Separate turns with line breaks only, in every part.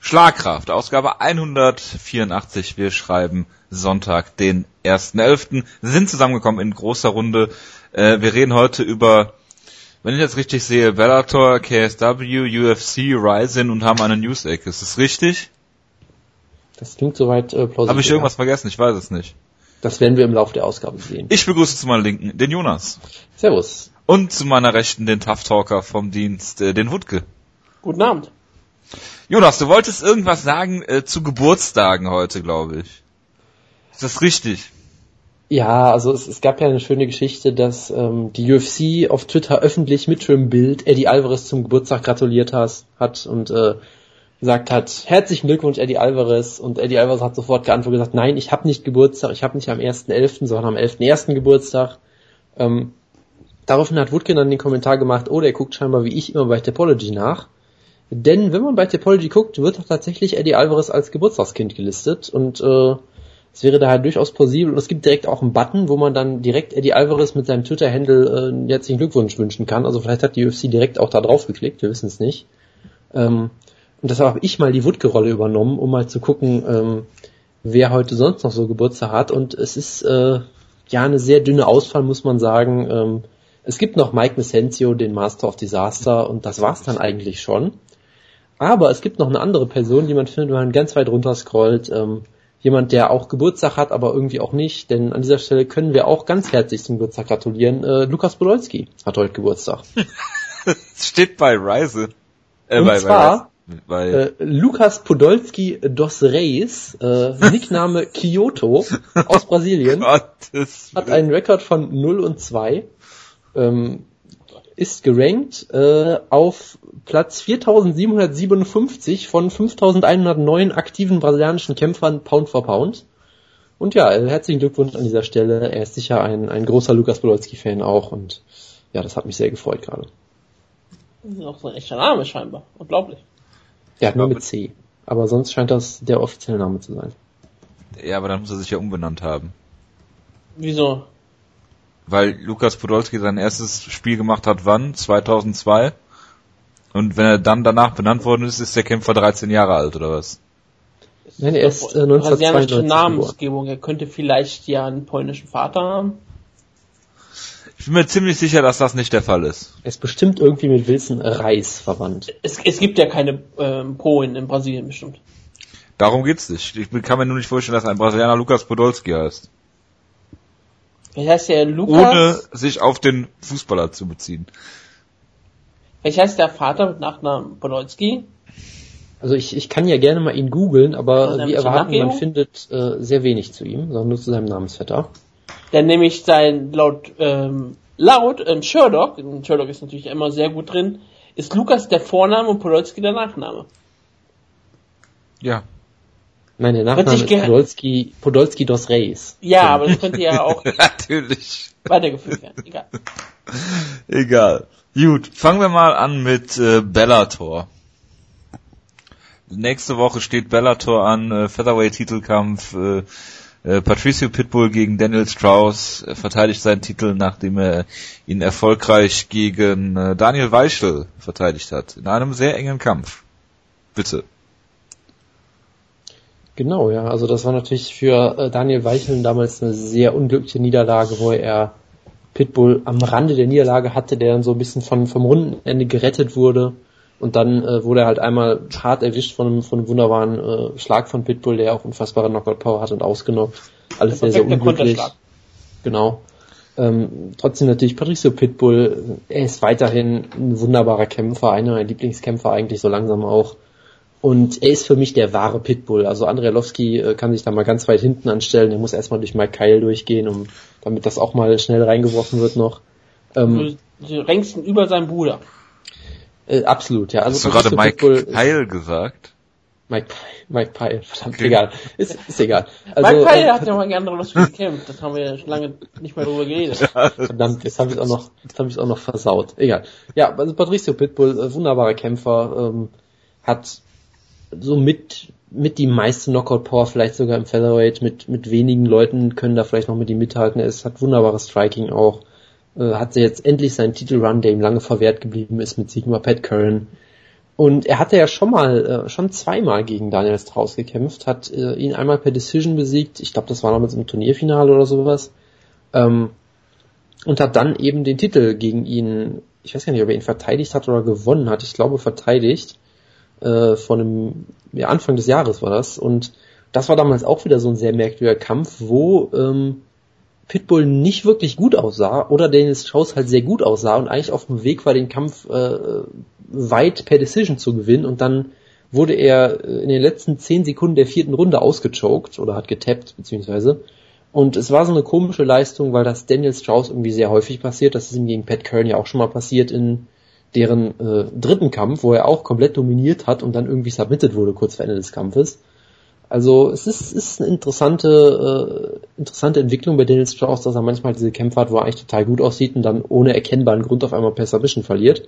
Schlagkraft, Ausgabe 184. Wir schreiben Sonntag, den 1.11. Sind zusammengekommen in großer Runde. Wir reden heute über, wenn ich jetzt richtig sehe, Bellator, KSW, UFC, Rizin und haben eine News-Ecke. Ist das richtig?
Das klingt soweit plausibel.
Habe ich irgendwas vergessen? Ich weiß es nicht.
Das werden wir im Laufe der Ausgabe sehen.
Ich begrüße zu meiner Linken den Jonas.
Servus.
Und zu meiner Rechten den Tough Talker vom Dienst, den Wutke.
Guten Abend.
Jonas, du wolltest irgendwas sagen zu Geburtstagen heute, glaube ich. Ist das richtig?
Ja, also es gab ja eine schöne Geschichte, dass die UFC auf Twitter öffentlich mit schönem Bild Eddie Alvarez zum Geburtstag gratuliert hat und gesagt hat, herzlichen Glückwunsch Eddie Alvarez, und Eddie Alvarez hat sofort geantwortet und gesagt, nein, ich habe nicht Geburtstag, ich habe nicht am 1.11., sondern am 11.1. Geburtstag. Daraufhin hat Wutke dann den Kommentar gemacht, der guckt scheinbar wie ich immer bei Tapology nach. Denn wenn man bei Tapology guckt, wird auch tatsächlich Eddie Alvarez als Geburtstagskind gelistet, und es wäre daher durchaus plausibel, und es gibt direkt auch einen Button, wo man dann direkt Eddie Alvarez mit seinem Twitter-Handle einen herzlichen Glückwunsch wünschen kann. Also vielleicht hat die UFC direkt auch da drauf geklickt, wir wissen es nicht. Und deshalb habe ich mal die Wutke-Rolle übernommen, um mal zu gucken, wer heute sonst noch so Geburtstag hat, und es ist eine sehr dünne Auswahl, muss man sagen. Es gibt noch Mike Messencio, den Master of Disaster, und das war's dann eigentlich schon. Aber es gibt noch eine andere Person, die man findet, wenn man ganz weit runter scrollt. Jemand, der auch Geburtstag hat, aber irgendwie auch nicht. Denn an dieser Stelle können wir auch ganz herzlich zum Geburtstag gratulieren. Lukas Podolski hat heute Geburtstag.
Steht bei Rise.
Und zwar Lukas Podolski dos Reis, Nickname Kyoto aus Brasilien, hat einen Rekord von 0-2. Ist gerankt auf Platz 4757 von 5109 aktiven brasilianischen Kämpfern Pound for Pound. Und ja, herzlichen Glückwunsch an dieser Stelle. Er ist sicher ein großer Lukas Podolski-Fan auch, und ja, das hat mich sehr gefreut gerade.
Das ist auch so ein echter Name scheinbar. Unglaublich.
Er hat nur mit C. Aber sonst scheint das der offizielle Name zu sein.
Ja, aber dann muss er sich ja umbenannt haben.
Wieso?
Weil Lukas Podolski sein erstes Spiel gemacht hat, wann? 2002? Und wenn er dann danach benannt worden ist, ist der Kämpfer 13 Jahre alt, oder was?
Nein, er ist 1992
Namensgebung. Er könnte vielleicht ja einen polnischen Vater haben.
Ich bin mir ziemlich sicher, dass das nicht der Fall ist.
Er ist bestimmt irgendwie mit Wilson Reis verwandt.
Es gibt ja keine Polen in Brasilien bestimmt.
Darum geht's nicht. Ich kann mir nur nicht vorstellen, dass ein Brasilianer Lukas Podolski heißt.
Vielleicht heißt der Lukas...
Ohne sich auf den Fußballer zu beziehen.
Vielleicht heißt der Vater mit Nachnamen Podolski.
Also ich kann ja gerne mal ihn googeln, aber wie erwarten, man findet sehr wenig zu ihm, sondern nur zu seinem Namensvetter.
Dann nämlich laut Sherlock, Sherlock ist natürlich immer sehr gut drin, ist Lukas der Vorname und Podolski der Nachname.
Ja.
Nein, der Nachname ist Podolski dos Reis.
Ja, aber das könnte ja auch
natürlich
weitergeführt werden.
Egal. Gut, fangen wir mal an mit Bellator. Nächste Woche steht Bellator an, Featherweight-Titelkampf, Patricio Pitbull gegen Daniel Strauss, verteidigt seinen Titel, nachdem er ihn erfolgreich gegen Daniel Weichel verteidigt hat. In einem sehr engen Kampf. Bitte.
Genau, ja, also das war natürlich für Daniel Weichel damals eine sehr unglückliche Niederlage, wo er Pitbull am Rande der Niederlage hatte, der dann so ein bisschen vom Rundenende gerettet wurde, und dann wurde er halt einmal hart erwischt von einem wunderbaren Schlag von Pitbull, der auch unfassbare Knockout-Power hat, und ausgenockt. Alles sehr, sehr unglücklich. Genau. Trotzdem natürlich Patricio Pitbull, er ist weiterhin ein wunderbarer Kämpfer, einer meiner Lieblingskämpfer eigentlich so langsam auch. Und er ist für mich der wahre Pitbull. Also Andrei Arlovski kann sich da mal ganz weit hinten anstellen. Er muss erstmal durch Mike Kyle durchgehen, damit das auch mal schnell reingeworfen wird noch.
Du rankst ihn über seinen Bruder.
Absolut, ja. Also
hast du gerade Mike Kyle gesagt?
Mike Pyle, verdammt, okay. Egal. Ist egal. Also,
Mike Pyle hat ja mal gegen Andrei Arlovski gekämpft. Das haben wir ja schon lange nicht mehr drüber geredet.
Verdammt, jetzt habe ich es auch noch versaut. Egal. Ja, also Patricio Pitbull, wunderbarer Kämpfer, hat so mit die meiste Knockout-Power, vielleicht sogar im Featherweight, mit wenigen Leuten können da vielleicht noch mit ihm mithalten. Es hat wunderbares Striking auch. Hat jetzt endlich seinen Titelrun, der ihm lange verwehrt geblieben ist, mit Sieg über Pat Curran. Und er hatte ja schon zweimal gegen Daniel Strauss gekämpft, hat ihn einmal per Decision besiegt, ich glaube, das war noch mit so einem Turnierfinale oder sowas, und hat dann eben den Titel gegen ihn, ich weiß gar nicht, ob er ihn verteidigt hat oder gewonnen hat, ich glaube verteidigt, Anfang des Jahres war das, und das war damals auch wieder so ein sehr merkwürdiger Kampf, wo Pitbull nicht wirklich gut aussah oder Daniel Strauss halt sehr gut aussah und eigentlich auf dem Weg war, den Kampf weit per Decision zu gewinnen, und dann wurde er in den letzten 10 Sekunden der 4. Runde ausgechoked oder hat getappt, beziehungsweise. Und es war so eine komische Leistung, weil das Daniel Strauss irgendwie sehr häufig passiert. Das ist ihm gegen Pat Curran ja auch schon mal passiert in deren dritten Kampf, wo er auch komplett dominiert hat und dann irgendwie submitted wurde kurz vor Ende des Kampfes. Also es ist eine interessante Entwicklung bei Daniel Strauss, dass er manchmal diese Kämpfe hat, wo er eigentlich total gut aussieht und dann ohne erkennbaren Grund auf einmal per Submission verliert.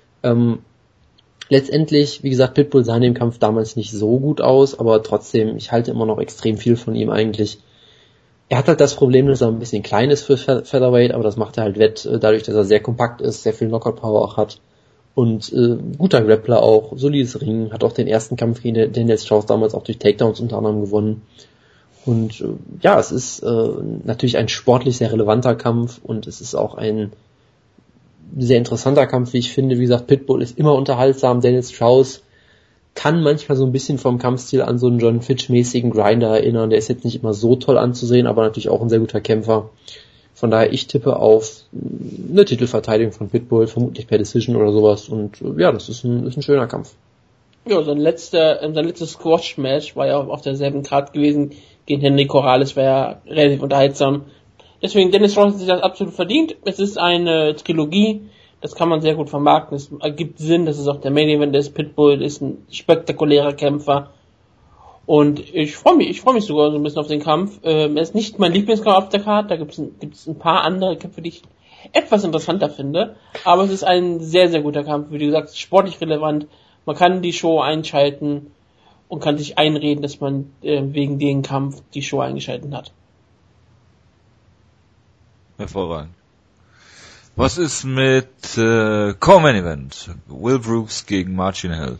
Letztendlich, wie gesagt, Pitbull sah in dem Kampf damals nicht so gut aus, aber trotzdem, ich halte immer noch extrem viel von ihm eigentlich. Er hat halt das Problem, dass er ein bisschen klein ist für Featherweight, aber das macht er halt wett, dadurch, dass er sehr kompakt ist, sehr viel Knockout-Power auch hat und guter Grappler auch, solides Ring, hat auch den ersten Kampf gegen Daniel Strauss damals auch durch Takedowns unter anderem gewonnen. Und ja, es ist natürlich ein sportlich sehr relevanter Kampf und es ist auch ein sehr interessanter Kampf, wie ich finde. Wie gesagt, Pitbull ist immer unterhaltsam, Daniel Strauss kann manchmal so ein bisschen vom Kampfstil an so einen John Fitch-mäßigen Grinder erinnern. Der ist jetzt nicht immer so toll anzusehen, aber natürlich auch ein sehr guter Kämpfer. Von daher, ich tippe auf eine Titelverteidigung von Pitbull, vermutlich per Decision oder sowas. Und ja, das ist ein schöner Kampf.
Ja, sein letztes Squash-Match war ja auf derselben Card gewesen gegen Henry Corrales, war ja relativ unterhaltsam. Deswegen, Dennis Strauss hat sich das absolut verdient. Es ist eine Trilogie, das kann man sehr gut vermarkten. Es ergibt Sinn, das ist auch der Main Event des Pitbull, ist ein spektakulärer Kämpfer. Und ich freue mich sogar so ein bisschen auf den Kampf. Er ist nicht mein Lieblingskampf auf der Card, da gibt's ein paar andere Kämpfe, die ich etwas interessanter finde. Aber es ist ein sehr, sehr guter Kampf, wie du gesagt, sportlich relevant. Man kann die Show einschalten und kann sich einreden, dass man wegen dem Kampf die Show eingeschaltet hat.
Hervorragend. Was ist mit Co-Main Event? Will Brooks gegen Marcin Held.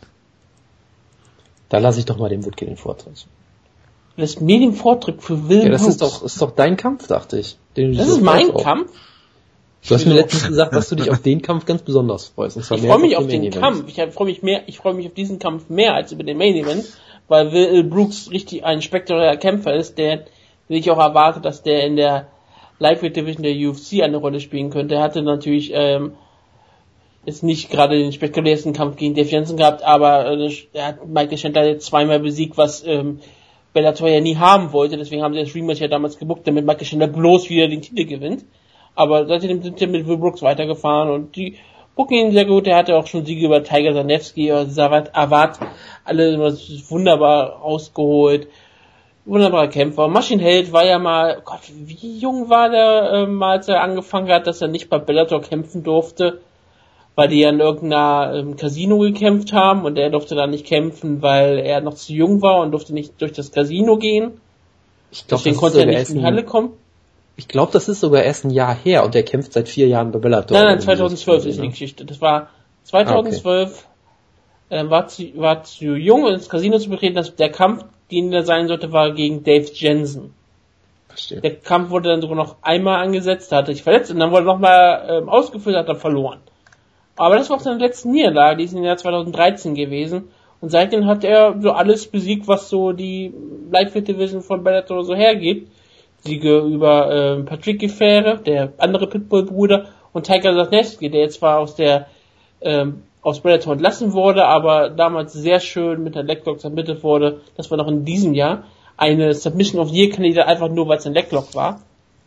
Da lasse ich doch mal dem Woodke den Vortritt.
Das mir den Vortritt für Will Brooks.
Ja, das ist doch dein Kampf, dachte ich.
Das ist mein Kampf?
Du hast mir letztens gesagt, dass du dich auf den Kampf ganz besonders freust.
Ich freue mich auf den Kampf. Ich freue mich auf diesen Kampf mehr als über den Main Event, weil Will Brooks richtig ein spektakulärer Kämpfer ist, der, wie ich auch erwarte, dass der in der Lightweight Division der UFC eine Rolle spielen könnte. Er hatte natürlich jetzt nicht gerade den spektakulärsten Kampf gegen Dave Jensen gehabt, aber er hat Michael Chandler jetzt zweimal besiegt, was Bellator ja nie haben wollte. Deswegen haben sie das Rematch ja damals gebuckt, damit Michael Chandler bloß wieder den Titel gewinnt. Aber seitdem sind sie mit Will Brooks weitergefahren und die bucken ihn sehr gut. Er hatte auch schon Siege über Tiger Zanevsky oder Savat Awad, alle wunderbar rausgeholt. Wunderbarer Kämpfer. Marcin Held war ja mal, Gott, wie jung war der, als er angefangen hat, dass er nicht bei Bellator kämpfen durfte, weil die ja in irgendeiner Casino gekämpft haben und er durfte da nicht kämpfen, weil er noch zu jung war und durfte nicht durch das Casino gehen. Deswegen konnte er nicht in die Halle kommen.
Ich glaube, das ist sogar erst ein Jahr her und der kämpft seit 4 Jahren bei Bellator.
Nein, 2012 ist die Geschichte. Das war 2012, war zu jung, um ins Casino zu betreten. Der Kampf, den er sein sollte, war gegen Dave Jensen.
Verstehe.
Der Kampf wurde dann sogar noch einmal angesetzt, da hatte ich verletzt und dann wurde nochmal ausgeführt, hat er verloren. Aber das war auch seine letzte Niederlage, die ist im Jahr 2013 gewesen. Und seitdem hat er so alles besiegt, was so die Lightweight Division von Bellator so hergibt. Siege über Patrick Gefähre, der andere Pitbull-Bruder, und Tiger Zanevsky, der jetzt zwar aus Bellator entlassen wurde, aber damals sehr schön mit der Leglock submitted wurde. Das war noch in diesem Jahr. Eine Submission of the Year-Kandidat, einfach nur, weil es ein Leglock war.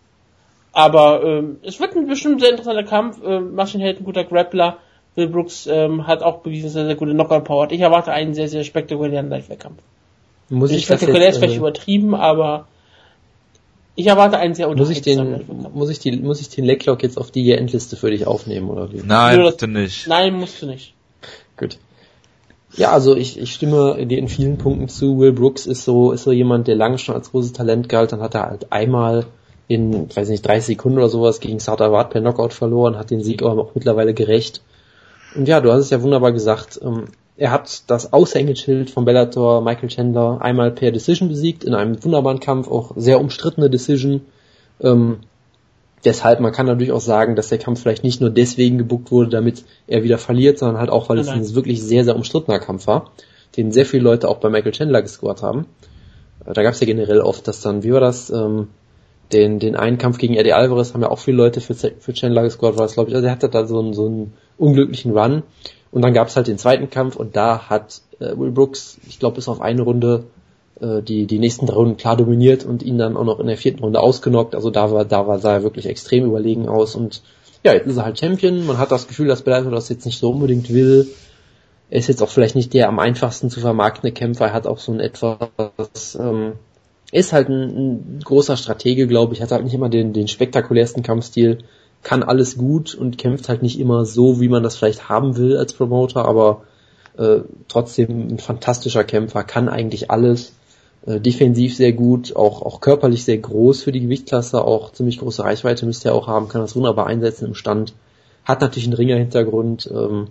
Aber es wird ein bestimmt sehr interessanter Kampf. Marcin Held, ein guter Grappler. Will Brooks hat auch bewiesen, dass er sehr gute Knockout-Power hat. Ich erwarte einen sehr, sehr spektakulären Lightweight-Kampf. Spektakulär ist vielleicht übertrieben, aber ich erwarte einen sehr unterhaltsamen.
Muss ich den Leglock jetzt auf die Endliste für dich aufnehmen, oder wie?
Nein, bitte nicht.
Nein, musst du nicht.
Gut. Ja, also ich stimme dir in vielen Punkten zu. Will Brooks ist so jemand, der lange schon als großes Talent galt. Dann hat er halt einmal in, 30 Sekunden oder sowas gegen Saad Awad per Knockout verloren, hat den Sieg aber auch mittlerweile gerecht. Und ja, du hast es ja wunderbar gesagt. Er hat das Aushängeschild von Bellator, Michael Chandler, einmal per Decision besiegt, in einem wunderbaren Kampf, auch sehr umstrittene Decision. Deshalb, man kann natürlich auch sagen, dass der Kampf vielleicht nicht nur deswegen gebuckt wurde, damit er wieder verliert, sondern halt auch, weil es ein wirklich sehr, sehr umstrittener Kampf war, den sehr viele Leute auch bei Michael Chandler gescored haben. Da gab es ja generell oft, dass dann, wie war das, den einen Kampf gegen Eddie Alvarez haben ja auch viele Leute für Chandler gescored, war das, glaube ich. Also er hatte da so einen unglücklichen Run. Und dann gab es halt den zweiten Kampf und da hat Will Brooks, ich glaube, bis auf eine Runde die nächsten 3 Runden klar dominiert und ihn dann auch noch in der 4. Runde ausgenockt. Also sah er wirklich extrem überlegen aus. Und ja, jetzt ist er halt Champion. Man hat das Gefühl, dass Bellator das jetzt nicht so unbedingt will. Er ist jetzt auch vielleicht nicht der am einfachsten zu vermarktende Kämpfer. Er hat auch so ein etwas... ist halt ein großer Stratege, glaube ich, hat halt nicht immer den spektakulärsten Kampfstil, kann alles gut und kämpft halt nicht immer so, wie man das vielleicht haben will als Promoter, aber trotzdem ein fantastischer Kämpfer, kann eigentlich alles, defensiv sehr gut, auch körperlich sehr groß für die Gewichtsklasse, auch ziemlich große Reichweite müsste er auch haben, kann das wunderbar einsetzen im Stand, hat natürlich einen Ringerhintergrund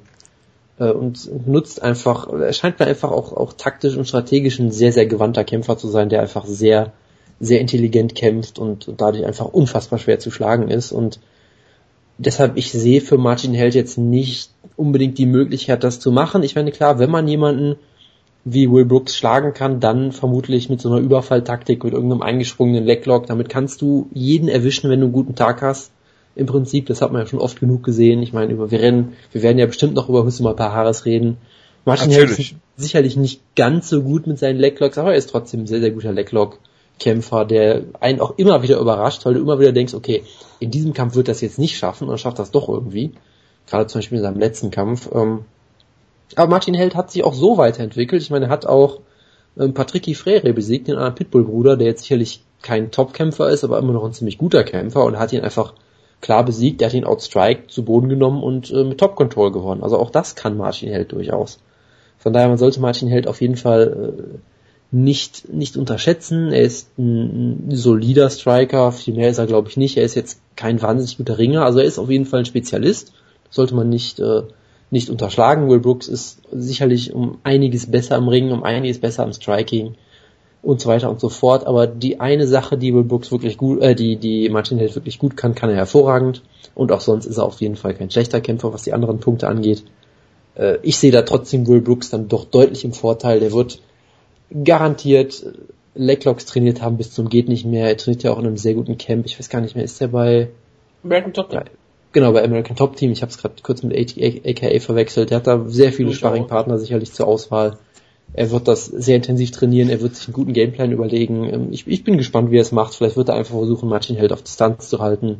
und nutzt einfach, er scheint mir einfach auch taktisch und strategisch ein sehr, sehr gewandter Kämpfer zu sein, der einfach sehr, sehr intelligent kämpft und dadurch einfach unfassbar schwer zu schlagen ist und deshalb, ich sehe für Martin Held jetzt nicht unbedingt die Möglichkeit, das zu machen. Ich meine, klar, wenn man jemanden wie Will Brooks schlagen kann, dann vermutlich mit so einer Überfalltaktik, mit irgendeinem eingesprungenen Leglock. Damit kannst du jeden erwischen, wenn du einen guten Tag hast. Im Prinzip, das hat man ja schon oft genug gesehen. Ich meine, wir werden ja bestimmt noch über Hüsama Pahares reden. Martin Held ist sicherlich nicht ganz so gut mit seinen Leglocks, aber er ist trotzdem ein sehr, sehr guter Leglock-Kämpfer, der einen auch immer wieder überrascht, weil du immer wieder denkst, okay, in diesem Kampf wird das jetzt nicht schaffen und schafft das doch irgendwie. Gerade zum Beispiel in seinem letzten Kampf. Aber Martin Held hat sich auch so weiterentwickelt. Ich meine, er hat auch Patricky Freire besiegt, den anderen Pitbull-Bruder, der jetzt sicherlich kein Top-Kämpfer ist, aber immer noch ein ziemlich guter Kämpfer und hat ihn einfach klar besiegt. Der hat ihn outstriked, zu Boden genommen und mit Top-Control gewonnen. Also auch das kann Martin Held durchaus. Von daher, man sollte Martin Held auf jeden Fall nicht unterschätzen. Er ist ein solider Striker, viel mehr ist er glaube ich nicht. Er ist jetzt kein wahnsinnig guter Ringer, also er ist auf jeden Fall ein Spezialist. Das sollte man nicht unterschlagen. Will Brooks ist sicherlich um einiges besser im Ringen, um einiges besser im Striking und so weiter und so fort. Aber die eine Sache, die Will Brooks wirklich gut, die Martin Held wirklich gut kann er hervorragend. Und auch sonst ist er auf jeden Fall kein schlechter Kämpfer, was die anderen Punkte angeht. Ich sehe da trotzdem Will Brooks dann doch deutlich im Vorteil. Der wird garantiert Leglocks trainiert haben bis zum geht nicht mehr. Er trainiert ja auch in einem sehr guten Camp. Ich weiß gar nicht mehr, ist der bei
American Top Team?
Genau, bei American Top Team. Ich habe es gerade kurz mit AKA verwechselt. Der hat da sehr viele Sparringpartner sicherlich zur Auswahl. Er wird das sehr intensiv trainieren. Er wird sich einen guten Gameplan überlegen. Ich bin gespannt, wie er es macht. Vielleicht wird er einfach versuchen, Martin Held auf Distanz zu halten.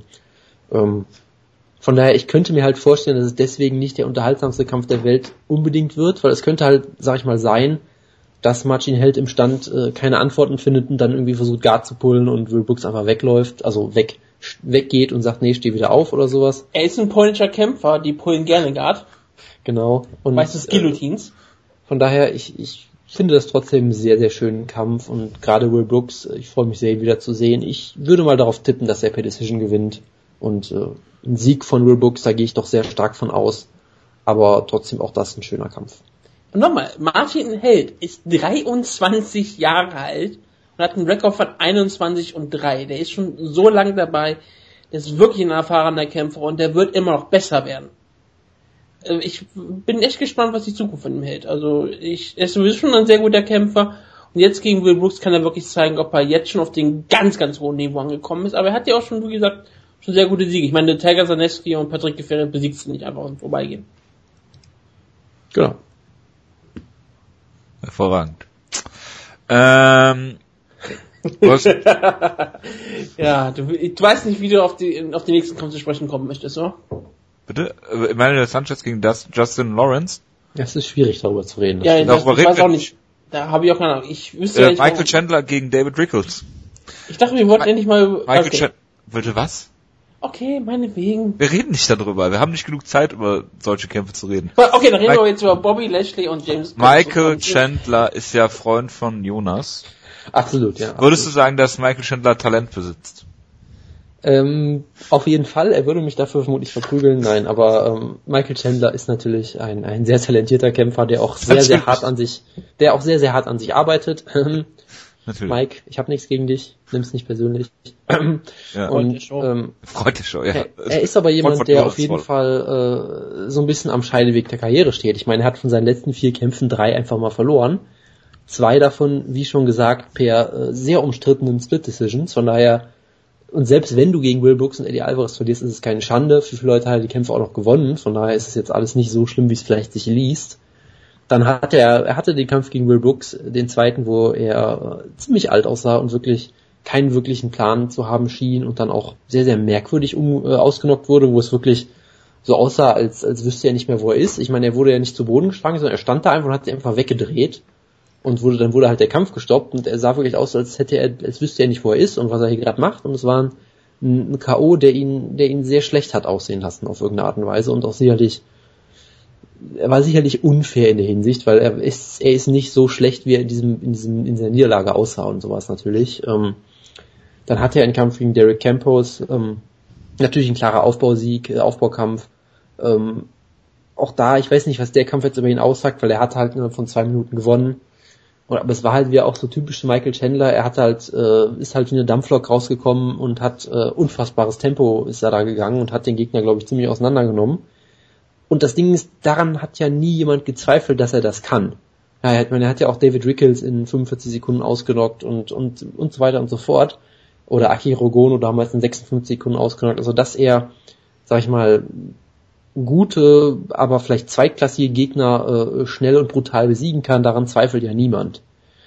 Von daher, ich könnte mir halt vorstellen, dass es deswegen nicht der unterhaltsamste Kampf der Welt unbedingt wird, weil es könnte halt, sag ich mal, sein, dass Martin Held im Stand keine Antworten findet und dann irgendwie versucht Guard zu pullen und Will Brooks einfach wegläuft, also weggeht und sagt, nee, steh wieder auf oder sowas.
Er ist ein polnischer Kämpfer, die pullen gerne Guard.
Genau. Und
meistens Guillotines.
Von daher, ich finde das trotzdem einen sehr, sehr schönen Kampf und gerade Will Brooks, ich freue mich sehr, ihn wieder zu sehen. Ich würde mal darauf tippen, dass er per Decision gewinnt und ein Sieg von Will Brooks, da gehe ich doch sehr stark von aus, aber trotzdem auch das ein schöner Kampf.
Und nochmal, Martin Held ist 23 Jahre alt und hat einen Rekord von 21-3. Der ist schon so lange dabei, der ist wirklich ein erfahrener Kämpfer und der wird immer noch besser werden. Ich bin echt gespannt, was die Zukunft von ihm hält. Also er ist sowieso schon ein sehr guter Kämpfer und jetzt gegen Will Brooks kann er wirklich zeigen, ob er jetzt schon auf den ganz, ganz hohen Niveau angekommen ist. Aber er hat ja auch schon, wie gesagt, schon sehr gute Siege. Ich meine, Tiger Zaneski und Patrick Gefährdet besiegt sie nicht einfach im Vorbeigehen.
Genau.
Hervorragend.
Ja, du weißt nicht, wie du auf den nächsten Kampf zu sprechen kommen möchtest, oder?
Bitte? Emmanuel Sanchez gegen Justin Lawrence?
Es ist schwierig, darüber zu reden.
Ja, ich weiß auch nicht. Da habe ich auch keine Ahnung. Ich wüsste ja nicht,
Michael Chandler gegen David Rickles.
Ich dachte, wir wollten endlich mal...
Michael Chandler... Bitte was?
Okay, meinetwegen.
Wir reden nicht darüber. Wir haben nicht genug Zeit, über solche Kämpfe zu reden.
Okay, dann reden wir jetzt über Bobby Lashley und James...
Michael Chandler ist ja Freund von Jonas.
Absolut, ja.
Würdest du sagen, dass Michael Chandler Talent besitzt?
Auf jeden Fall, er würde mich dafür vermutlich verprügeln, nein, aber Michael Chandler ist natürlich ein sehr talentierter Kämpfer, der auch sehr hart an sich arbeitet. Natürlich. Mike, ich habe nichts gegen dich, nimm's nicht persönlich.
Ja.
Und
freut dich schon, ja.
Er ist aber jemand, der auf jeden Fall so ein bisschen am Scheideweg der Karriere steht. Ich meine, er hat von seinen letzten 4 Kämpfen 3 einfach mal verloren. 2 davon, wie schon gesagt, per sehr umstrittenen Split-Decisions, von daher. Und selbst wenn du gegen Will Brooks und Eddie Alvarez verlierst, ist es keine Schande. Für viele Leute hat er die Kämpfe auch noch gewonnen. Von daher ist es jetzt alles nicht so schlimm, wie es vielleicht sich liest. Dann hatte er den Kampf gegen Will Brooks, den zweiten, wo er ziemlich alt aussah und wirklich keinen wirklichen Plan zu haben schien und dann auch sehr, sehr merkwürdig ausgenockt wurde, wo es wirklich so aussah, als wüsste er nicht mehr, wo er ist. Ich meine, er wurde ja nicht zu Boden geschlagen, sondern er stand da einfach und hat sich einfach weggedreht. Und dann wurde halt der Kampf gestoppt und er sah wirklich aus, als wüsste er nicht, wo er ist und was er hier gerade macht. Und es war ein K.O., der ihn sehr schlecht hat aussehen lassen auf irgendeine Art und Weise und auch er war sicherlich unfair in der Hinsicht, weil er ist nicht so schlecht, wie er in dieser Niederlage aussah und sowas natürlich. Dann hatte er einen Kampf gegen Derek Campos, natürlich ein klarer Aufbaukampf. Auch da, ich weiß nicht, was der Kampf jetzt über ihn aussagt, weil er hatte halt nur von 2 Minuten gewonnen. Aber es war halt wieder auch so typisch Michael Chandler. Er hat ist halt wie eine Dampflok rausgekommen und hat unfassbares Tempo ist er da gegangen und hat den Gegner, glaube ich, ziemlich auseinandergenommen. Und das Ding ist, daran hat ja nie jemand gezweifelt, dass er das kann. Ja, er hat ja auch David Rickels in 45 Sekunden ausgenockt und so weiter und so fort. Oder Akihiro Gono damals in 56 Sekunden ausgenockt. Also, dass er, sag ich mal, gute, aber vielleicht zweitklassige Gegner schnell und brutal besiegen kann, daran zweifelt ja niemand.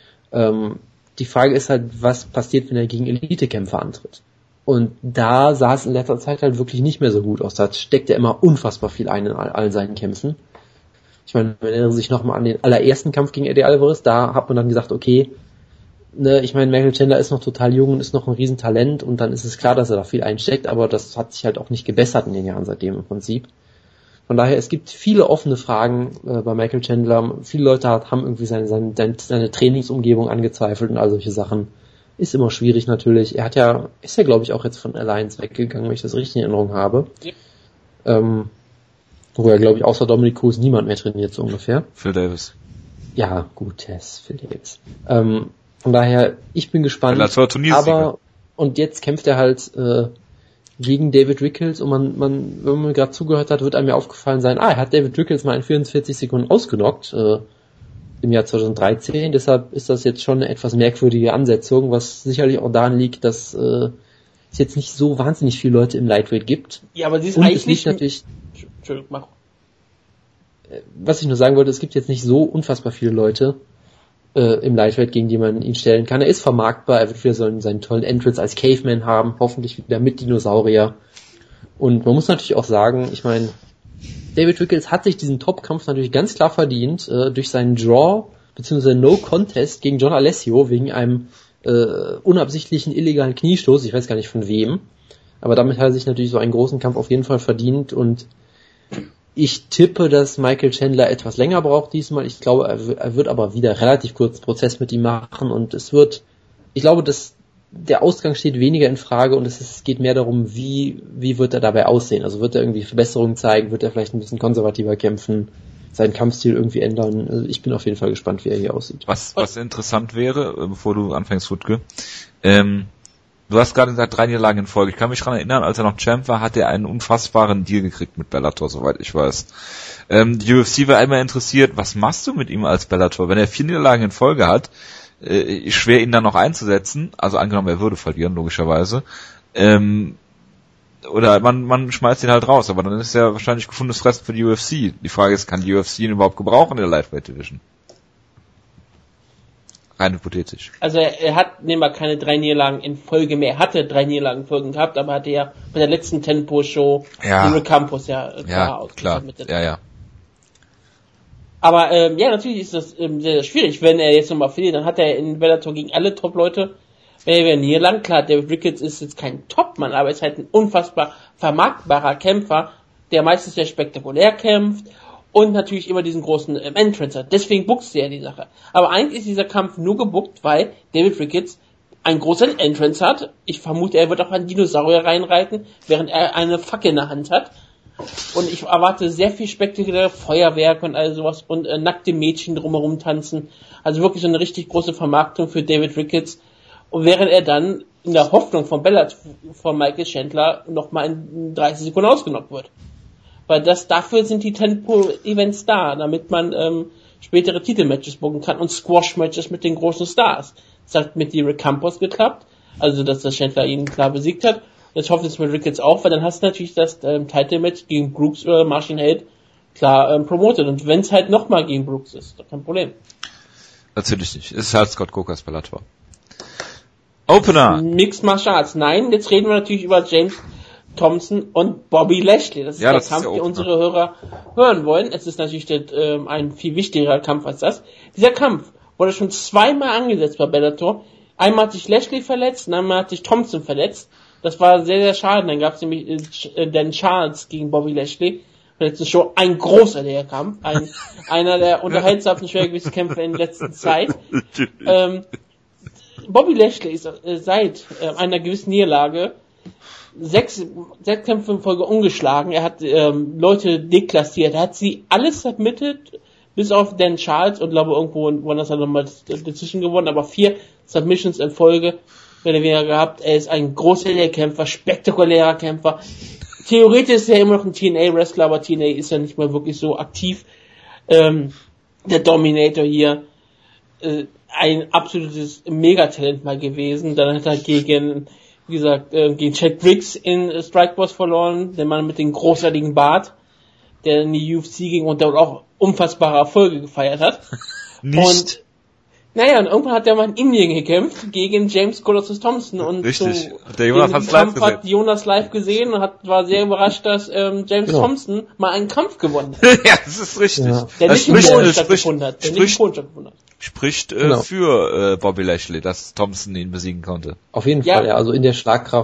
Die Frage ist halt, was passiert, wenn er gegen Elitekämpfer antritt? Und da sah es in letzter Zeit halt wirklich nicht mehr so gut aus. Da steckt er immer unfassbar viel ein in all seinen Kämpfen. Ich meine, man erinnert sich nochmal an den allerersten Kampf gegen Eddie Alvarez, da hat man dann gesagt, okay, ne, ich meine, Michael Chandler ist noch total jung und ist noch ein Riesentalent und dann ist es klar, dass er da viel einsteckt, aber das hat sich halt auch nicht gebessert in den Jahren seitdem im Prinzip. Von daher, es gibt viele offene Fragen bei Michael Chandler. Viele Leute haben irgendwie seine Trainingsumgebung angezweifelt und all solche Sachen. Ist immer schwierig natürlich. Ist ja glaube ich auch jetzt von Alliance weggegangen, wenn ich das richtig in Erinnerung habe. Ja. Wo er glaube ich außer Dominic Cruz niemand mehr trainiert, so ungefähr.
Phil Davis.
Ja, gut, Phil Davis. Von daher, ich bin gespannt. Und jetzt kämpft er halt gegen David Rickels und wenn man gerade zugehört hat, wird einem ja aufgefallen sein, er hat David Rickels mal in 44 Sekunden ausgenockt im Jahr 2013, deshalb ist das jetzt schon eine etwas merkwürdige Ansetzung, was sicherlich auch daran liegt, dass es jetzt nicht so wahnsinnig viele Leute im Lightweight gibt.
Ja, aber sie ist
und
eigentlich
es liegt
nicht...
Entschuldigung, mach. Was ich nur sagen wollte, es gibt jetzt nicht so unfassbar viele Leute im Lightweight, gegen die man ihn stellen kann. Er ist vermarktbar, er wird wieder seinen tollen Entrance als Caveman haben, hoffentlich wieder mit Dinosaurier. Und man muss natürlich auch sagen, ich meine, David Rickels hat sich diesen Top-Kampf natürlich ganz klar verdient, durch seinen Draw, beziehungsweise No-Contest gegen John Alessio, wegen einem unabsichtlichen illegalen Kniestoß, ich weiß gar nicht von wem. Aber damit hat er sich natürlich so einen großen Kampf auf jeden Fall verdient und ich tippe, dass Michael Chandler etwas länger braucht diesmal. Ich glaube, er wird aber wieder relativ kurzen Prozess mit ihm machen und ich glaube, dass der Ausgang steht weniger in Frage und es geht mehr darum, wie wird er dabei aussehen. Also wird er irgendwie Verbesserungen zeigen, wird er vielleicht ein bisschen konservativer kämpfen, seinen Kampfstil irgendwie ändern. Also ich bin auf jeden Fall gespannt, wie er hier aussieht.
Was interessant wäre, bevor du anfängst, Wutke, du hast gerade gesagt, 3 Niederlagen in Folge. Ich kann mich daran erinnern, als er noch Champ war, hat er einen unfassbaren Deal gekriegt mit Bellator, soweit ich weiß. Die UFC war einmal interessiert, was machst du mit ihm als Bellator? Wenn er 4 Niederlagen in Folge hat, schwer ihn dann noch einzusetzen, also angenommen, er würde verlieren, logischerweise, oder man schmeißt ihn halt raus, aber dann ist er wahrscheinlich gefundenes Fressen für die UFC. Die Frage ist, kann die UFC ihn überhaupt gebrauchen in der Lightweight Division? Rein hypothetisch.
Also er hat keine 3 Niederlagen in Folge mehr. Er hatte 3 Niederlagen in Folge gehabt, aber hatte ja bei der letzten Tempo-Show Jure Campos klar.
Ja.
Aber natürlich ist das sehr, sehr schwierig, wenn er jetzt nochmal verliert. Dann hat er in Bellator gegen alle Top-Leute Niederlagen. Klar, David Rickels ist jetzt kein Top-Mann, aber ist halt ein unfassbar vermarktbarer Kämpfer, der meistens sehr spektakulär kämpft und natürlich immer diesen großen Entrance hat. Deswegen buckst er die Sache. Aber eigentlich ist dieser Kampf nur gebuckt, weil David Rickels einen großen Entrance hat. Ich vermute, er wird auch einen Dinosaurier reinreiten, während er eine Fackel in der Hand hat. Und ich erwarte sehr viel spektakuläre Feuerwerk und all sowas und nackte Mädchen drumherum tanzen. Also wirklich so eine richtig große Vermarktung für David Ricketts. Und während er dann in der Hoffnung von Michael Chandler nochmal in 30 Sekunden ausgenockt wird. Weil dafür sind die Tempo-Events da, damit man spätere Titelmatches booken kann und Squash-Matches mit den großen Stars. Das hat mit Derek Campos geklappt, also dass der Chandler ihn klar besiegt hat. Und ich hoffe, das mit Ricketts auch, weil dann hast du natürlich das Title-Match gegen Brooks oder Martian Held klar promotet. Und wenn es halt nochmal gegen Brooks ist, doch kein Problem.
Natürlich nicht. Es ist halt Scott Coker's Bellator. Opener.
Mixed Martial Arts. Nein, jetzt reden wir natürlich über James Thompson und Bobby Lashley. Das ist der Kampf, den unsere Hörer hören wollen. Es ist natürlich ein viel wichtigerer Kampf als das. Dieser Kampf wurde schon zweimal angesetzt bei Bellator. Einmal hat sich Lashley verletzt und einmal hat sich Thompson verletzt. Das war sehr, sehr schade. Dann gab es nämlich Dan Charles gegen Bobby Lashley. Letzte Show ein großartiger Kampf. Einer der unterhaltsamsten Schwergewichtskämpfe in letzter Zeit. Bobby Lashley ist seit einer gewissen Niederlage 6 Kämpfe in Folge ungeschlagen. Er hat Leute deklassiert. Er hat sie alles submitted, bis auf Dan Charles und glaube irgendwo woanders hat er nochmal dazwischen gewonnen, aber 4 Submissions in Folge wenn er weniger gehabt. Er ist ein großartiger Kämpfer, spektakulärer Kämpfer. Theoretisch ist er immer noch ein TNA-Wrestler, aber TNA ist ja nicht mal wirklich so aktiv. Der Dominator hier, ein absolutes Megatalent mal gewesen. Dann hat er gegen Chad Briggs in Strikeforce verloren, der Mann mit dem großartigen Bart, der in die UFC ging und dort auch unfassbare Erfolge gefeiert hat.
Nicht.
Und naja, und irgendwann hat der Mann in Indien gekämpft gegen James Colossus Thompson und
richtig.
So
Der Jonas hat's live gesehen.
Hat Jonas live gesehen und war sehr überrascht, dass James Thompson mal einen Kampf gewonnen hat.
Ja, das ist richtig.
Ja. Der nicht im Polen stattgefunden hat.
Spricht für Bobby Lashley, dass Thompson ihn besiegen konnte.
Auf jeden Fall, ja. Also in der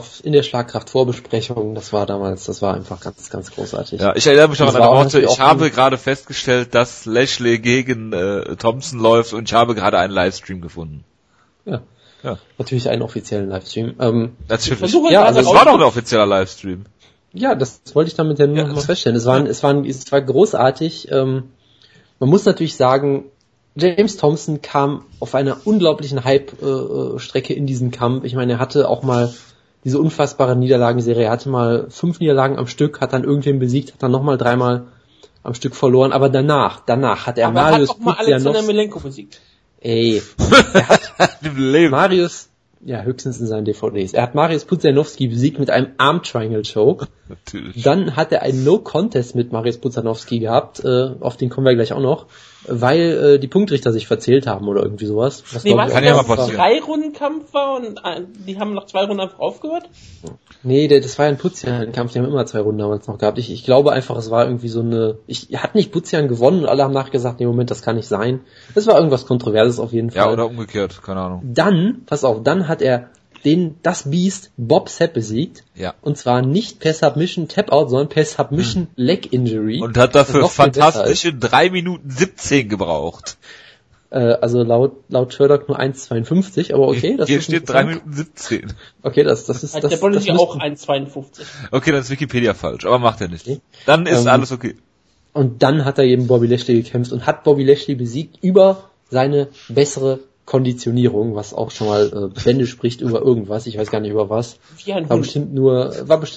Schlagkraft-Vorbesprechung, das war einfach ganz, ganz großartig.
Ja, ich erinnere mich noch an deine Worte. Ich habe gerade festgestellt, dass Lashley gegen Thompson läuft und ich habe gerade einen Livestream gefunden.
Ja. Natürlich einen offiziellen Livestream.
Natürlich. Also es war doch ein offizieller Livestream.
Ja, das wollte ich damit ja nur noch mal feststellen. Es war großartig. Man muss natürlich sagen, James Thompson kam auf einer unglaublichen Hype-Strecke in diesem Kampf. Ich meine, er hatte auch mal diese unfassbare Niederlagenserie. Er hatte mal 5 Niederlagen am Stück, hat dann irgendwen besiegt, hat dann nochmal 3-mal am Stück verloren. Aber danach hat er Marius Pudzianowski...
Aber er hat auch mal Alexander Milenko besiegt.
Ey, er hat Marius... Ja, höchstens in seinen DVDs. Er hat Marius Pudzianowski besiegt mit einem Arm-Triangle-Choke.
Natürlich.
Dann hat er einen No-Contest mit Marius Pudzianowski gehabt, auf den kommen wir gleich auch noch, weil die Punktrichter sich verzählt haben oder irgendwie sowas.
Kann ja mal passieren.
3-Runden-Kampf war und die haben nach 2 Runden einfach aufgehört?
Nee, das war ja ein Pudzian-Kampf, die haben immer 2 Runden damals noch gehabt. Ich glaube einfach, es war irgendwie so hat nicht Pudzian gewonnen und alle haben nachgesagt, nee, Moment, das kann nicht sein. Das war irgendwas Kontroverses auf jeden Fall.
Ja, oder umgekehrt, keine Ahnung.
Dann hat er das Biest Bob Sapp besiegt.
Ja.
Und zwar nicht per Submission Tap-Out, sondern per Submission Leg Injury.
Und hat dafür fantastische 3 Minuten 17 gebraucht.
Also laut Sherlock nur 1,52, aber okay.
Hier steht 3 Minuten 17.
Okay, das ist...
Hat der Policy auch 1,52.
Okay, dann ist Wikipedia falsch, aber macht er nicht. Okay. Dann ist alles okay.
Und dann hat er eben Bobby Lashley gekämpft und hat Bobby Lashley besiegt über seine bessere Konditionierung, was auch schon mal Bände spricht über irgendwas, ich weiß gar nicht über was. War bestimmt nur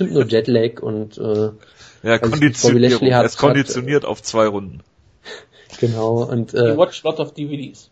Jetlag und
Konditionierung. Er ist konditioniert auf 2 Runden.
Genau, und
You watch a lot of DVDs.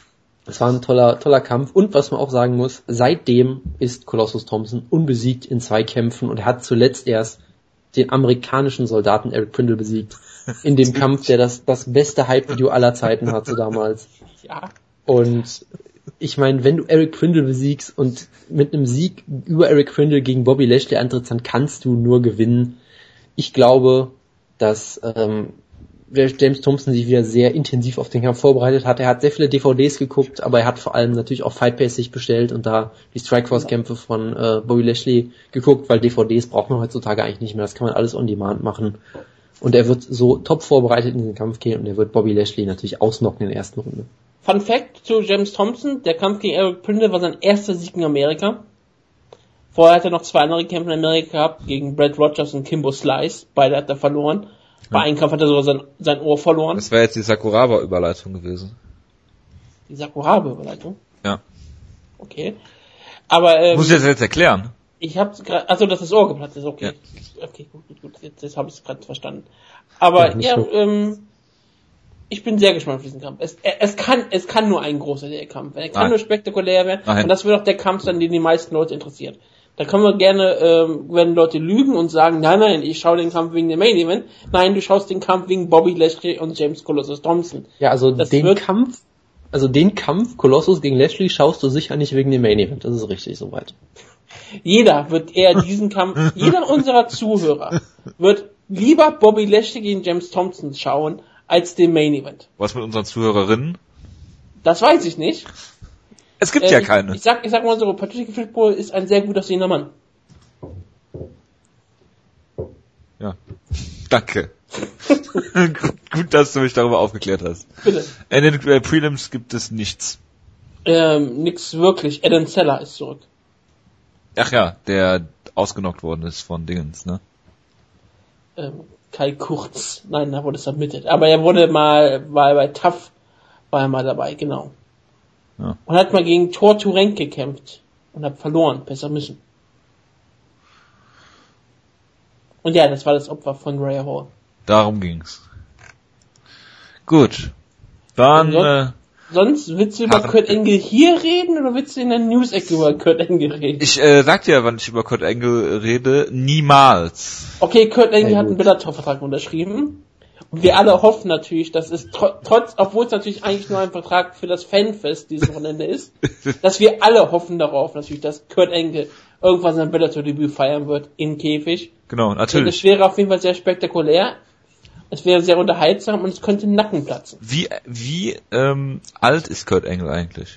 Es war ein toller Kampf und was man auch sagen muss, seitdem ist Colossus Thompson unbesiegt in 2 Kämpfen und er hat zuletzt erst den amerikanischen Soldaten Eric Prindle besiegt in dem Kampf, der das beste Hype-Video aller Zeiten hatte damals.
Ja.
Und ich meine, wenn du Eric Prindle besiegst und mit einem Sieg über Eric Prindle gegen Bobby Lashley antrittst, dann kannst du nur gewinnen. Ich glaube, dass James Thompson sich wieder sehr intensiv auf den Kampf vorbereitet hat. Er hat sehr viele DVDs geguckt, aber er hat vor allem natürlich auch Fight Pass sich bestellt und da die Strikeforce-Kämpfe von Bobby Lashley geguckt, weil DVDs braucht man heutzutage eigentlich nicht mehr. Das kann man alles on demand machen. Und er wird so top vorbereitet in den Kampf gehen und er wird Bobby Lashley natürlich ausnocken in der ersten Runde.
Fun Fact zu James Thompson, der Kampf gegen Eric Prindle war sein erster Sieg in Amerika. Vorher hat er noch 2 andere Kämpfe in Amerika gehabt, gegen Brad Rogers und Kimbo Slice. Beide hat er verloren. Bei einem Kampf hat er sogar sein Ohr verloren.
Das wäre jetzt die Sakuraba-Überleitung gewesen.
Die Sakuraba-Überleitung?
Ja.
Okay. Aber,
muss ich das jetzt erklären?
Ich hab's gerade, also dass das Ohr geplatzt ist, okay. Ja. Okay, gut. Jetzt habe ich es gerade verstanden. Aber, ich bin sehr gespannt auf diesen Kampf. Es kann nur ein großer Kampf werden. Er kann nur spektakulär werden. Nein. Und das wird auch der Kampf sein, den die meisten Leute interessiert. Da können wir gerne, wenn Leute lügen und sagen, nein, ich schaue den Kampf wegen dem Main Event. Nein, du schaust den Kampf wegen Bobby Lashley und James Colossus Thompson.
Ja, also den Kampf Colossus gegen Lashley schaust du sicher nicht wegen dem Main Event. Das ist richtig soweit.
Jeder unserer Zuhörer wird lieber Bobby Lashley gegen James Thompson schauen, als den Main Event.
Was mit unseren Zuhörerinnen?
Das weiß ich nicht.
Es gibt ja keine.
Ich sag mal so, Patrick Fitbull ist ein sehr gut aussehender Mann.
Ja. Danke. Gut, dass du mich darüber aufgeklärt hast.
Bitte.
In den Prelims gibt es nichts.
Nix wirklich. Adam Seller ist zurück.
Ach ja, der ausgenockt worden ist von Dingens, ne?
Kai Kurz. Nein, da wurde es submitted. Aber er war bei TAF, war er mal dabei, genau. Ja. Und hat mal gegen Thor Turenk gekämpft. Und hat verloren, besser müssen. Und ja, das war das Opfer von Rhea Hall.
Darum ging's. Gut. Dann,
sonst willst du über Kurt Angle hier reden oder willst du in der News-Ecke über Kurt Angle reden?
Ich sag dir, wann ich über Kurt Angle rede, niemals.
Okay, Kurt Angle hat einen Bellator-Vertrag unterschrieben. Und wir alle hoffen natürlich, dass es obwohl es natürlich eigentlich nur ein Vertrag für das Fanfest dieses Wochenende ist, dass wir alle hoffen darauf, natürlich, dass Kurt Angle irgendwann sein Bellator-Debüt feiern wird, in Käfig.
Genau, natürlich.
Und es wäre auf jeden Fall sehr spektakulär. Es wäre sehr unterhaltsam und es könnte im Nacken platzen.
Wie alt ist Kurt Angle eigentlich?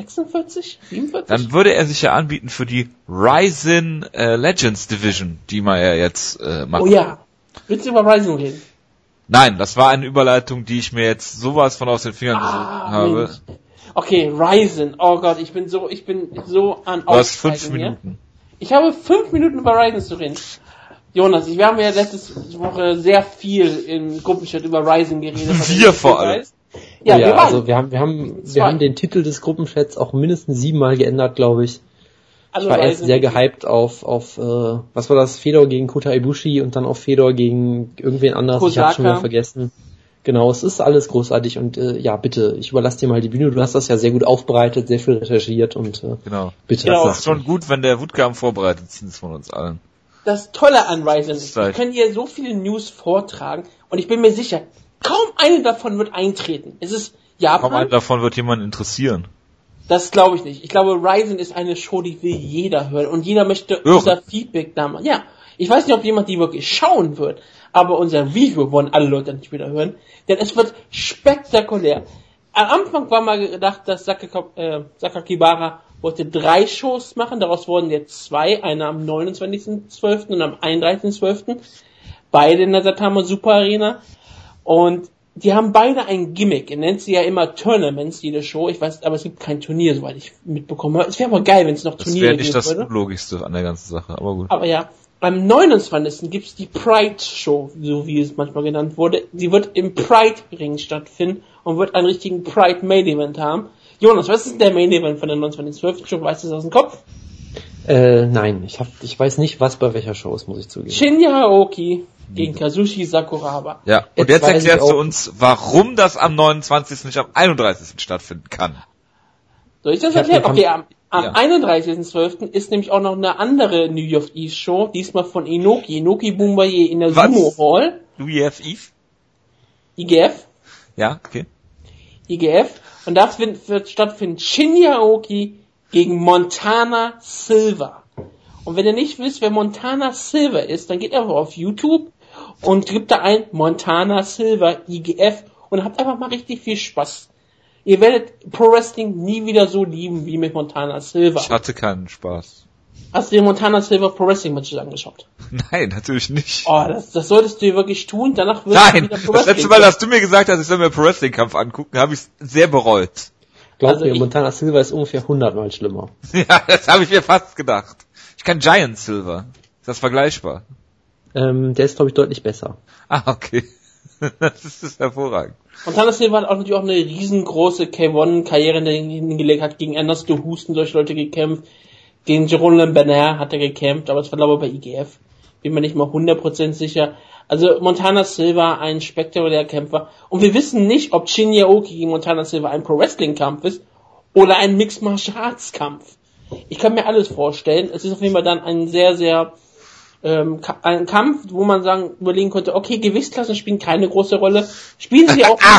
46? 47?
Dann würde er sich ja anbieten für die Ryzen Legends Division, die man ja jetzt macht.
Oh ja. Willst du über Ryzen reden?
Nein, das war eine Überleitung, die ich mir jetzt sowas von aus den Fingern gesogen habe.
Mensch. Okay, Ryzen. Oh Gott, ich bin so an
Du hast 5 Minuten.
Hier. Ich habe 5 Minuten über Ryzen zu reden. Jonas, wir haben ja letzte Woche sehr viel im Gruppenchat über Ryzen geredet.
Wir vor allem.
Ja, wir haben den Titel des Gruppenchats auch mindestens 7 Mal geändert, glaube ich. Ich war erst sehr gehypt auf was war das, Fedor gegen Kota Ibushi und dann auf Fedor gegen irgendwen anderes, ich habe schon wieder vergessen. Genau, es ist alles großartig und bitte, ich überlasse dir mal die Bühne, du hast das ja sehr gut aufbereitet, sehr viel recherchiert und
genau.
Bitte.
Genau, es ist schon gut, wenn der Wutke am vorbereitet ist von uns allen.
Das Tolle an Ryzen ist, wir können hier so viele News vortragen und ich bin mir sicher, kaum eine davon wird eintreten. Es ist Japan.
Kaum eine davon wird jemanden interessieren.
Das glaube ich nicht. Ich glaube, Ryzen ist eine Show, die will jeder hören und jeder möchte unser Feedback da machen. Ja, ich weiß nicht, ob jemand die wirklich schauen wird, aber unser Review wollen alle Leute nicht wieder hören, denn es wird spektakulär. Am Anfang war mal gedacht, dass Sakakibara wollte 3 Shows machen, daraus wurden jetzt 2, eine am 29.12. und am 31.12. Beide in der Saitama Super Arena und die haben beide ein Gimmick. Er nennt sie ja immer Tournaments, jede Show. Ich weiß, aber es gibt kein Turnier, soweit ich mitbekomme. Es wäre aber geil, wenn es noch Turniere
gibt. Das wäre nicht das Unlogischste an der ganzen Sache, aber gut.
Aber ja, am 29. gibt's die Pride Show, so wie es manchmal genannt wurde. Sie wird im Pride Ring stattfinden und wird einen richtigen Pride Main Event haben. Jonas, was ist der Main Event von der 29.12. Show? Weißt du das aus dem Kopf?
Nein, ich weiß nicht, was bei welcher Show ist, muss ich zugeben.
Shinya Aoki gegen Kazushi Sakuraba.
Ja, und jetzt erklärst du uns, warum das am 29. nicht am 31. stattfinden kann.
Soll ich das erklären? Okay, am 31.12. ist nämlich auch noch eine andere New Year's Eve Show, diesmal von Inoki Bumbaye in der Sumo Hall.
New Year's Eve?
IGF.
Ja, okay.
IGF. Und das wird stattfinden Shinya Aoki gegen Montana Silva. Und wenn ihr nicht wisst, wer Montana Silva ist, dann geht einfach auf YouTube und gibt da ein Montana Silva IGF und habt einfach mal richtig viel Spaß. Ihr werdet Pro Wrestling nie wieder so lieben wie mit Montana Silva.
Ich hatte keinen Spaß.
Hast du dir Montana Silva Pro Wrestling Matches angeschaut?
Nein, natürlich nicht.
Oh, das solltest du wirklich tun, danach wirst du
Nein,
wieder Pro
das
Wrestling
letzte Mal, dass du mir gesagt hast, ich soll mir Pro Wrestling Kampf angucken, habe ich sehr bereut.
Glaub
Also
mir, Montana Silva ist ungefähr 100-mal schlimmer.
Ja, das habe ich mir fast gedacht. Ich kann Giant Silver. Ist das vergleichbar?
Der ist, glaube ich, deutlich besser.
Ah, okay. Das ist hervorragend.
Montana Silva hat auch natürlich auch eine riesengroße K1-Karriere hingelegt, hat gegen Ernesto Houston solche Leute gekämpft, gegen Jerome Bernard hat er gekämpft, aber es war glaube ich bei IGF. Bin mir nicht mal 100% sicher. Also Montana Silva, ein spektakulärer Kämpfer. Und wir wissen nicht, ob Shinya Aoki gegen Montana Silva ein Pro-Wrestling-Kampf ist oder ein Mixed Martial Arts-Kampf. Ich kann mir alles vorstellen. Es ist auf jeden Fall dann ein sehr, sehr ein Kampf, wo man überlegen könnte, okay, Gewichtsklassen spielen keine große Rolle. Spielen sie auch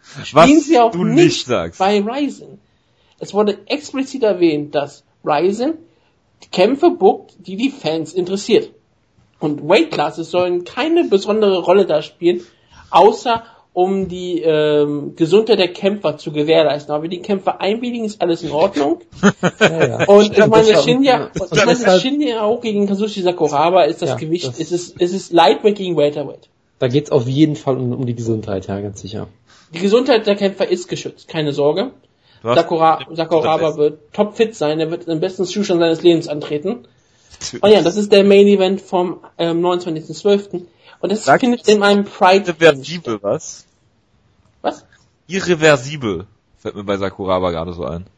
nicht
sagst.
Bei Ryzen. Es wurde explizit erwähnt, dass Ryzen Kämpfe bookt, die Fans interessiert. Und Weight Classes sollen keine besondere Rolle da spielen, außer um die Gesundheit der Kämpfer zu gewährleisten. Aber wenn die Kämpfer einwilligen, ist alles in Ordnung.
Ja.
Und ich meine, Shinya auch gegen Kazushi Sakuraba ist das Gewicht, es ist Lightweight gegen Welterweight.
Da geht's auf jeden Fall um die Gesundheit, ja, ganz sicher.
Die Gesundheit der Kämpfer ist geschützt, keine Sorge. Sakuraba wird topfit sein, er wird im besten Zustand seines Lebens antreten. Oh ja, das ist der Main Event vom 29.12. Und das findet in einem Pride
Irreversibel, was?
Was?
Irreversibel. Fällt mir bei Sakuraba gerade so ein.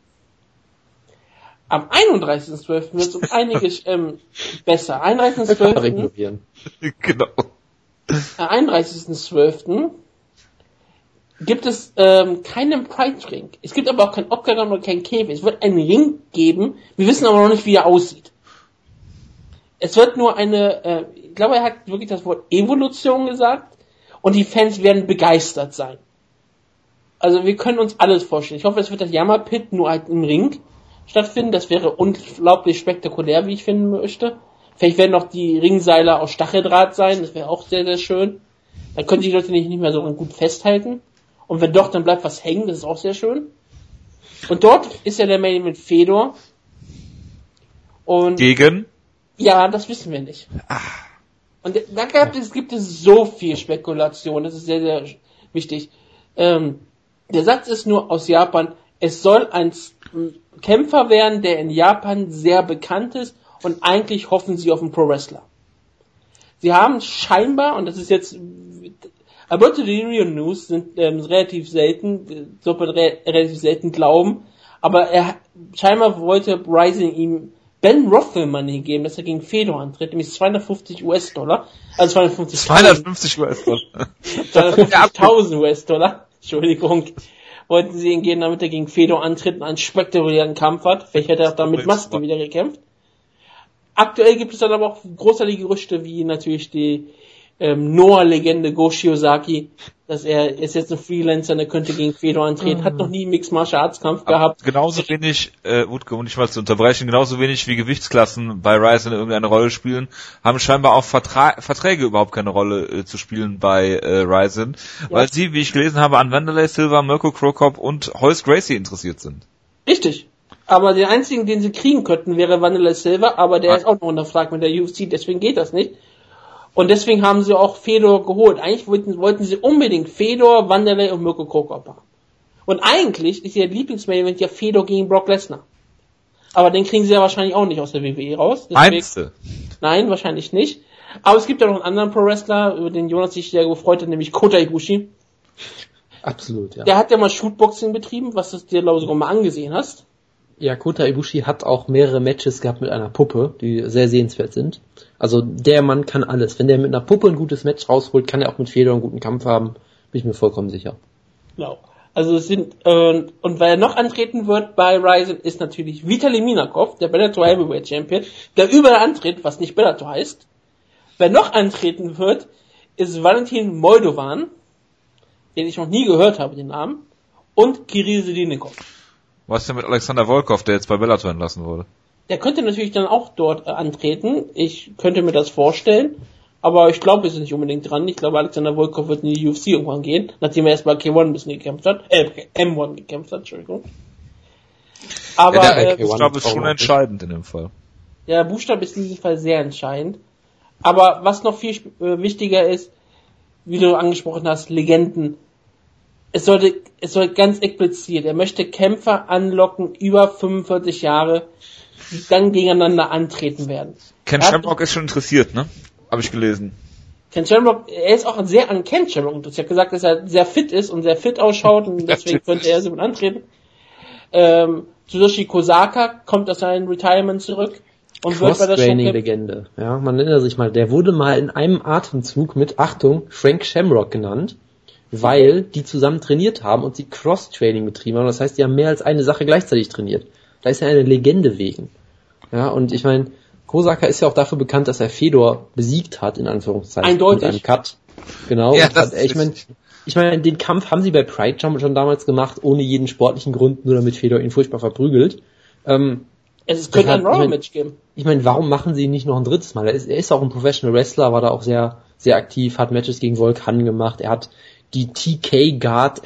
Am 31.12. wird es um einiges besser. 31.12.
Genau.
Am 31.12. gibt es keinen Pride-Ring. Es gibt aber auch kein Octagon oder kein Käfig. Es wird einen Ring geben. Wir wissen aber noch nicht, wie er aussieht. Es wird nur ich glaube, er hat wirklich das Wort Evolution gesagt und die Fans werden begeistert sein. Also wir können uns alles vorstellen. Ich hoffe, es wird das Yama-Pit nur halt im Ring stattfinden. Das wäre unglaublich spektakulär, wie ich finden möchte. Vielleicht werden noch die Ringseile aus Stacheldraht sein. Das wäre auch sehr, sehr schön. Dann können die Leute nicht mehr so gut festhalten. Und wenn doch, dann bleibt was hängen. Das ist auch sehr schön. Und dort ist ja der Main Event Fedor. Und
gegen?
Ja, das wissen wir nicht. Und da gibt es so viel Spekulation, das ist sehr, sehr wichtig. Der Satz ist nur aus Japan, es soll ein Kämpfer werden, der in Japan sehr bekannt ist und eigentlich hoffen sie auf einen Pro-Wrestler. Sie haben scheinbar, und das ist jetzt, Alberto Delirium News sind relativ selten, so relativ selten glauben, aber scheinbar wollte Rising ihm Ben Rothman gegeben, dass er gegen Fedor antritt, nämlich $250, also 250 $250.000 Entschuldigung, wollten sie ihn geben, damit er gegen Fedor antritt und einen spektakulären Kampf hat. Vielleicht hätte er auch dann mit Maske wieder gekämpft. Aktuell gibt es dann aber auch großartige Gerüchte, wie natürlich die Noah-Legende Go Shiozaki, dass er ist jetzt ein Freelancer, der könnte gegen Fedor antreten, hat noch nie einen Mixed Martial Arts Kampf gehabt.
Genauso wenig, Wutke, um dich mal zu unterbrechen, genauso wenig wie Gewichtsklassen bei Ryzen irgendeine Rolle spielen, haben scheinbar auch Verträge überhaupt keine Rolle zu spielen bei Ryzen, weil sie, wie ich gelesen habe, an Wanderlei Silva, Mirko Krokop und Royce Gracie interessiert sind.
Richtig. Aber der einzigen, den sie kriegen könnten, wäre Wanderlei Silva, aber der ist auch noch unter Vertrag mit der UFC, deswegen geht das nicht. Und deswegen haben sie auch Fedor geholt. Eigentlich wollten sie unbedingt Fedor, Wanderlei und Mirko Krokop haben. Und eigentlich ist ihr Lieblingsmain-Event ja Fedor gegen Brock Lesnar. Aber den kriegen sie ja wahrscheinlich auch nicht aus der WWE raus.
Meinst du?
Nein, wahrscheinlich nicht. Aber es gibt ja noch einen anderen Pro-Wrestler, über den Jonas sich sehr gefreut hat, nämlich Kota Ibushi.
Absolut, ja.
Der hat ja mal Shootboxing betrieben, was du dir, glaube ich, sogar mal angesehen hast.
Ja, Kota Ibushi hat auch mehrere Matches gehabt mit einer Puppe, die sehr sehenswert sind. Also der Mann kann alles. Wenn der mit einer Puppe ein gutes Match rausholt, kann er auch mit Fedor einen guten Kampf haben. Bin ich mir vollkommen sicher.
Genau. Also es sind, und wer noch antreten wird bei Ryzen, ist natürlich Vitali Minakov, der Bellator Heavyweight Champion, der überall antritt, was nicht Bellator heißt. Wer noch antreten wird, ist Valentin Moldovan, den ich noch nie gehört habe, den Namen, und Kirill Selinikov.
Was ist denn mit Alexander Volkov, der jetzt bei Bellator entlassen wurde?
Der könnte natürlich dann auch dort antreten. Ich könnte mir das vorstellen. Aber ich glaube, es ist nicht unbedingt dran. Ich glaube, Alexander Volkov wird in die UFC irgendwann gehen, nachdem er erst bei K1 ein bisschen gekämpft hat. M1 gekämpft hat, Entschuldigung. Aber
ich glaube, es ist schon entscheidend in dem Fall.
Der Buchstabe ist in diesem Fall sehr entscheidend. Aber was noch viel wichtiger ist, wie du angesprochen hast, Legenden. Es soll ganz explizit, er möchte Kämpfer anlocken über 45 Jahre, die dann gegeneinander antreten werden.
Ken Shamrock ist schon interessiert, ne? Habe ich gelesen.
Ken Shamrock, er ist auch sehr an Ken Shamrock interessiert. Er hat gesagt, dass er sehr fit ist und sehr fit ausschaut und deswegen könnte er so mit antreten. Tsuyoshi Kosaka kommt aus seinem Retirement zurück und wird bei der
Cross-Training-Legende. Ja, man erinnert sich mal, der wurde mal in einem Atemzug mit, Achtung, Frank Shamrock genannt, weil die zusammen trainiert haben und sie Cross-Training betrieben haben. Das heißt, die haben mehr als eine Sache gleichzeitig trainiert. Da ist ja eine Legende wegen. Ja, und ich meine, Kosaka ist ja auch dafür bekannt, dass er Fedor besiegt hat, in Anführungszeichen.
Eindeutig.
Mit einem Cut. Genau.
Ja,
ich meine, den Kampf haben sie bei Pride Jump schon damals gemacht, ohne jeden sportlichen Grund, nur damit Fedor ihn furchtbar verprügelt.
Es könnte ein Raw-Match geben.
Ich meine, warum machen sie ihn nicht noch ein drittes Mal? Er ist auch ein Professional Wrestler, war da auch sehr, sehr aktiv, hat Matches gegen Volkan gemacht, er hat die TK Guard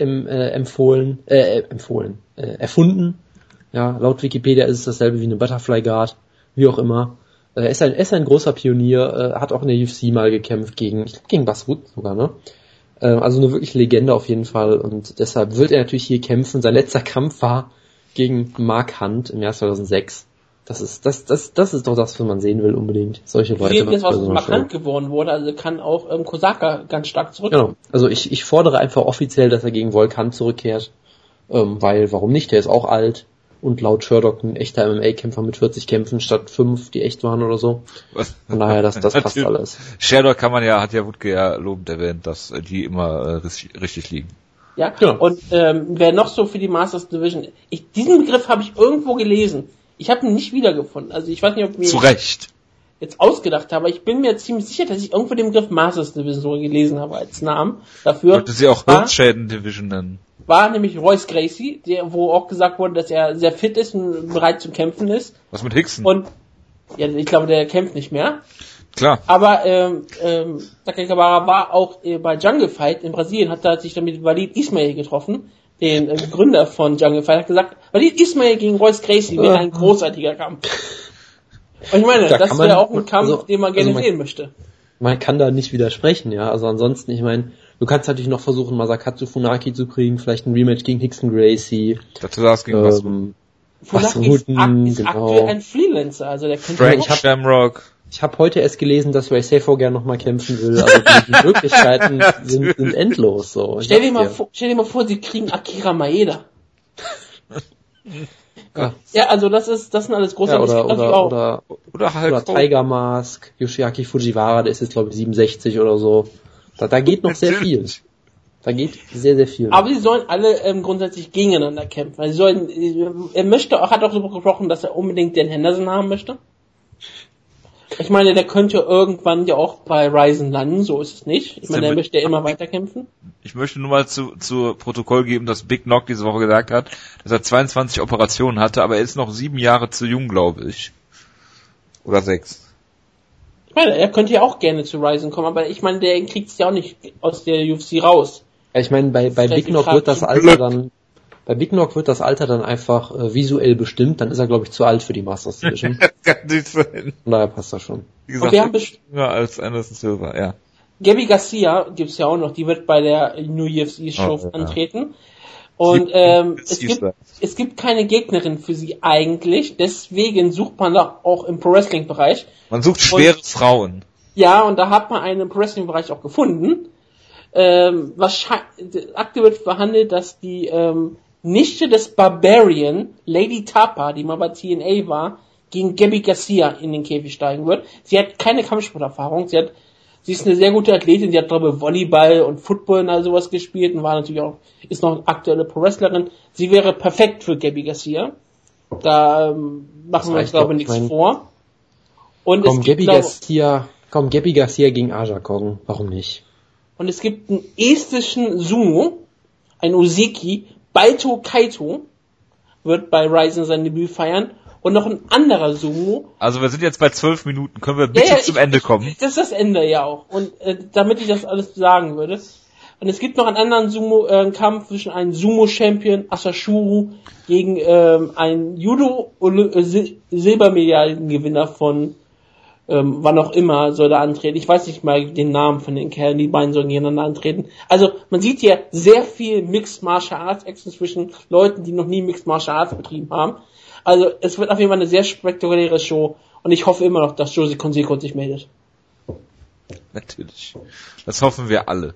erfunden. Ja, laut Wikipedia ist es dasselbe wie eine Butterfly Guard, wie auch immer. Er ist ein großer Pionier, hat auch in der UFC mal gekämpft gegen Bas Rutten sogar, ne? Also eine wirklich Legende auf jeden Fall und deshalb wird er natürlich hier kämpfen. Sein letzter Kampf war gegen Mark Hunt im Jahr 2006. Das ist doch das, was man sehen will unbedingt. Solche Leute.
Jetzt, was Mark Hunt geworden wurde, also kann auch Kosaka ganz stark zurückkommen.
Genau. Also ich fordere einfach offiziell, dass er gegen Volkan zurückkehrt, weil warum nicht? Der ist auch alt. Und laut Sherlock ein echter MMA-Kämpfer mit 40 Kämpfen statt 5, die echt waren oder so. Von daher, das passt alles.
Sherlock hat ja Wutke ja lobend erwähnt, dass die immer richtig liegen.
Ja, genau. Und wer noch so für die Masters Division, diesen Begriff habe ich irgendwo gelesen. Ich habe ihn nicht wiedergefunden. Also ich weiß nicht, ob ich mir
zu Recht
jetzt ausgedacht habe, aber ich bin mir ziemlich sicher, dass ich irgendwo den Begriff Masters Division so gelesen habe als Namen dafür.
Wollte sie auch Hirnschäden Division nennen.
War nämlich Royce Gracie, wo auch gesagt wurde, dass er sehr fit ist und bereit zum Kämpfen ist.
Was mit Hickson?
Und ja, ich glaube, der kämpft nicht mehr.
Klar.
Aber Sakay Kabara war auch bei Jungle Fight in Brasilien, hat sich dann mit Walid Ismail getroffen, den Gründer von Jungle Fight, hat gesagt, Walid Ismail gegen Royce Gracie wäre ein großartiger Kampf. Und ich meine, das wäre auch ein Kampf, den man gerne sehen möchte.
Man kann da nicht widersprechen, ja. Also ansonsten, ich meine, du kannst natürlich noch versuchen, Masakatsu Funaki zu kriegen, vielleicht ein Rematch gegen Hickson Gracie.
Dazu sagst gegen
Funaki ist aktuell ein Freelancer, also der könnte
Frank Shamrock.
Ich habe heute erst gelesen, dass Ray Sefo gerne nochmal kämpfen will. Also die Möglichkeiten sind endlos. So.
Stell dir mal vor, sie kriegen Akira Maeda. Ja, also das sind alles große
oder Tiger Mask, Yoshiaki Fujiwara, der ist jetzt glaube ich 67 oder so. Da geht noch sehr viel. Da geht sehr, sehr viel.
Aber sie sollen alle grundsätzlich gegeneinander kämpfen. Also hat auch so gesprochen, dass er unbedingt Dan Henderson haben möchte. Ich meine, der könnte irgendwann ja auch bei Ryzen landen, so ist es nicht. Ich meine, der möchte ja immer weiter kämpfen.
Ich möchte nur mal zu Protokoll geben, dass Big Knock diese Woche gesagt hat, dass er 22 Operationen hatte, aber er ist noch 7 Jahre zu jung, glaube ich. Oder 6.
Ich meine, er könnte ja auch gerne zu Ryzen kommen, aber ich meine, der kriegt es ja auch nicht aus der UFC raus.
Ja, ich meine, bei Big Knock wird das Alter dann... Bei Big Knock wird das Alter dann einfach visuell bestimmt, dann ist er, glaube ich, zu alt für die Masters Division.
Das kann nicht sein.
Von daher passt das schon.
Wie gesagt, jünger als Anderson Silva, ja.
Gabby Garcia gibt's ja auch noch, die wird bei der New UFC Show antreten. Und es gibt keine Gegnerin für sie eigentlich, deswegen sucht man auch im Pro Wrestling Bereich.
Man sucht schwere Frauen.
Ja, und da hat man einen im Pro Wrestling Bereich auch gefunden. Aktuell wird verhandelt, dass die Nichte des Barbarian, Lady Tapa, die mal bei TNA war, gegen Gabby Garcia in den Käfig steigen wird. Sie hat keine Kampfsporterfahrung, sie ist eine sehr gute Athletin, sie hat, glaube ich, Volleyball und Football und all sowas gespielt und war natürlich auch, ist noch eine aktuelle Pro-Wrestlerin. Sie wäre perfekt für Gabby Garcia. Da machen wir uns, glaube ich, nichts vor. Und
Gabby Garcia gegen Aja Kong, warum nicht?
Und es gibt einen estischen Sumo, ein Ozeki, Baito Kaito, wird bei Ryzen sein Debüt feiern. Und noch ein anderer Sumo.
Also wir sind jetzt bei 12 Minuten. Können wir bitte zum Ende kommen?
Das ist das Ende ja auch. Und damit ich das alles sagen würde. Und es gibt noch einen anderen Kampf zwischen einem Sumo-Champion Asashuru gegen einen Judo-Silbermedaillengewinner von wann auch immer soll er antreten. Ich weiß nicht mal den Namen von den Kerlen, die beiden sollen gegeneinander antreten. Also man sieht hier sehr viel Mixed Martial Arts Action zwischen Leuten, die noch nie Mixed Martial Arts betrieben haben. Also es wird auf jeden Fall eine sehr spektakuläre Show und ich hoffe immer noch, dass Josie Canseco sich meldet.
Natürlich. Das hoffen wir alle.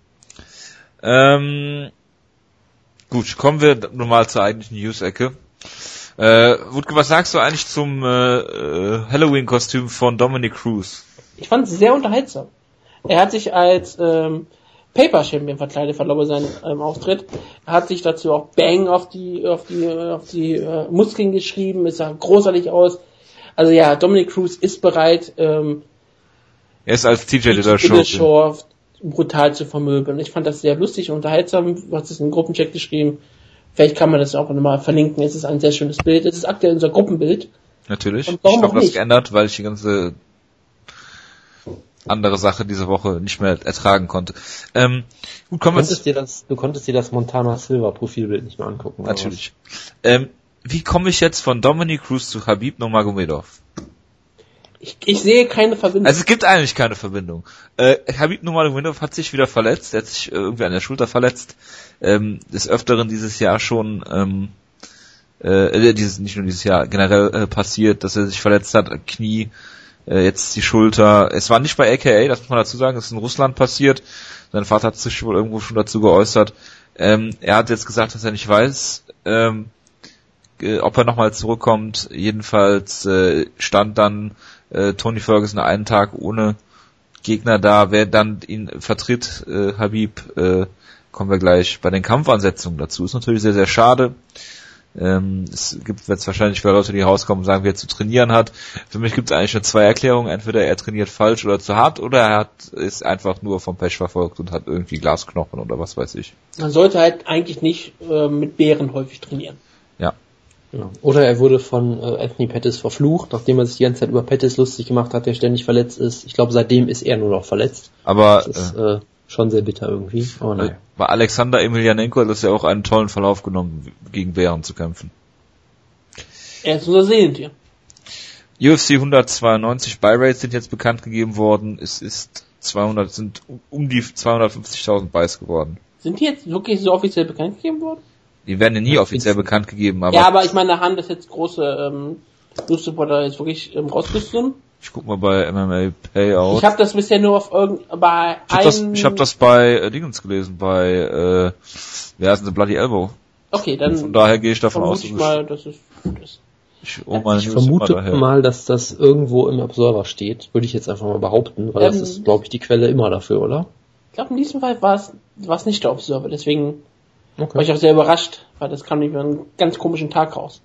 Gut, kommen wir nun mal zur eigentlichen News-Ecke. Wutke, was sagst du eigentlich zum Halloween-Kostüm von Dominic Cruz?
Ich fand es sehr unterhaltsam. Er hat sich als Paper Champion verkleidet, verlobe seinen Auftritt. Er hat sich dazu auch Bang auf die Muskeln geschrieben. Es sah großartig aus. Also ja, Dominic Cruz ist bereit. Er
ist als TJ Dillashaw
brutal zu vermöbeln. Ich fand das sehr lustig und unterhaltsam. Du hast es in den Gruppenchat geschrieben. Vielleicht kann man das auch nochmal verlinken. Es ist ein sehr schönes Bild. Es ist aktuell unser Gruppenbild.
Natürlich. Ich habe das geändert, weil ich die ganze andere Sache diese Woche nicht mehr ertragen konnte. Gut, kommen
du konntest dir das Montana Silva Profilbild nicht mehr angucken.
Natürlich. Wie komme ich jetzt von Dominic Cruz zu Khabib Nurmagomedov?
Ich sehe keine Verbindung.
Also es gibt eigentlich keine Verbindung. Khabib Nurmagomedov hat sich wieder verletzt. Er hat sich irgendwie an der Schulter verletzt. Des Öfteren dieses Jahr schon, nicht nur dieses Jahr, generell passiert, dass er sich verletzt hat, Knie, jetzt die Schulter. Es war nicht bei AKA, das muss man dazu sagen, es ist in Russland passiert. Sein Vater hat sich wohl irgendwo schon dazu geäußert. Er hat jetzt gesagt, dass er nicht weiß, ob er nochmal zurückkommt. Jedenfalls stand dann Tony Ferguson einen Tag ohne Gegner da. Wer dann ihn vertritt, Khabib, kommen wir gleich bei den Kampfansetzungen dazu. Ist natürlich sehr, sehr schade. Es gibt jetzt wahrscheinlich viele Leute, die rauskommen und sagen, wie er zu trainieren hat. Für mich gibt es eigentlich nur zwei Erklärungen. Entweder er trainiert falsch oder zu hart oder er ist einfach nur vom Pech verfolgt und hat irgendwie Glasknochen oder was weiß ich.
Man sollte halt eigentlich nicht mit Bären häufig trainieren.
Ja.
Ja. Oder er wurde von Anthony Pettis verflucht, nachdem er sich die ganze Zeit über Pettis lustig gemacht hat, der ständig verletzt ist. Ich glaube, seitdem ist er nur noch verletzt.
Aber
das ist schon sehr bitter irgendwie. Oh nein.
Bei Alexander Emelianenko hat das ja auch einen tollen Verlauf genommen, gegen Bären zu kämpfen.
Er ist unser Seelentier.
UFC 192 Buy-Rates sind jetzt bekannt gegeben worden. Es ist sind um die 250.000 Buys geworden.
Sind die jetzt wirklich so offiziell bekannt gegeben worden?
Die werden ja nie offiziell bekannt gegeben, aber...
Ja, aber ich meine, haben das jetzt große News-Supporter jetzt wirklich rausgeschrieben?
Ich guck mal bei MMA Payout.
Ich habe das bisher nur auf
Ich habe das bei Dingens gelesen, bei wer heißt denn Bloody Elbow?
Okay, dann
von daher gehe ich davon aus,
dass es gut ist.
Ich vermute mal, dass das irgendwo im Observer steht, würde ich jetzt einfach mal behaupten, weil das ist, glaube ich, die Quelle immer dafür, oder?
Ich glaube, in diesem Fall war es nicht der Observer, deswegen war ich auch sehr überrascht, weil das kam über einen ganz komischen Tag raus.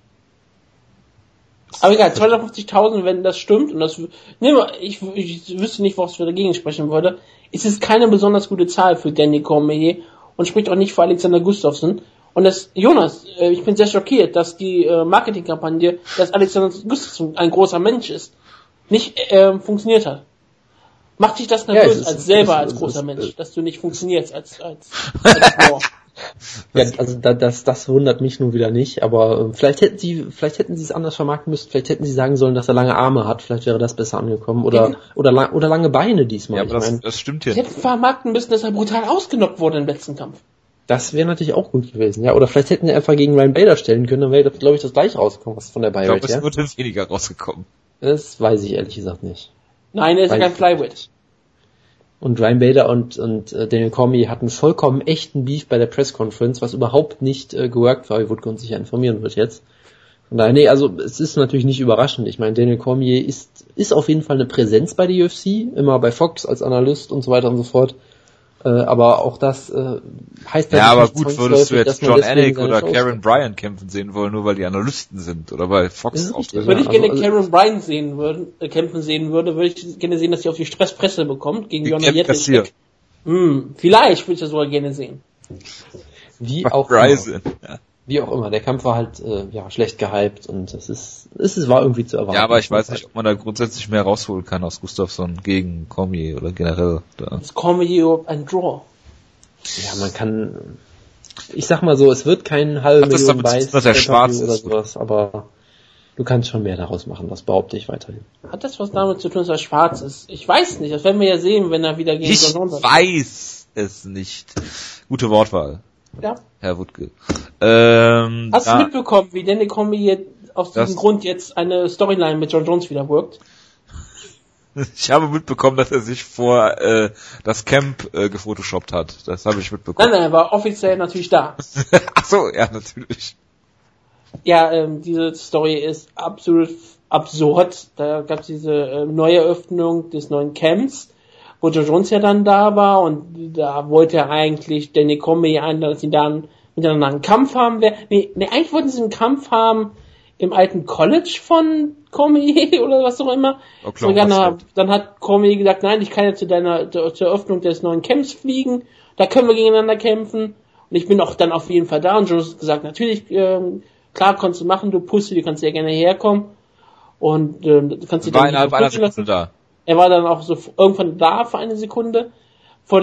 Aber egal, 250.000, wenn das stimmt, und ich wüsste nicht, was wir dagegen sprechen würde, ist es keine besonders gute Zahl für Danny Cormier und spricht auch nicht für Alexander Gustafsson. Und Jonas, ich bin sehr schockiert, dass die Marketingkampagne, dass Alexander Gustafsson ein großer Mensch ist, nicht funktioniert hat. Macht dich das nervös als großer Mensch, dass du nicht funktionierst als Frau?
Ja, also das wundert mich nun wieder nicht, aber vielleicht hätten sie es anders vermarkten müssen, vielleicht hätten sie sagen sollen, dass er lange Arme hat, vielleicht wäre das besser angekommen, oder lange Beine diesmal.
Ja, aber das stimmt hier.
Sie hätten vermarkten müssen, dass er brutal ausgenockt wurde im letzten Kampf.
Das wäre natürlich auch gut gewesen, ja, oder vielleicht hätten sie einfach gegen Ryan Bader stellen können, dann wäre, glaube ich, das gleiche rausgekommen, was von der Buy-Rate,
Ich glaube, es würde weniger rausgekommen.
Das weiß ich ehrlich gesagt nicht.
Nein, er ist kein Flyweight.
Und Ryan Bader und Daniel Cormier hatten vollkommen echten Beef bei der Press-Conference, was überhaupt nicht geworkt war, wie Wutke uns sicher informieren wird jetzt. Von daher, also es ist natürlich nicht überraschend. Ich meine, Daniel Cormier ist auf jeden Fall eine Präsenz bei der UFC, immer bei Fox als Analyst und so weiter und so fort. Aber auch das heißt
ja, aber gut, würdest du jetzt John Anik oder Karen Bryan kämpfen sehen wollen, nur weil die Analysten sind oder weil Fox auftritt?
Wenn ich gerne Karen Bryan kämpfen sehen würde, würde ich gerne sehen, dass sie auf die Stresspresse bekommt gegen Jonna Jedrzejczyk. Vielleicht würde ich das sogar gerne sehen.
Wie auch immer, der Kampf war halt schlecht gehypt und es war irgendwie zu erwarten.
Ja, aber ich weiß nicht, ob man da grundsätzlich mehr rausholen kann aus Gustafsson gegen Cormier oder generell.
Ist Cormier überhaupt ein Draw?
Ja, man kann, ich sag mal so, es wird kein halbe Million Buys
dass er schwarz
oder
ist
sowas, aber du kannst schon mehr daraus machen, das behaupte ich weiterhin.
Hat das was damit zu tun, dass er schwarz ist? Ich weiß nicht, das werden wir ja sehen, wenn er wieder gegen
Ich
John Jones
weiß es nicht. Gute Wortwahl,
Ja.
Herr Wuttke.
Hast du mitbekommen, wie Danny Comey jetzt aus diesem Grund jetzt eine Storyline mit John Jones wieder workt?
Ich habe mitbekommen, dass er sich vor das Camp gefotoshoppt hat. Das habe ich mitbekommen.
Nein, er war offiziell natürlich da.
Ach so, ja, natürlich.
Ja, diese Story ist absolut absurd. Da gab es diese Neueröffnung des neuen Camps, wo John Jones ja dann da war und da wollte er eigentlich Danny Comey einladen, dass sie dann miteinander einen Kampf haben. Nee, eigentlich wollten sie einen Kampf haben im alten College von Comey oder was auch immer. Dann hat Comey gesagt, nein, ich kann ja zur Eröffnung des neuen Camps fliegen, da können wir gegeneinander kämpfen und ich bin auch dann auf jeden Fall da und Jones hat gesagt, natürlich, klar, kannst du machen, du Pussy, du kannst ja gerne herkommen und du kannst dich dann
innerhalb einer Sekunde da.
Er war dann auch so irgendwann da für eine Sekunde von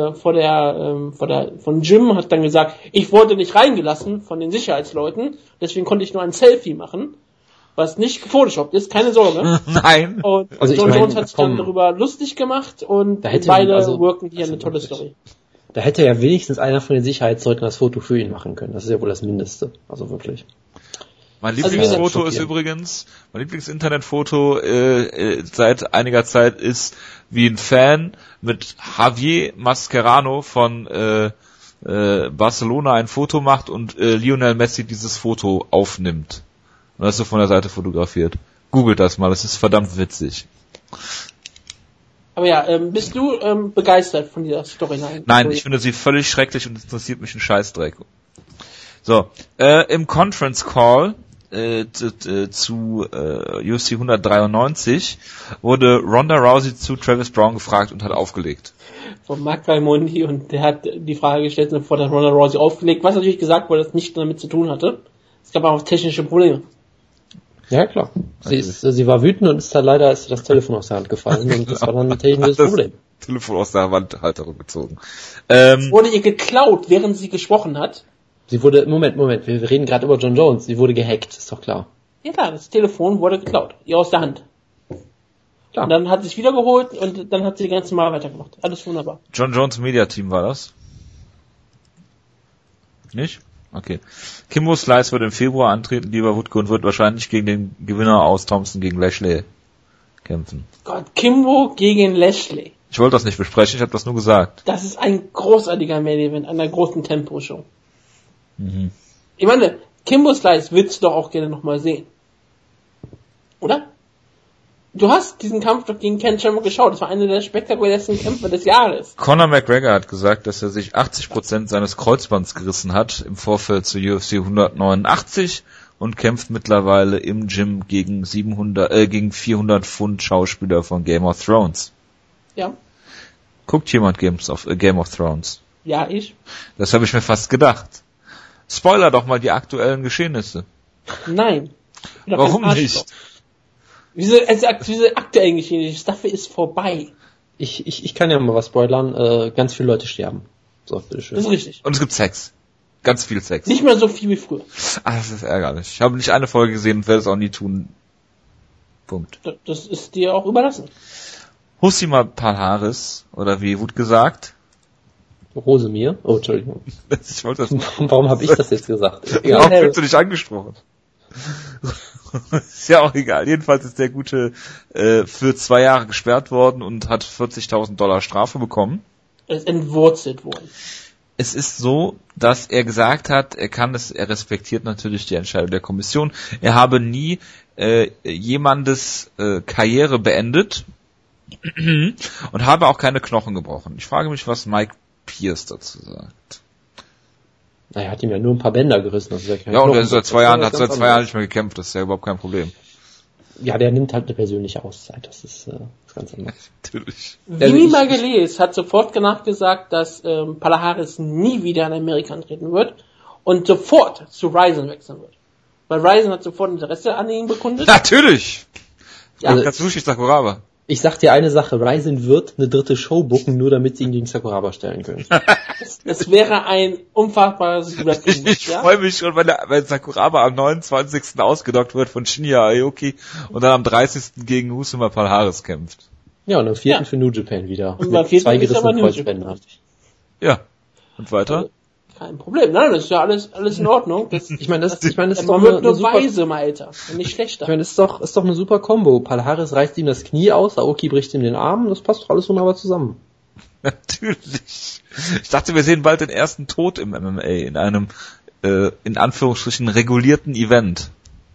Jim, hat dann gesagt, ich wurde nicht reingelassen von den Sicherheitsleuten, deswegen konnte ich nur ein Selfie machen, was nicht gefotoshoppt ist, keine Sorge.
Nein.
Und John Jones hat sich dann darüber lustig gemacht und beide worken hier eine tolle Story.
Da hätte ja wenigstens einer von den Sicherheitsleuten das Foto für ihn machen können. Das ist ja wohl das Mindeste. Also wirklich.
Mein Lieblingsfoto ist übrigens, mein Lieblings-Internetfoto seit einiger Zeit ist, wie ein Fan mit Javier Mascherano von Barcelona ein Foto macht und Lionel Messi dieses Foto aufnimmt. Und das ist so von der Seite fotografiert. Googelt das mal, das ist verdammt witzig.
Aber ja, bist du begeistert von dieser Storyline?
Nein, ich finde sie völlig schrecklich und interessiert mich ein Scheißdreck. So, im Conference Call zu UFC 193 wurde Ronda Rousey zu Travis Browne gefragt und hat aufgelegt.
Von Mark Raimondi und der hat die Frage gestellt, bevor der Ronda Rousey aufgelegt, was natürlich gesagt wurde, dass nichts damit zu tun hatte. Es gab auch technische Probleme.
Ja, klar. Sie war wütend und ist das Telefon aus der Hand gefallen und das war dann ein technisches Problem.
Telefon aus der Wandhalterung gezogen.
Es wurde ihr geklaut, während sie gesprochen hat.
Sie wurde, Moment, wir reden gerade über John Jones, sie wurde gehackt, ist doch klar.
Ja klar, das Telefon wurde geklaut, ihr aus der Hand. Klar. Und dann hat sie es wiedergeholt und dann hat sie ganz normal weitergemacht. Alles wunderbar.
John Jones Media Team war das? Nicht? Okay. Kimbo Slice wird im Februar antreten, lieber Wuttke, und wird wahrscheinlich gegen den Gewinner aus Thompson gegen Lashley kämpfen.
Gott, Kimbo gegen Lashley.
Ich wollte das nicht besprechen, ich habe das nur gesagt.
Das ist ein großartiger Main-Event einer großen Tempo-Show.
Mhm.
Ich meine, Kimbo Slice willst du doch auch gerne nochmal sehen. Oder? Du hast diesen Kampf doch gegen Ken Shamrock geschaut. Das war einer der spektakulärsten Kämpfe des Jahres.
Conor McGregor hat gesagt, dass er sich 80% seines Kreuzbands gerissen hat im Vorfeld zu UFC 189 und kämpft mittlerweile im Gym gegen 400 Pfund Schauspieler von Game of Thrones.
Ja.
Guckt jemand Game of Thrones?
Ja, ich.
Das habe ich mir fast gedacht. Spoiler doch mal die aktuellen Geschehnisse.
Nein.
Warum nicht?
Diese aktuellen Geschehnisse, dafür ist vorbei.
Ich kann ja mal was spoilern. Ganz viele Leute sterben. So, bitteschön.
Das ist richtig.
Und es gibt Sex. Ganz viel Sex.
Nicht mehr so viel wie früher.
Ah, das ist ärgerlich. Ich habe nicht eine Folge gesehen und werde es auch nie tun. Punkt.
Das ist dir auch überlassen.
Husima Palhares, oder wie wurde gesagt?
Rosemir? Oh, Entschuldigung.
Ich wollte das
Warum habe ich das jetzt gesagt?
Warum fühlst du dich angesprochen? Ist ja auch egal. Jedenfalls ist der Gute für 2 Jahre gesperrt worden und hat $40.000 Strafe bekommen.
Er ist entwurzelt worden.
Es ist so, dass er gesagt hat, er respektiert natürlich die Entscheidung der Kommission. Er habe nie jemandes Karriere beendet und habe auch keine Knochen gebrochen. Ich frage mich, was Mike Pierce dazu sagt.
Na, er hat ihm ja nur ein paar Bänder gerissen. Das ist ja kein
ja, und er
hat
seit 2 Jahren nicht mehr gekämpft. Das ist ja überhaupt kein Problem.
Ja, der nimmt halt eine persönliche Auszeit. Das ist ganz anders.
Natürlich.
Vinny Margulies hat sofort nachgesagt, dass Palhares nie wieder in Amerika antreten wird und sofort zu Ryzen wechseln wird. Weil Ryzen hat sofort Interesse an ihm bekundet.
Natürlich!
Ja, also
Katsushi Sakuraba.
Ich sag dir eine Sache, Ryzen wird eine dritte Show booken, nur damit sie ihn gegen Sakuraba stellen können.
Das wäre ein unfassbares
Ich freue mich schon, wenn Sakuraba am 29. ausgedockt wird von Shinya Aoki und dann am 30. gegen Usuma Palhares kämpft.
Ja, und am 4. für New Japan wieder.
Und beim 4.
zwei
ist aber
gerissenen
New Japan.
Kreuzbändern.
Ja. Und weiter?
Also, kein Problem. Nein, das ist ja alles in Ordnung. Das,
Ich meine, das ist
man
doch
wird
eine
nur
super,
weise im Alter und nicht schlechter.
ich meine, ist doch eine super Combo. Palhares reißt ihm das Knie aus, Aoki bricht ihm den Arm, das passt doch alles wunderbar zusammen.
Natürlich. Ich dachte, wir sehen bald den ersten Tod im MMA in einem, in Anführungsstrichen, regulierten Event.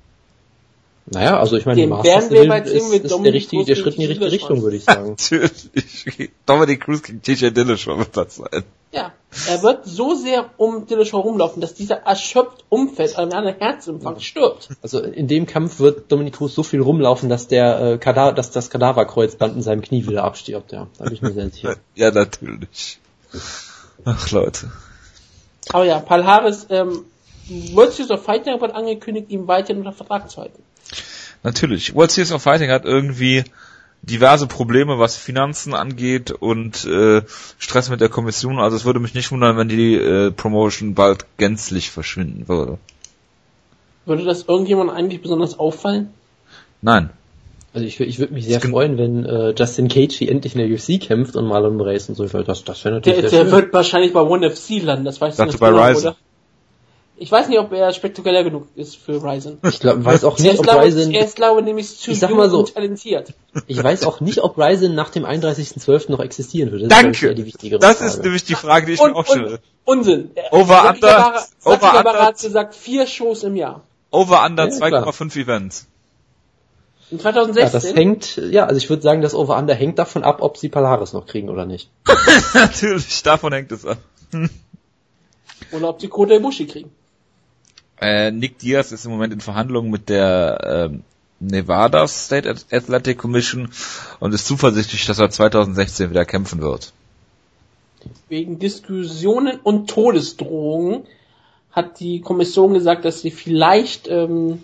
Naja, also ich meine,
Den
Masters
werden wir
Event
bald sehen mit
ist
Dominic
der Schritt in die richtige Richtung, würde ich sagen.
Natürlich. Dominic Cruz gegen TJ Dillashaw wird das sein.
Ja, er wird so sehr um Dillashaw rumlaufen, dass dieser erschöpft umfällt, an einem Herzinfarkt stirbt.
Also in dem Kampf wird Dominic Cruz so viel rumlaufen, dass das Kadaverkreuzband in seinem Knie wieder abstirbt, ja. Da bin ich mir sehr sicher.
Ja, natürlich. Ach, Leute.
Aber ja, Palhares, World Series of Fighting hat angekündigt, ihm weiterhin unter Vertrag zu halten.
Natürlich. World Series of Fighting hat irgendwie diverse Probleme, was Finanzen angeht und Stress mit der Kommission. Also es würde mich nicht wundern, wenn die Promotion bald gänzlich verschwinden würde.
Würde das irgendjemand eigentlich besonders auffallen?
Nein.
Also ich würde mich sehr freuen, wenn Justin Gaethje endlich in der UFC kämpft und Marlon Moraes und so. Das wäre natürlich
Der wird wahrscheinlich bei ONE FC landen, das weißt du
nicht bei Ryzen.
oder? Ich weiß nicht, ob er spektakulär genug ist für Ryzen.
Ich weiß auch nicht, ob Ryzen...
Er ist, glaube ich, nämlich zu jung und talentiert.
Ich weiß auch nicht, ob Ryzen nach dem 31.12. noch existieren würde.
Danke!
Die wichtigere
das
Frage.
ist nämlich die Frage, die ich mir auch stelle.
Unsinn.
Over-Under
hat gesagt, 4 Shows im Jahr.
Over-Under
Ja,
2,5 Events.
In 2016?
Ja, das hängt, also ich würde sagen, das Over-Under hängt davon ab, ob sie Palhares noch kriegen oder nicht.
Natürlich, davon hängt es ab.
Oder ob sie Kota Ibushi kriegen.
Nick Diaz ist im Moment in Verhandlungen mit der Nevada State Athletic Commission und ist zuversichtlich, dass er 2016 wieder kämpfen wird.
Wegen Diskussionen und Todesdrohungen hat die Kommission gesagt, dass sie vielleicht zu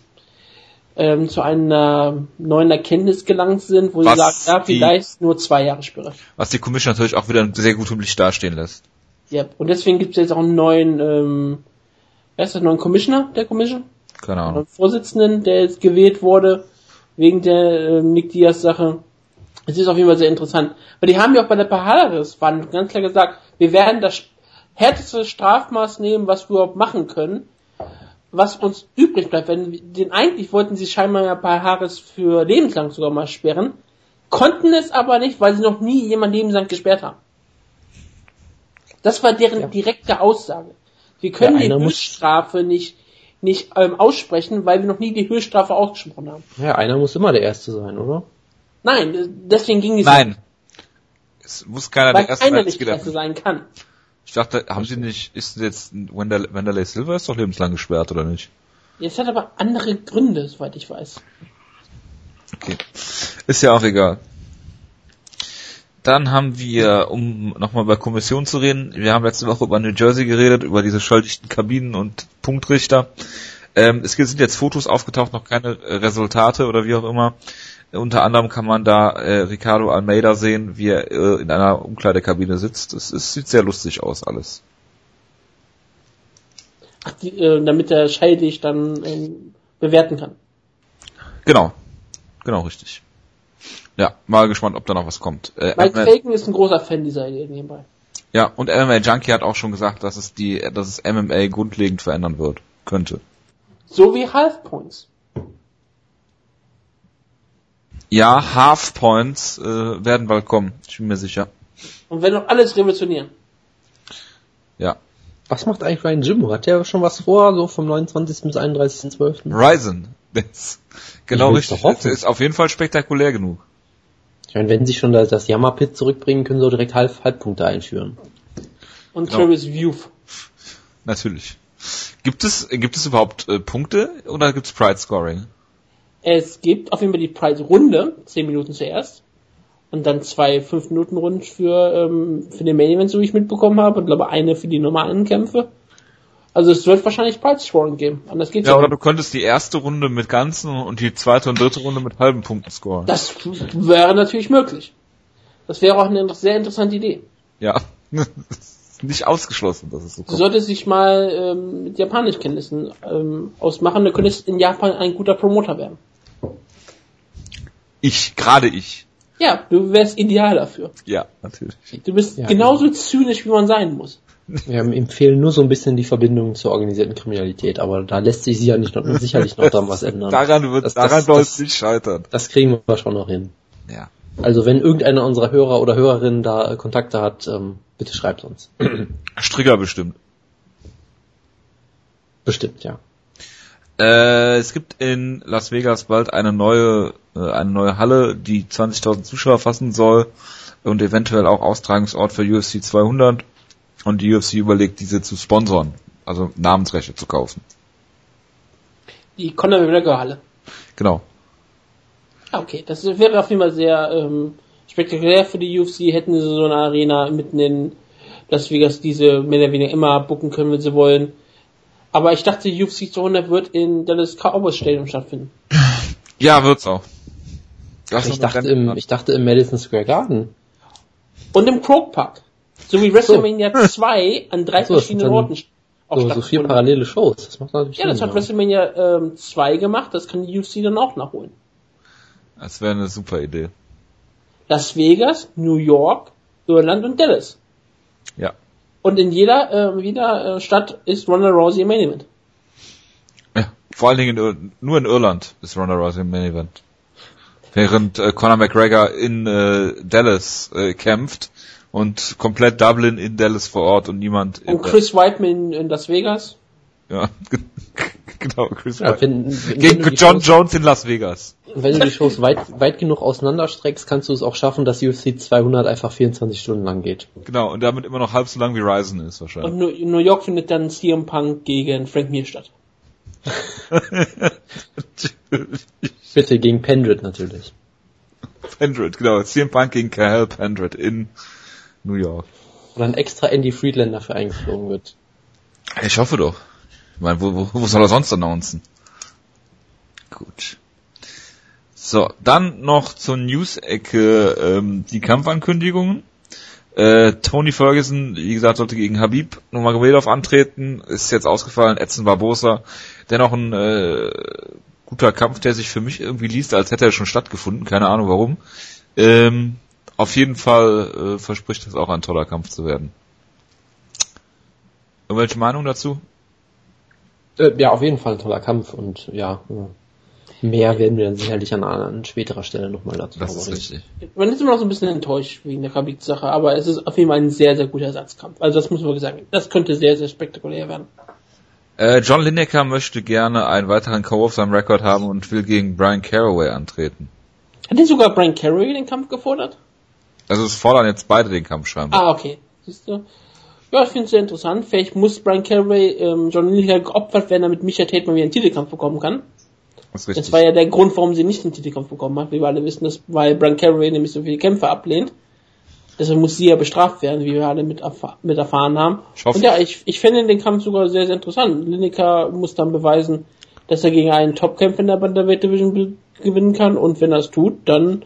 einer neuen Erkenntnis gelangt sind, wo sie sagt, ja, vielleicht nur 2 Jahre Sperre.
Was die Commission natürlich auch wieder sehr gut im Licht dastehen lässt.
Ja, und deswegen gibt es jetzt auch einen neuen, wer ist das, neuen Commissioner der Commission?
Keine Ahnung.
Einen Vorsitzenden, der jetzt gewählt wurde, wegen der Nick Diaz-Sache. Es ist auf jeden Fall sehr interessant. Weil die haben ja auch bei der Palhares-Verhandlung ganz klar gesagt, wir werden das härteste Strafmaß nehmen, was wir überhaupt machen können, was uns übrig bleibt. Eigentlich wollten sie scheinbar ja Palhares für lebenslang sogar mal sperren, konnten es aber nicht, weil sie noch nie jemand lebenslang gesperrt haben. Das war deren direkte Aussage. Wir können die Höchststrafe nicht aussprechen, weil wir noch nie die Höchststrafe ausgesprochen haben.
Ja, einer muss immer der Erste sein, oder?
Nein, deswegen ging es
Nein.
nicht.
Es muss keiner
Weil
der Erste
keiner nicht der Erste sein kann.
Ich dachte, haben sie nicht, ist jetzt Wanderlei Silva ist doch lebenslang gesperrt, oder nicht?
Jetzt hat aber andere Gründe, soweit ich weiß.
Okay. Ist ja auch egal. Dann haben wir, um nochmal über Kommission zu reden, wir haben letzte Woche über New Jersey geredet, über diese schalldichten Kabinen und Punktrichter. Es sind jetzt Fotos aufgetaucht, noch keine Resultate oder wie auch immer. Unter anderem kann man da Ricardo Almeida sehen, wie er in einer Umkleidekabine sitzt. Es sieht sehr lustig aus alles.
Ach, damit der Schalldicht dann bewerten kann.
Genau, richtig. Ja, mal gespannt, ob da noch was kommt.
Mike Fagan ist ein großer Fan dieser Idee nebenbei.
Ja, und MMA Junkie hat auch schon gesagt, dass es MMA grundlegend verändern könnte.
So wie Half Points.
Ja, Half Points werden bald kommen, ich bin mir sicher.
Und wenn noch alles revolutionieren.
Ja.
Was macht eigentlich Ryan Jimmo? Hat der schon was vor, so vom 29. bis 31.12.?
Ryzen. Genau richtig. Das ist auf jeden Fall spektakulär genug.
Ich meine, wenn sie schon das Yammer-Pit zurückbringen, können sie auch direkt Halbpunkte einführen.
Und Travis Youth.
Natürlich. Gibt es überhaupt Punkte oder gibt's Pride Scoring?
Es gibt auf jeden Fall die Pride-Runde, 10 Minuten zuerst. Und dann 2 5-Minuten-Runden für den Main Event, so wie ich mitbekommen habe. Und glaube eine für die normalen Kämpfe. Also es wird wahrscheinlich Pride Scoring geben. Anders geht's
ja. Oder du könntest die erste Runde mit ganzen und die zweite und dritte Runde mit halben Punkten scoren.
Das wäre natürlich möglich. Das wäre auch eine sehr interessante Idee.
Ja. nicht ausgeschlossen, dass es so
Du
kommt.
solltest dich mal mit Japanischkenntnissen ausmachen, du könntest in Japan ein guter Promoter werden.
Gerade ich.
Ja, du wärst ideal dafür.
Ja, natürlich.
Du bist
Ja,
genauso zynisch, wie man sein muss.
Wir empfehlen nur so ein bisschen die Verbindung zur organisierten Kriminalität, aber da lässt sich sicherlich noch dran was ändern.
Daran soll es nicht scheitern.
Das kriegen wir schon noch hin.
Ja.
Also wenn irgendeiner unserer Hörer oder Hörerinnen da Kontakte hat, bitte schreibt uns.
Strigger bestimmt.
Bestimmt, ja.
Es gibt in Las Vegas bald eine neue Halle, die 20.000 Zuschauer fassen soll und eventuell auch Austragungsort für UFC 200. Und die UFC überlegt, diese zu sponsoren, also Namensrechte zu kaufen.
Die Conor McGregor Halle.
Genau.
Ah, okay, das wäre auf jeden Fall sehr spektakulär für die UFC, hätten sie so eine Arena mitten in Las Vegas, diese mehr oder weniger immer booken können, wenn sie wollen. Aber ich dachte, UFC 200 wird in Dallas Cowboys Stadium stattfinden.
Ja, wird's auch.
Ich dachte im Madison Square Garden.
Und im Croke Park. So wie WrestleMania 2 an 3 verschiedenen Orten
so 4 parallele Shows. Das macht natürlich
Sinn. Ja, das hat WrestleMania 2 gemacht, das kann die UFC dann auch nachholen.
Das wäre eine super Idee.
Las Vegas, New York, Irland und Dallas.
Ja.
Und in jeder Stadt ist Ronda Rousey im Main Event.
Ja, vor allen Dingen nur in Irland ist Ronda Rousey im Main Event. Während Conor McGregor in Dallas kämpft und komplett Dublin in Dallas vor Ort und niemand...
Und Chris Weidman in Las Vegas.
Ja, genau, Chris
ja,
Weidman. Gegen John Jones in Las Vegas.
Wenn du die Shows weit genug auseinanderstreckst, kannst du es auch schaffen, dass UFC 200 einfach 24 Stunden lang geht.
Genau, und damit immer noch halb so lang wie Ryzen ist wahrscheinlich.
Und in New York findet dann CM Punk gegen Frank Mir statt.
Bitte, gegen Pendred natürlich.
Pendred, genau. CM Punk gegen Cahill Pendred in New York.
Oder ein extra Andy Friedland dafür eingeflogen wird.
Ich hoffe doch. Ich meine, wo soll er sonst announcen? Gut. So, dann noch zur News-Ecke die Kampfankündigungen. Tony Ferguson, wie gesagt, sollte gegen Habib Nurmagomedov antreten, ist jetzt ausgefallen. Edson Barbosa, dennoch ein guter Kampf, der sich für mich irgendwie liest, als hätte er schon stattgefunden, keine Ahnung warum. Auf jeden Fall verspricht das auch ein toller Kampf zu werden. Irgendwelche Meinung dazu?
Ja, auf jeden Fall ein toller Kampf und ja, mehr werden wir dann sicherlich an späterer Stelle nochmal dazu
Das ist richtig.
Man ist immer noch so ein bisschen enttäuscht wegen der Khabib-Sache, aber es ist auf jeden Fall ein sehr, sehr guter Ersatzkampf. Also das muss man sagen. Das könnte sehr, sehr spektakulär werden.
John Lineker möchte gerne einen weiteren KO auf seinem Rekord haben und will gegen Brian Caraway antreten.
Hat denn sogar Brian Caraway den Kampf gefordert?
Also es fordern jetzt beide den Kampf scheinbar.
Ah, okay. Siehst du? Ja, ich finde es sehr interessant. Vielleicht muss Brian Caraway John Lineker geopfert werden, damit Micha Tate mal wieder einen Titelkampf bekommen kann.
Das ist richtig.
Das war ja der Grund, warum sie nicht den Titelkampf bekommen hat. Wie wir alle wissen, dass, weil Brian Caraway nämlich so viele Kämpfe ablehnt. Deshalb muss sie ja bestraft werden, wie wir alle mit erfahren haben. Und ja, ich fände den Kampf sogar sehr, sehr interessant. Lineker muss dann beweisen, dass er gegen einen Top-Kämpfer in der Bantamweight Division gewinnen kann. Und wenn er es tut, dann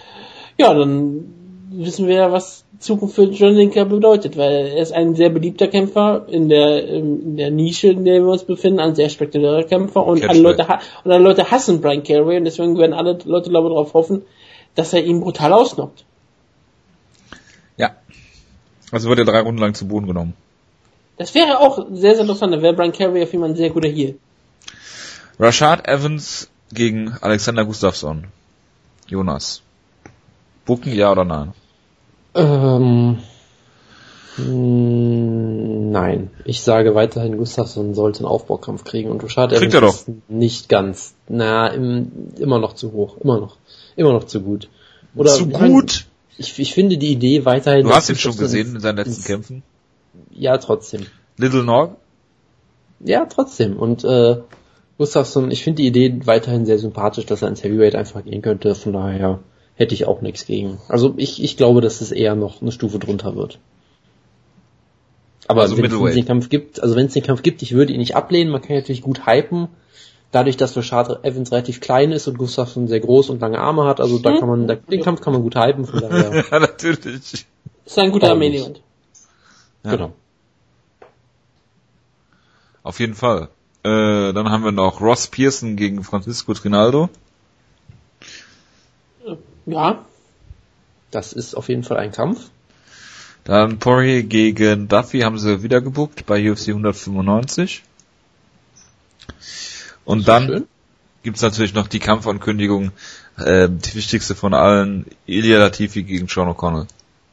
wissen wir ja, was Zukunft für John Lineker bedeutet, weil er ist ein sehr beliebter Kämpfer in der Nische, in der wir uns befinden, ein sehr spektakulärer Kämpfer und alle Leute hassen Brian Caraway und deswegen werden alle Leute, glaube ich, darauf hoffen, dass er ihn brutal ausnockt.
Ja. Also wird er 3 Runden lang zu Boden genommen.
Das wäre auch sehr, sehr interessant, da wäre Brian Caraway auf jeden Fall ein sehr guter Heel.
Rashad Evans gegen Alexander Gustafsson. Jonas. Booken, ja oder nein?
Nein. Ich sage weiterhin, Gustafsson sollte einen Aufbaukampf kriegen und Rashad Evans ist nicht ganz. Immer noch zu hoch. Immer noch zu gut. Oder
zu gut?
Ich finde die Idee weiterhin...
Du hast ihn schon gesehen in seinen letzten Kämpfen?
Ja, trotzdem.
Little Nog?
Ja, trotzdem. Und Gustafsson, ich finde die Idee weiterhin sehr sympathisch, dass er ins Heavyweight einfach gehen könnte. Von daher hätte ich auch nichts gegen. Also ich glaube, dass es eher noch eine Stufe drunter wird. Aber
also
wenn es den Kampf gibt, ich würde ihn nicht ablehnen. Man kann natürlich gut hypen. Dadurch, dass Rashad Evans relativ klein ist und Gustafsson sehr groß und lange Arme hat, also den Kampf kann man gut hypen. Von daher.
Ja, natürlich.
Ist ein guter Main Event.
Ja.
Genau.
Auf jeden Fall. Dann haben wir noch Ross Pearson gegen Francisco Trinaldo.
Ja.
Das ist auf jeden Fall ein Kampf.
Dann Poirier gegen Duffy haben sie wieder gebucht bei UFC 195. Und dann
schön.
Gibt's natürlich noch die Kampfankündigung, die wichtigste von allen, Ilia Latifi gegen Sean O'Connell.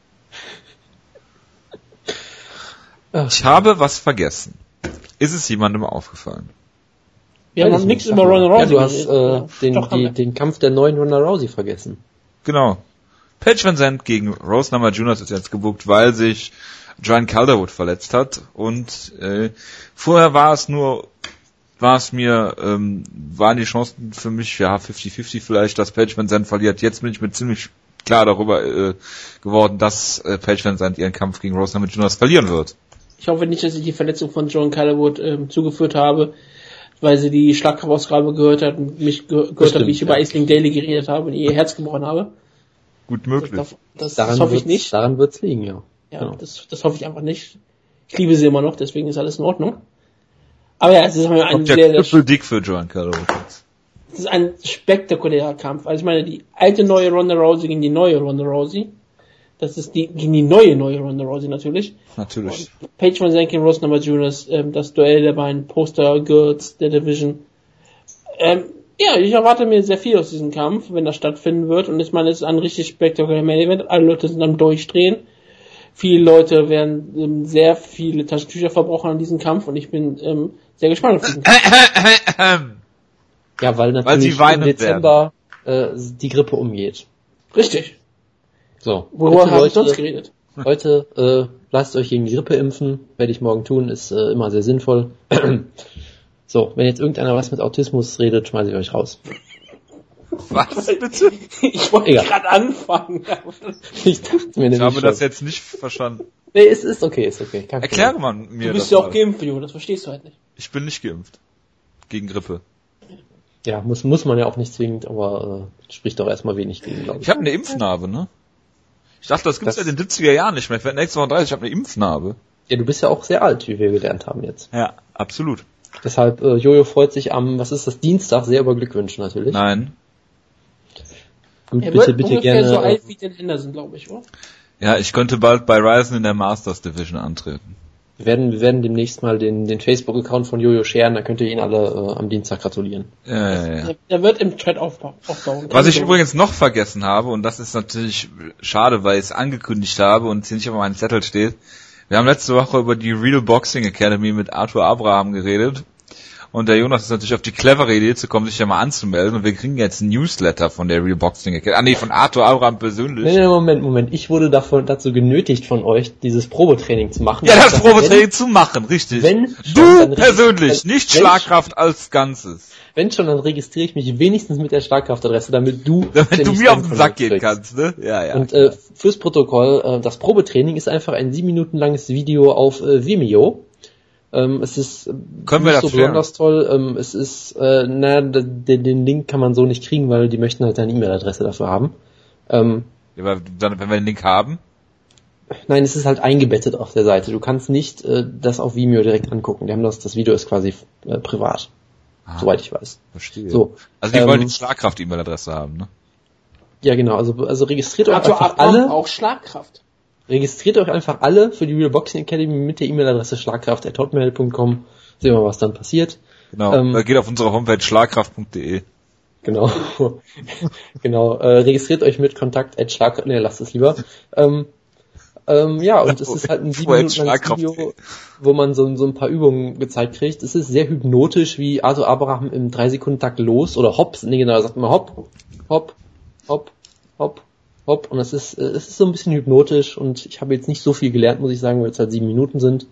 Ich habe was vergessen. Ist es jemandem aufgefallen?
Wir haben noch nichts über Ronda Rousey.
Ja, du hast den Kampf der neuen Ronda Rousey vergessen.
Genau. Paige Van Zandt gegen Rose Namajunas ist jetzt gebucht, weil sich Joanne Calderwood verletzt hat. Und vorher waren die Chancen für mich, 50-50 vielleicht, dass Paige Van Zandt verliert. Jetzt bin ich mir ziemlich klar darüber geworden, dass Paige Van Zandt ihren Kampf gegen Rose Namajunas verlieren wird.
Ich hoffe nicht, dass ich die Verletzung von Joanne Calderwood zugeführt habe, weil sie die Schlagkraftausgabe gehört hat und mich gehört hat, wie ich über Aisling Daly geredet habe und ihr Herz gebrochen habe.
Gut möglich.
Das hoffe ich nicht.
Daran wird's liegen, ja.
Ja, genau. Das hoffe ich einfach nicht. Ich liebe sie immer noch, deswegen ist alles in Ordnung. Aber ja, es ist ein
sehr dick für Joanne Calderwood.
Es ist ein spektakulärer Kampf. Also ich meine, die alte neue Ronda Rousey gegen die neue Ronda Rousey. Das ist gegen die neue Ronda Rousey natürlich.
Natürlich.
Und Paige Van Zandt gegen Rose Namajunas, das Duell der beiden Poster Girls der Division. Ja, ich erwarte mir sehr viel aus diesem Kampf, wenn das stattfinden wird. Und ich meine, es ist ein richtig spektakulärer Main Event. Alle Leute sind am Durchdrehen. Viele Leute werden sehr viele Taschentücher verbrauchen an diesem Kampf. Und ich bin sehr gespannt auf diesen Kampf.
Ja, weil natürlich im Dezember die Grippe umgeht.
Richtig.
So.
Worüber habe ich sonst geredet?
Leute, lasst euch gegen die Grippe impfen. Werde ich morgen tun, ist immer sehr sinnvoll. So, wenn jetzt irgendeiner was mit Autismus redet, schmeiße ich euch raus.
Was bitte?
Ich wollte gerade anfangen.
Ich dachte mir
ich habe das jetzt nicht verstanden.
Nee, ist okay.
Erkläre mal mir das.
Du bist ja auch geimpft, Jo, das verstehst du halt nicht.
Ich bin nicht geimpft. Gegen Grippe.
Ja, muss man ja auch nicht zwingend, aber spricht doch erstmal wenig gegen, glaube ich.
Ich habe eine Impfnarbe, ne? Ich dachte, das gibt's seit den 70er Jahren nicht mehr. Ich werde nächste Woche 30, ich habe eine Impfnarbe.
Ja, du bist ja auch sehr alt, wie wir gelernt haben jetzt.
Ja, absolut.
Deshalb, Jojo freut sich am, Dienstag, sehr über Glückwünsche natürlich.
Nein.
Gut,
er
bitte
ungefähr
gerne.
So alt wie den Henderson, glaube ich, oder?
Ja, ich könnte bald bei Ryzen in der Masters Division antreten.
Wir werden demnächst mal den Facebook-Account von Jojo sharen, dann könnt ihr ihn alle am Dienstag gratulieren.
Ja.
Der wird im Chat aufbauen.
Was ich übrigens noch vergessen habe, und das ist natürlich schade, weil ich es angekündigt habe und es hier nicht auf meinem Zettel steht. Wir haben letzte Woche über die Real Boxing Academy mit Arthur Abraham geredet. Und der Jonas ist natürlich auf die clevere Idee zu kommen, sich ja mal anzumelden. Und wir kriegen jetzt ein Newsletter von der Real Boxing Academy. Von Arthur Abraham persönlich.
Nee, Moment. Ich wurde dazu genötigt von euch, dieses Probetraining zu machen.
Ja, das Probetraining zu machen, richtig. Du persönlich, nicht Schlagkraft als Ganzes.
Wenn schon, dann registriere ich mich wenigstens mit der Schlagkraftadresse, damit du
mir auf den Sack gehen kannst, ne? Ja.
Und fürs Protokoll, das Probetraining ist einfach ein 7 Minuten langes Video auf Vimeo. Es ist nicht so besonders toll. Es ist, den Link kann man so nicht kriegen, weil die möchten halt deine E-Mail-Adresse dafür haben.
Ja, aber dann, wenn wir den Link haben?
Nein, es ist halt eingebettet auf der Seite. Du kannst nicht das auf Vimeo direkt angucken. Die haben das Video ist quasi privat. Soweit ich weiß.
Verstehe.
So,
also die wollen die Schlagkraft-E-Mail-Adresse haben, ne?
Ja, genau. Also registriert euch einfach alle.
Auch Schlagkraft.
Registriert euch einfach alle für die Real Boxing Academy mit der E-Mail-Adresse schlagkraft@hotmail.com. Sehen wir, was dann passiert.
Genau. Geht auf unsere Homepage schlagkraft.de.
Genau. Genau. Registriert euch mit Kontakt@schlagkraft. Ne, lasst es lieber. Ja, und es ist halt ein 7 Minuten langes Video, wo man so ein paar Übungen gezeigt kriegt. Es ist sehr hypnotisch, wie Arthur Abraham im 3-Sekunden-Takt los oder hopp, nee, genau, er sagt immer hopp, hopp, hopp, hopp, hopp. Und es ist so ein bisschen hypnotisch und ich habe jetzt nicht so viel gelernt, muss ich sagen, weil es halt 7 Minuten sind.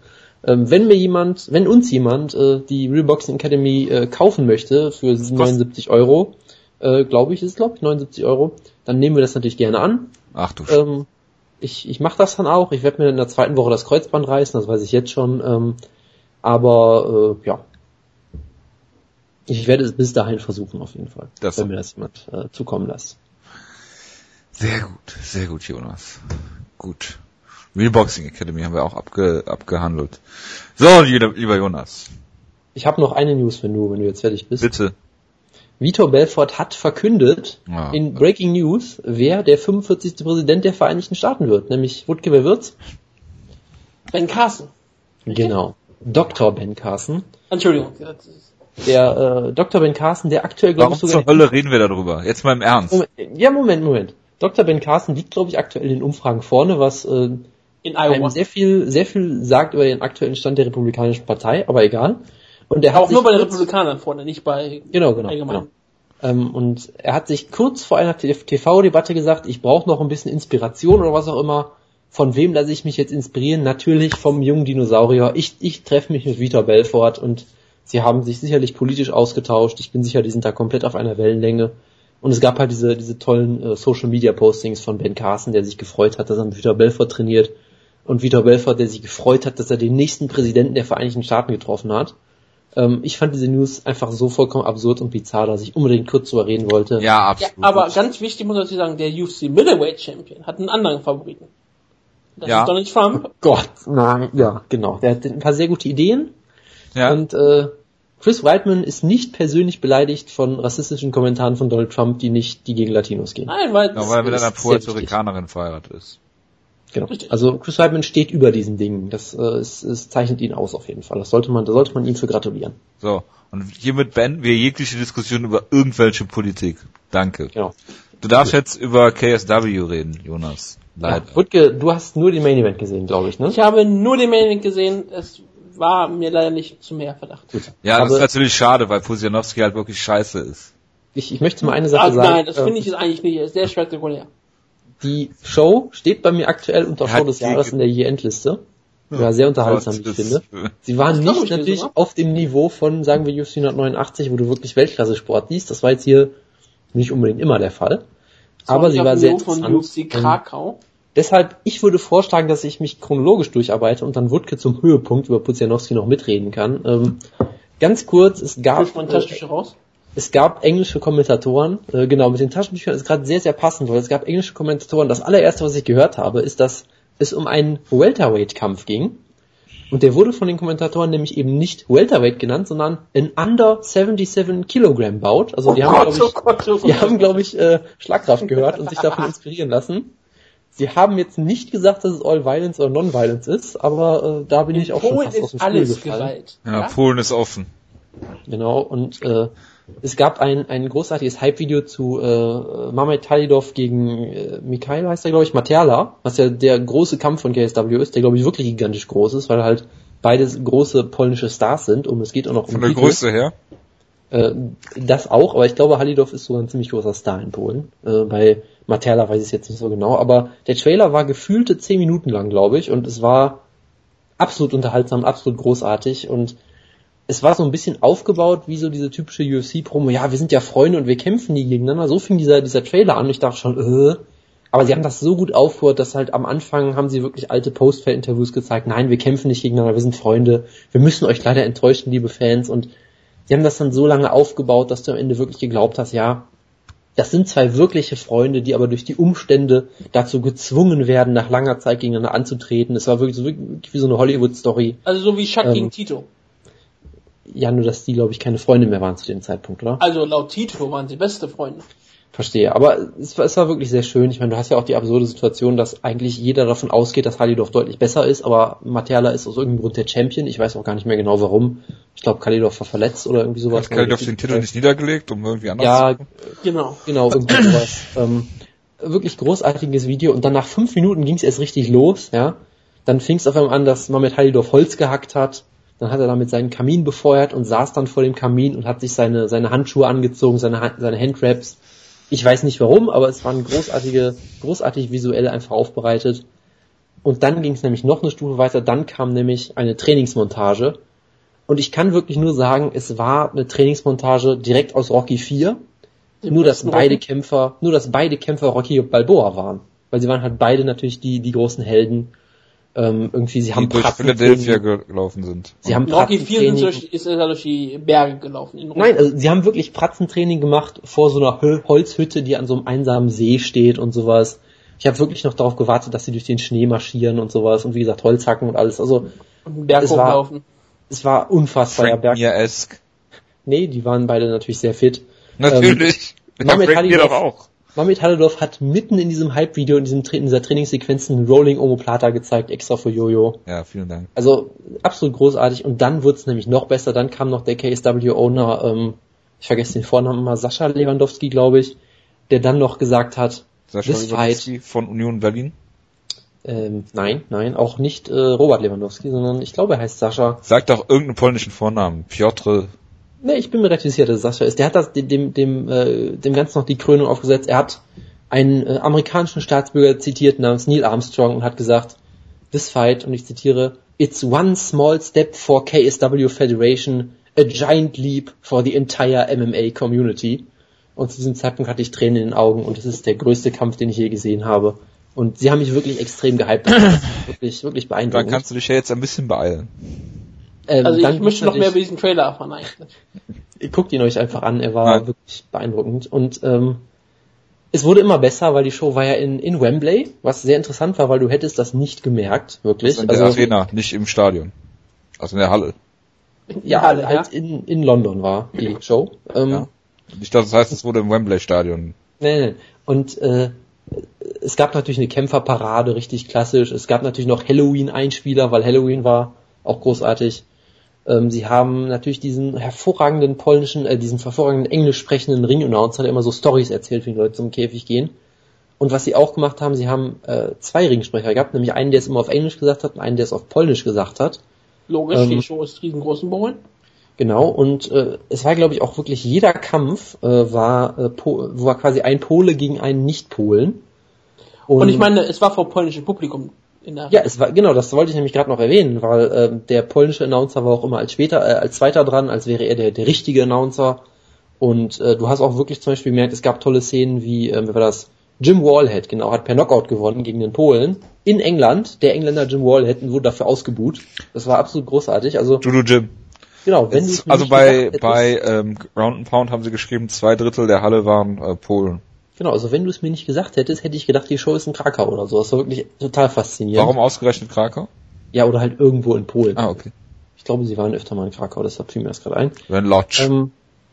Wenn uns jemand die Real Boxing Academy kaufen möchte für 79 €, glaube ich 79 €, dann nehmen wir das natürlich gerne an.
Ach du
Ich mache das dann auch. Ich werde mir in der 2. Woche das Kreuzband reißen, das weiß ich jetzt schon. Aber ja, ich werde es bis dahin versuchen auf jeden Fall, wenn mir das jemand zukommen lässt.
Sehr gut, Jonas. Gut. Real Boxing Academy haben wir auch abgehandelt. So, lieber Jonas.
Ich habe noch eine News, wenn du jetzt fertig bist.
Bitte.
Vitor Belfort hat verkündet in Breaking News, wer der 45. Präsident der Vereinigten Staaten wird. Nämlich, Wutke, wer wird's?
Ben Carson.
Genau. Dr. Ben Carson.
Entschuldigung.
Der Dr. Ben Carson, der aktuell, glaube ich,
Warum
sogar...
zur Hölle reden wir darüber? Jetzt mal im Ernst.
Moment. Dr. Ben Carson liegt, glaube ich, aktuell in den Umfragen vorne, was
in Iowa
sehr viel sagt über den aktuellen Stand der Republikanischen Partei, aber egal. Und er hat
auch nur bei den Republikanern vorne, nicht bei
Genau. Und er hat sich kurz vor einer TV-Debatte gesagt, ich brauche noch ein bisschen Inspiration oder was auch immer. Von wem lasse ich mich jetzt inspirieren? Natürlich vom jungen Dinosaurier. Ich treffe mich mit Vitor Belfort und sie haben sich sicherlich politisch ausgetauscht. Ich bin sicher, die sind da komplett auf einer Wellenlänge. Und es gab halt diese tollen Social-Media-Postings von Ben Carson, der sich gefreut hat, dass er mit Vitor Belfort trainiert. Und Vitor Belfort, der sich gefreut hat, dass er den nächsten Präsidenten der Vereinigten Staaten getroffen hat. Ich fand diese News einfach so vollkommen absurd und bizarr, dass ich unbedingt kurz drüber reden wollte.
Ja, absolut.
Ja, aber ganz wichtig muss ich sagen, der UFC Middleweight Champion hat einen anderen Favoriten. Das ist Donald Trump.
Oh Gott, nein, ja, genau. Der hat ein paar sehr gute Ideen.
Ja.
Und Chris Weidman ist nicht persönlich beleidigt von rassistischen Kommentaren von Donald Trump, die gegen Latinos gehen.
Nein, weil
er mit einer Puerto-Ricanerin verheiratet ist.
Genau. Also Chris Weidman steht über diesen Dingen. Das es zeichnet ihn aus auf jeden Fall. Da sollte man ihm für gratulieren.
So, und hiermit beenden wir jegliche Diskussion über irgendwelche Politik. Danke.
Genau.
Du darfst jetzt über KSW reden, Jonas. Leider.
Ja, Wutke, du hast nur den Main Event gesehen, glaube ich, ne?
Ich habe nur den Main Event gesehen. Es war mir leider nicht zu mehr Verdacht.
Gut.
Ja, das ist natürlich schade, weil Pudzianowski halt wirklich scheiße ist.
Ich möchte mal eine Sache sagen.
Nein, das finde ich ist eigentlich nicht. Sehr spektakulär.
Die Show steht bei mir aktuell unter Show des Jahres in der Year-End-Liste. Ja, sehr unterhaltsam, wie ich finde. Sie waren nicht natürlich auf dem Niveau von, sagen wir, UFC 189, wo du wirklich Weltklasse-Sport liest. Das war jetzt hier nicht unbedingt immer der Fall. Aber sie war sehr interessant.
Von UFC Krakau.
Deshalb, ich würde vorschlagen, dass ich mich chronologisch durcharbeite und dann Wutke zum Höhepunkt über Pudzianowski noch mitreden kann. Ganz kurz, es gab englische Kommentatoren, genau, mit den Taschentüchern ist gerade sehr, sehr passend, weil es gab englische Kommentatoren. Das allererste, was ich gehört habe, ist, dass es um einen Welterweight-Kampf ging. Und der wurde von den Kommentatoren nämlich eben nicht Welterweight genannt, sondern an Under 77 Kilogramm Bout. Also die haben, glaube ich, Schlagkraft gehört und sich davon inspirieren lassen. Sie haben jetzt nicht gesagt, dass es All Violence oder Non-Violence ist, aber da bin ich auch schon fast aus dem Stuhl gefallen.
Ja, Polen ist offen.
Genau, und es gab ein großartiges Hype-Video zu Mamed Khalidov gegen Mikhail, heißt er, glaube ich, Materla, was ja der große Kampf von KSW ist, der, glaube ich, wirklich gigantisch groß ist, weil halt beides große polnische Stars sind und es geht auch noch um
von der Größe her?
Das auch, aber ich glaube, Khalidov ist sogar ein ziemlich großer Star in Polen. Bei Materla weiß ich es jetzt nicht so genau, aber der Trailer war gefühlte 10 Minuten lang, glaube ich, und es war absolut unterhaltsam, absolut großartig und es war so ein bisschen aufgebaut wie so diese typische UFC-Promo, ja, wir sind ja Freunde und wir kämpfen nie gegeneinander. So fing dieser Trailer an und ich dachte schon, aber sie haben das so gut aufgehört, dass halt am Anfang haben sie wirklich alte Post-Fair-Interviews gezeigt, nein, wir kämpfen nicht gegeneinander, wir sind Freunde, wir müssen euch leider enttäuschen, liebe Fans, und die haben das dann so lange aufgebaut, dass du am Ende wirklich geglaubt hast, ja, das sind zwei wirkliche Freunde, die aber durch die Umstände dazu gezwungen werden, nach langer Zeit gegeneinander anzutreten. Es war wirklich wie so eine Hollywood-Story.
Also so wie Chuck gegen Tito.
Ja, nur dass die, glaube ich, keine Freunde mehr waren zu dem Zeitpunkt, oder?
Also laut Tito waren sie beste Freunde.
Verstehe, aber es war wirklich sehr schön. Ich meine, du hast ja auch die absurde Situation, dass eigentlich jeder davon ausgeht, dass Khalidov deutlich besser ist, aber Materla ist aus irgendeinem Grund der Champion. Ich weiß auch gar nicht mehr genau warum. Ich glaube, Khalidov war verletzt oder irgendwie sowas.
Hat Khalidov den Titel nicht niedergelegt, um irgendwie anders
zu
machen? Genau,
irgendwie sowas. Wirklich großartiges Video und dann nach 5 Minuten ging es erst richtig los, ja. Dann fing es auf einmal an, dass Mamed Khalidov Holz gehackt hat. Dann hat er damit seinen Kamin befeuert und saß dann vor dem Kamin und hat sich seine Handschuhe angezogen, seine Handwraps. Ich weiß nicht warum, aber es waren großartig visuell einfach aufbereitet. Und dann ging es nämlich noch eine Stufe weiter. Dann kam nämlich eine Trainingsmontage. Und ich kann wirklich nur sagen, es war eine Trainingsmontage direkt aus Rocky 4. Nur dass beide Kämpfer Rocky Balboa waren. Weil sie waren halt beide natürlich die großen Helden. Irgendwie, sie haben
durch Philadelphia gelaufen sind.
Sie haben
Rocky 4 ist er durch die Berge gelaufen.
Nein, also sie haben wirklich Pratzentraining gemacht vor so einer Holzhütte, die an so einem einsamen See steht und sowas. Ich habe wirklich noch darauf gewartet, dass sie durch den Schnee marschieren und sowas und wie gesagt Holz hacken und alles. Also
und einen Berg hochlaufen.
Es war unfassbar.
Frank Mir-esque.
Nee, die waren beide natürlich sehr fit.
Natürlich.
Mamit Halledorf hat mitten in diesem Hype-Video, in dieser Trainingssequenz ein Rolling Omoplata gezeigt, extra für Jojo.
Ja, vielen Dank.
Also absolut großartig. Und dann wurde es nämlich noch besser. Dann kam noch der KSW-Owner, ich vergesse den Vornamen mal, Sascha Lewandowski, glaube ich, der dann noch gesagt hat,
Sascha Lewandowski von Union Berlin?
Nein, auch nicht Robert Lewandowski, sondern ich glaube, er heißt Sascha.
Sag doch irgendeinen polnischen Vornamen. Piotr.
Nee, ich bin mir relativ sicher, dass es Sascha ist. Der hat dem Ganzen noch die Krönung aufgesetzt. Er hat einen amerikanischen Staatsbürger zitiert namens Neil Armstrong und hat gesagt, this fight, und ich zitiere, it's one small step for KSW Federation, a giant leap for the entire MMA community. Und zu diesem Zeitpunkt hatte ich Tränen in den Augen und es ist der größte Kampf, den ich je gesehen habe. Und sie haben mich wirklich extrem gehypt. Das ist wirklich beeindruckend.
Dann kannst du dich ja jetzt ein bisschen beeilen.
Also ich möchte noch mehr über diesen Trailer erfahren eigentlich.
Guckt ihn euch einfach an, er war wirklich beeindruckend. Und es wurde immer besser, weil die Show war ja in Wembley, was sehr interessant war, weil du hättest das nicht gemercht, wirklich.
Also in der Arena, nicht im Stadion. Also in der Halle.
Ja, Halle, halt in London war die Show.
Ja. Ich dachte, das heißt, es wurde im Wembley-Stadion.
Nee. Und es gab natürlich eine Kämpferparade, richtig klassisch. Es gab natürlich noch Halloween-Einspieler, weil Halloween war auch großartig. Sie haben natürlich diesen hervorragenden englisch sprechenden Ring-Announcer, der immer so Storys erzählt, wie die Leute zum Käfig gehen. Und was sie auch gemacht haben, sie haben 2 Ringsprecher gehabt, nämlich einen, der es immer auf Englisch gesagt hat und einen, der es auf Polnisch gesagt hat.
Logisch, die Show ist riesengroß in Polen.
Genau, und es war, glaube ich, auch wirklich jeder Kampf war quasi ein Pole gegen einen Nicht-Polen.
Und ich meine, es war vor polnischem Publikum.
Ja, es war, genau, das wollte ich nämlich gerade noch erwähnen, weil der polnische Announcer war auch immer als Zweiter dran, als wäre er der richtige Announcer. Und du hast auch wirklich zum Beispiel gemerkt, es gab tolle Szenen wie, wer war das? Jim Wallhead, genau, hat per Knockout gewonnen gegen den Polen. In England, der Engländer Jim Wallhead wurde dafür ausgebuht. Das war absolut großartig. Also
Judo Jim.
Genau, wenn
du also bei Ground & Pound haben sie geschrieben, 2/3 der Halle waren Polen.
Genau, also wenn du es mir nicht gesagt hättest, hätte ich gedacht, die Show ist in Krakau oder so. Das war wirklich total faszinierend.
Warum ausgerechnet Krakau?
Ja, oder halt irgendwo in Polen.
Ah, okay.
Ich glaube, sie waren öfter mal in Krakau, deshalb fiel mir das gerade ein.
Wenn Lodge.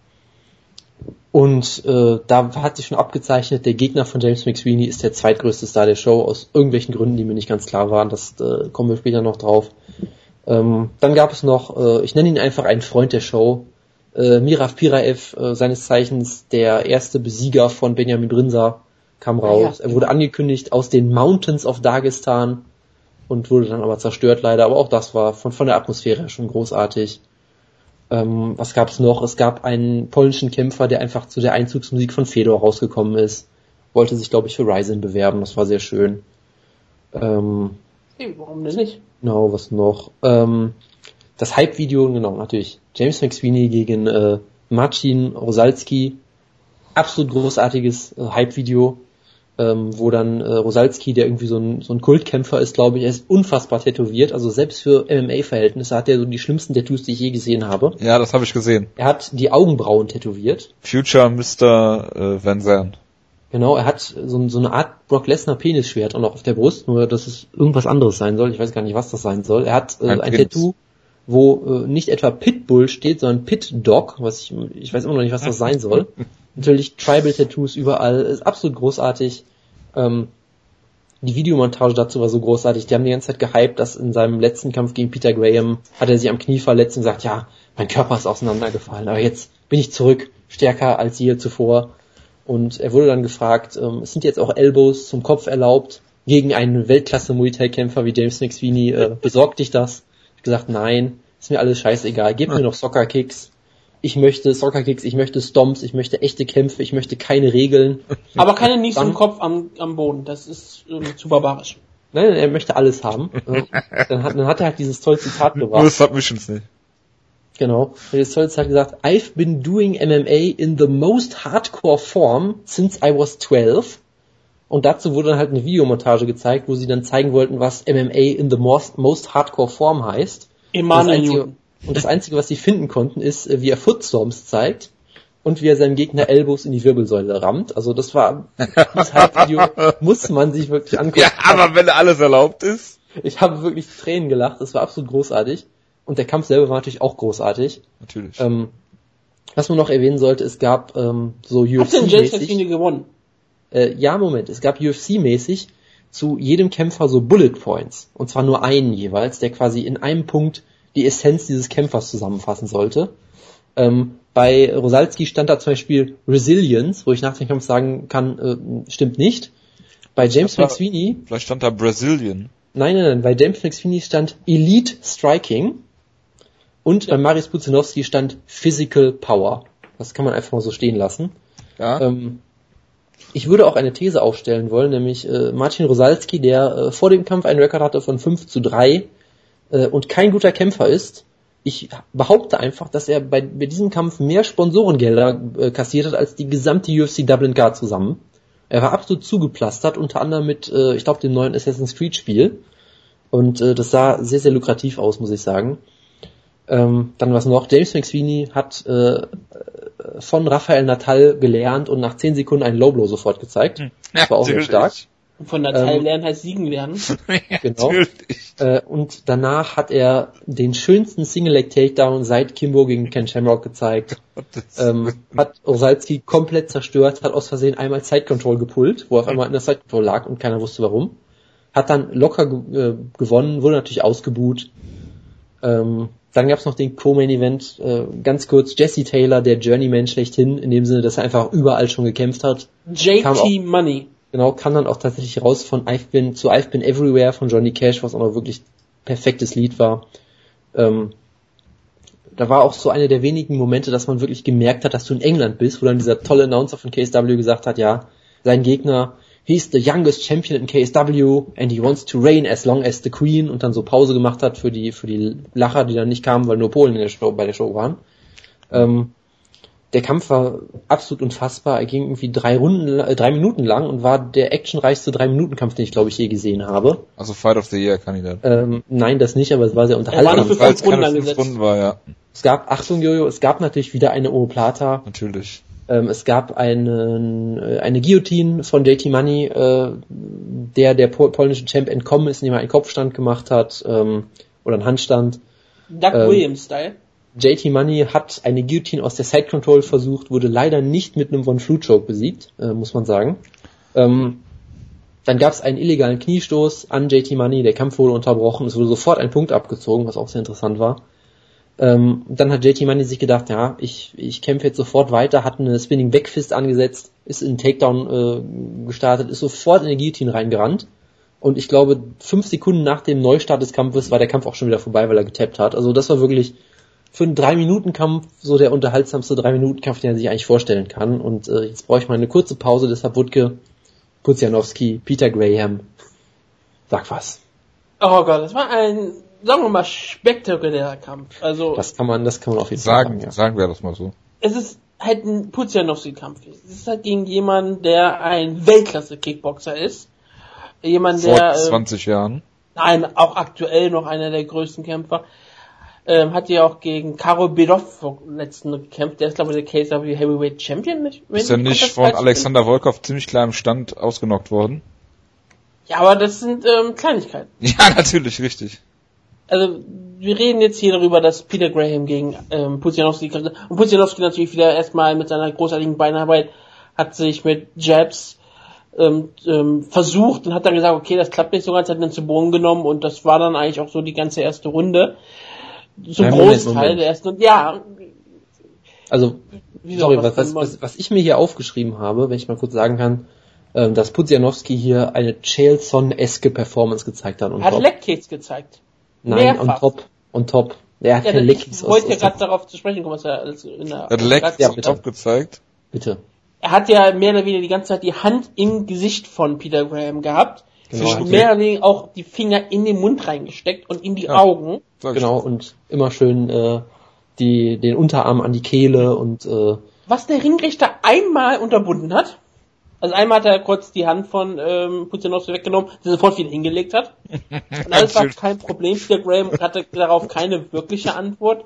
Da hat sich schon abgezeichnet, der Gegner von James McSweeney ist der zweitgrößte Star der Show, aus irgendwelchen Gründen, die mir nicht ganz klar waren. Das kommen wir später noch drauf. Dann gab es noch, ich nenne ihn einfach einen Freund der Show, Mirav Piraev, seines Zeichens der erste Besieger von Benjamin Brinza, kam raus. Ja. Er wurde angekündigt aus den Mountains of Dagestan und wurde dann aber zerstört leider, aber auch das war von der Atmosphäre schon großartig. Was gab's noch? Es gab einen polnischen Kämpfer, der einfach zu der Einzugsmusik von Fedor rausgekommen ist. Wollte sich, glaube ich, für Ryzen bewerben. Das war sehr schön.
Warum denn nicht?
Genau, was noch? Das Hype-Video, genau, natürlich. James McSweeney gegen Marcin Rosalski. Absolut großartiges Hype-Video, wo dann Rosalski, der irgendwie so ein Kultkämpfer ist, glaube ich, er ist unfassbar tätowiert. Also selbst für MMA-Verhältnisse hat er so die schlimmsten Tattoos, die ich je gesehen habe.
Ja, das habe ich gesehen.
Er hat die Augenbrauen tätowiert.
Future Mr. Van Zandt.
Genau, er hat so eine Art Brock Lesnar Penisschwert auch noch auf der Brust, nur dass es irgendwas anderes sein soll. Ich weiß gar nicht, was das sein soll. Er hat ein Tattoo, wo nicht etwa Pitbull steht, sondern Pit Dog, ich weiß immer noch nicht, was das sein soll. Natürlich Tribal-Tattoos überall, ist absolut großartig. Die Videomontage dazu war so großartig, die haben die ganze Zeit gehypt, dass in seinem letzten Kampf gegen Peter Graham hat er sich am Knie verletzt und gesagt, ja, mein Körper ist auseinandergefallen, aber jetzt bin ich zurück, stärker als je zuvor. Und er wurde dann gefragt, es sind jetzt auch Elbows zum Kopf erlaubt, gegen einen Weltklasse-Muay Thai-Kämpfer wie James McSweeney, besorgt dich das? Ich habe gesagt, nein, ist mir alles scheißegal, gib mir noch Soccer-Kicks. Ich möchte Soccer-Kicks, ich möchte Stomps, ich möchte echte Kämpfe, ich möchte keine Regeln.
Aber keine Nies im Kopf am Boden, das ist zu barbarisch.
Nein, er möchte alles haben. Dann hat er halt dieses tolle Zitat gebracht.
Nur Submissions nicht.
Genau. Er hat das tolle Zitat gesagt, I've been doing MMA in the most hardcore form since I was 12. Und dazu wurde dann halt eine Videomontage gezeigt, wo sie dann zeigen wollten, was MMA in the most hardcore form heißt. Und das Einzige, was sie finden konnten, ist, wie er Footstorms zeigt und wie er seinem Gegner Elbows in die Wirbelsäule rammt. Also das Video muss man sich wirklich angucken.
Ja, aber wenn alles erlaubt ist.
Ich habe wirklich Tränen gelacht, das war absolut großartig. Und der Kampf selber war natürlich auch großartig.
Natürlich.
Was man noch erwähnen sollte, es gab so UFC-mäßig...
Hat denn James McSweeney gewonnen?
Ja, Moment. Es gab UFC-mäßig zu jedem Kämpfer so Bullet Points. Und zwar nur einen jeweils, der quasi in einem Punkt die Essenz dieses Kämpfers zusammenfassen sollte. Bei Rosalski stand da zum Beispiel Resilience, wo ich nach dem Kampf sagen kann, stimmt nicht. Bei James McSweeney...
Vielleicht stand da Brazilian.
Nein, bei James McSweeney stand Elite Striking. Und bei Mariusz Pudzianowski stand Physical Power. Das kann man einfach mal so stehen lassen.
Ja.
Ich würde auch eine These aufstellen wollen, nämlich Marcin Rosalski, der vor dem Kampf einen Rekord hatte von 5-3 und kein guter Kämpfer ist. Ich behaupte einfach, dass er bei diesem Kampf mehr Sponsorengelder kassiert hat als die gesamte UFC Dublin Card zusammen. Er war absolut zugepflastert, unter anderem mit, ich glaube, dem neuen Assassin's Creed Spiel. Und das sah sehr, sehr lukrativ aus, muss ich sagen. Dann was noch, James McSweeney hat von Rafael Natal gelernt und nach 10 Sekunden einen Low Blow sofort gezeigt. Das war auch sehr stark.
Von Natal lernen heißt siegen lernen.
Genau. Und danach hat er den schönsten Single-Leg-Takedown seit Kimbo gegen Ken Shamrock gezeigt. Hat Rosalski komplett zerstört, hat aus Versehen einmal Side-Control gepullt, wo er auf einmal in der Side-Control lag und keiner wusste warum. Hat dann locker gewonnen, wurde natürlich ausgebuht. Dann gab es noch den Co-Main-Event, ganz kurz, Jesse Taylor, der Journeyman schlechthin, in dem Sinne, dass er einfach überall schon gekämpft hat.
JT Money.
Genau, kam dann auch tatsächlich raus von I've Been Everywhere von Johnny Cash, was auch noch wirklich perfektes Lied war. Da war auch so eine der wenigen Momente, dass man wirklich gemerkt hat, dass du in England bist, wo dann dieser tolle Announcer von KSW gesagt hat, ja, sein Gegner, he's the youngest champion in KSW and he wants to reign as long as the Queen, und dann so Pause gemacht hat für die Lacher, die dann nicht kamen, weil nur Polen bei der Show waren. Der Kampf war absolut unfassbar. Er ging irgendwie 3 Minuten lang und war der actionreichste 3-Minuten-Kampf, den ich, glaube ich, je gesehen habe.
Also Fight of the Year-Kandidat.
Nein, das nicht, aber es war sehr unterhaltsam.
Weil es keine 5
Runden war, ja.
Es gab, Achtung Jojo, es gab natürlich wieder eine Omoplata.
Natürlich.
Es gab eine Guillotine von JT Money, der polnische Champ entkommen ist, indem er einen Kopfstand gemacht hat, oder einen Handstand.
Doug Williams-Style.
JT Money hat eine Guillotine aus der Side Control versucht, wurde leider nicht mit einem One-Flu-Choke besiegt, muss man sagen. Dann gab es einen illegalen Kniestoß an JT Money, der Kampf wurde unterbrochen, es wurde sofort ein Punkt abgezogen, was auch sehr interessant war. Dann hat JT Money sich gedacht, ja, ich kämpfe jetzt sofort weiter, hat eine Spinning Backfist angesetzt, ist in Takedown gestartet, ist sofort in die Guillotine reingerannt. Und ich glaube, 5 Sekunden nach dem Neustart des Kampfes war der Kampf auch schon wieder vorbei, weil er getappt hat. Also das war wirklich für einen 3-Minuten-Kampf so der unterhaltsamste 3-Minuten-Kampf, den er sich eigentlich vorstellen kann. Und jetzt brauche ich mal eine kurze Pause, deshalb Wutke, Pudzianowski, Peter Graham. Sag was.
Oh Gott, das war ein, sagen wir mal, spektakulärer Kampf. Also
Das kann man auf jeden Fall sagen, ja.
Sagen wir das mal so.
Es ist halt ein Pudzianowski-Kampf. Es ist halt gegen jemanden, der ein Weltklasse-Kickboxer ist. Jemand, der...
Vor 20 Jahren.
Nein, auch aktuell noch einer der größten Kämpfer. Hat ja auch gegen Karol Belov letzten gekämpft. Der ist, glaube ich, der KSW Heavyweight Champion.
Ist er nicht von Alexander Volkov ziemlich kleinem Stand ausgenockt worden?
Ja, aber das sind Kleinigkeiten.
Ja, natürlich, richtig.
Also, wir reden jetzt hier darüber, dass Peter Graham gegen Pudzianowski kämpft. Und Pudzianowski natürlich wieder erstmal mit seiner großartigen Beinarbeit hat sich mit Jabs versucht und hat dann gesagt, okay, das klappt nicht so ganz, hat dann zu Boden genommen, und das war dann eigentlich auch so die ganze erste Runde. Zum Großteil der ersten, ja.
Also, sorry, was ich mir hier aufgeschrieben habe, wenn ich mal kurz sagen kann, dass Pudzianowski hier eine Chaelson-eske Performance gezeigt hat.
Er hat Leg-Kicks gezeigt.
Nein, on top. Er hat keine Leg-Kicks.
Ich wollte ja gerade darauf zu sprechen kommen, was er in der...
Er hat Leg-Kicks on top gezeigt.
Bitte.
Er hat ja mehr oder weniger die ganze Zeit die Hand im Gesicht von Peter Graham gehabt.
Genau,
und mehr oder weniger auch die Finger in den Mund reingesteckt und in die Augen.
Genau, und immer schön den Unterarm an die Kehle und
was der Ringrichter einmal unterbunden hat. Also einmal hat er kurz die Hand von Pudzianowski weggenommen, die sofort wieder hingelegt hat. Und alles war kein Problem. Peter Graham hatte darauf keine wirkliche Antwort.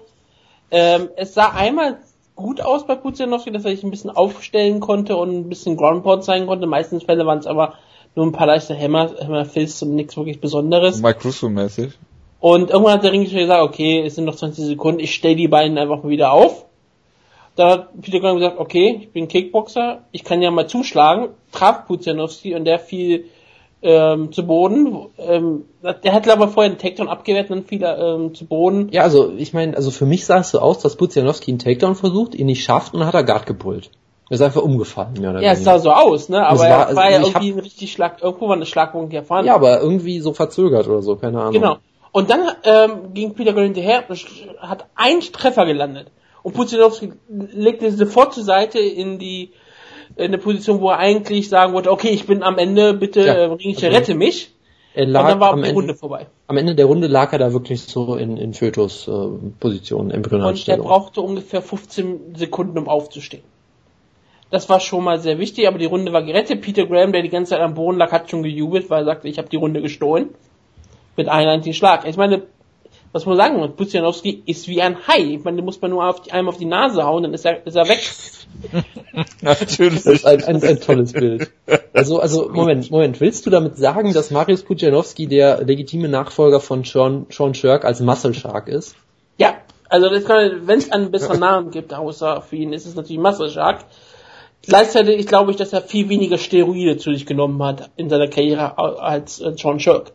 Es sah einmal gut aus bei Pudzianowski, dass er sich ein bisschen aufstellen konnte und ein bisschen Groundpound zeigen konnte. Meistens Fälle waren es aber nur ein paar leichte Hammer-Fists und nichts wirklich Besonderes.
Mike Russo-mäßig.
Und irgendwann hat der Ringrichter gesagt, okay, es sind noch 20 Sekunden, ich stelle die beiden einfach mal wieder auf. Da hat Peter Graham gesagt, okay, ich bin Kickboxer, ich kann ja mal zuschlagen, traf Pudzianowski und der fiel zu Boden. Der hat aber vorher einen Takedown abgewehrt und dann fiel er zu Boden.
Ja, also ich meine, also für mich sah es so aus, dass Pudzianowski einen Takedown versucht, ihn nicht schafft und dann hat er Guard gepullt. Er ist einfach umgefallen, mehr oder
Ja, es
weniger.
sah so aus, ne? Aber
es war,
ja
also
irgendwie ein richtig irgendwo war eine Schlagwunde erfahren.
Ja, aber irgendwie so verzögert oder so, keine Ahnung.
Genau. Und dann ging Peter Graham hinterher und hat einen Treffer gelandet. Und Pudzianowski legte sofort zur Seite in eine Position, wo er eigentlich sagen wollte, okay, ich bin am Ende, bitte Ringrichter, rette mich.
Er lag
und dann war die
Ende,
Runde vorbei.
Am Ende der Runde lag er da wirklich so in Fötus-Position, Embryonalstellung.
Und er brauchte ungefähr 15 Sekunden, um aufzustehen. Das war schon mal sehr wichtig, aber die Runde war gerettet. Peter Graham, der die ganze Zeit am Boden lag, hat schon gejubelt, weil er sagte, ich habe die Runde gestohlen. Mit einem einzigen Schlag. Ich meine, was muss man sagen, Pudzianowski ist wie ein Hai. Ich meine, den muss man nur einem auf die Nase hauen, dann ist er weg.
Natürlich.
Das ist ein tolles Bild. Also Moment, willst du damit sagen, dass Mariusz Pudzianowski der legitime Nachfolger von Sean Sherk als Muscle Shark ist?
Ja, also wenn es einen besseren Namen gibt, außer für ihn, ist es natürlich Muscle Shark. Gleichzeitig glaube ich, dass er viel weniger Steroide zu sich genommen hat in seiner Karriere als Sean Sherk.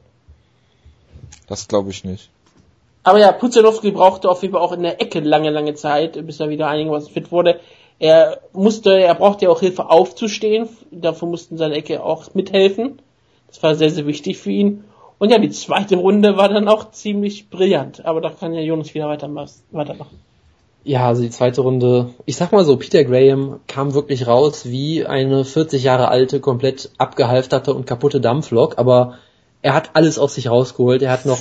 Das glaube ich nicht.
Aber ja, Pudzianowski brauchte auf jeden Fall auch in der Ecke lange Zeit, bis er wieder einigermaßen fit wurde. Er brauchte ja auch Hilfe aufzustehen, dafür mussten seine Ecke auch mithelfen. Das war sehr, sehr wichtig für ihn. Und ja, die zweite Runde war dann auch ziemlich brillant, aber da kann ja Jonas wieder weitermachen.
Ja, also die zweite Runde, ich sag mal so, Peter Graham kam wirklich raus wie eine 40 Jahre alte, komplett abgehalfterte und kaputte Dampflok, aber er hat alles aus sich rausgeholt, er hat noch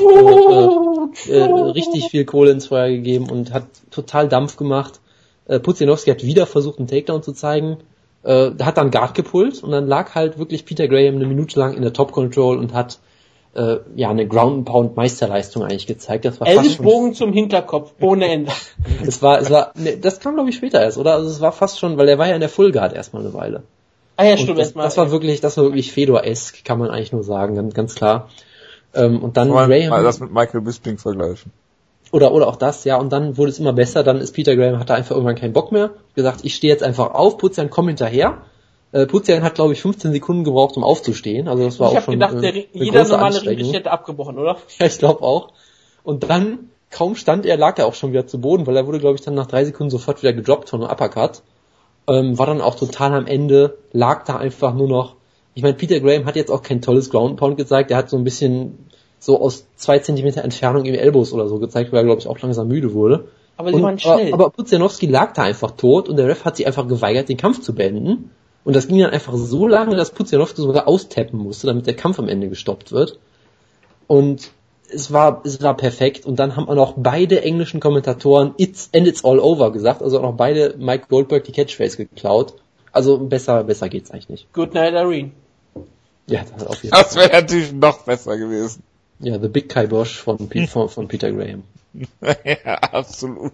richtig viel Kohle ins Feuer gegeben und hat total Dampf gemacht. Pudzianowski hat wieder versucht, einen Takedown zu zeigen, hat dann Guard gepullt und dann lag halt wirklich Peter Graham eine Minute lang in der Top Control und hat eine Ground and Pound Meisterleistung eigentlich gezeigt. Das war
Ellbogen zum Hinterkopf, ohne Ende.
Das kam glaube ich später erst, oder? Also es war fast schon, weil er war ja in der Full Guard erstmal eine Weile.
Ah ja, stimmt, erstmal.
Das war wirklich Fedor-esque, kann man eigentlich nur sagen, ganz klar. Und dann
Graham. Mal das mit Michael Bisping vergleichen.
Oder auch das, ja, und dann wurde es immer besser, dann ist Peter Graham, hatte einfach irgendwann keinen Bock mehr, gesagt, ich stehe jetzt einfach auf, Pudzian, komm hinterher. Pudzian hat, glaube ich, 15 Sekunden gebraucht, um aufzustehen, also das war auch schon
gedacht, jeder normale Ringrichter hätte abgebrochen, oder?
Ja, ich glaube auch. Und dann, kaum stand er, lag er auch schon wieder zu Boden, weil er wurde, glaube ich, dann nach 3 Sekunden sofort wieder gedroppt von einem Uppercut. War dann auch total am Ende, lag da einfach nur noch, ich meine, Peter Graham hat jetzt auch kein tolles Ground Pound gezeigt, er hat so ein bisschen so aus 2 Zentimeter Entfernung im Elbows oder so gezeigt, weil er, glaube ich, auch langsam müde wurde.
Aber sie waren schnell.
Aber Pudzianowski lag da einfach tot und der Ref hat sich einfach geweigert, den Kampf zu beenden. Und das ging dann einfach so lange, dass Pudzianowski sogar austappen musste, damit der Kampf am Ende gestoppt wird. Und es war perfekt. Und dann haben auch noch beide englischen Kommentatoren it's all over gesagt. Also auch noch beide Mike Goldberg die Catchphrase geklaut. Also besser geht's eigentlich nicht.
Good night, Irene.
Ja, auf jeden Fall.
Das wäre natürlich noch besser gewesen.
Ja, The Big Kibosh von Peter Graham.
Ja, absolut.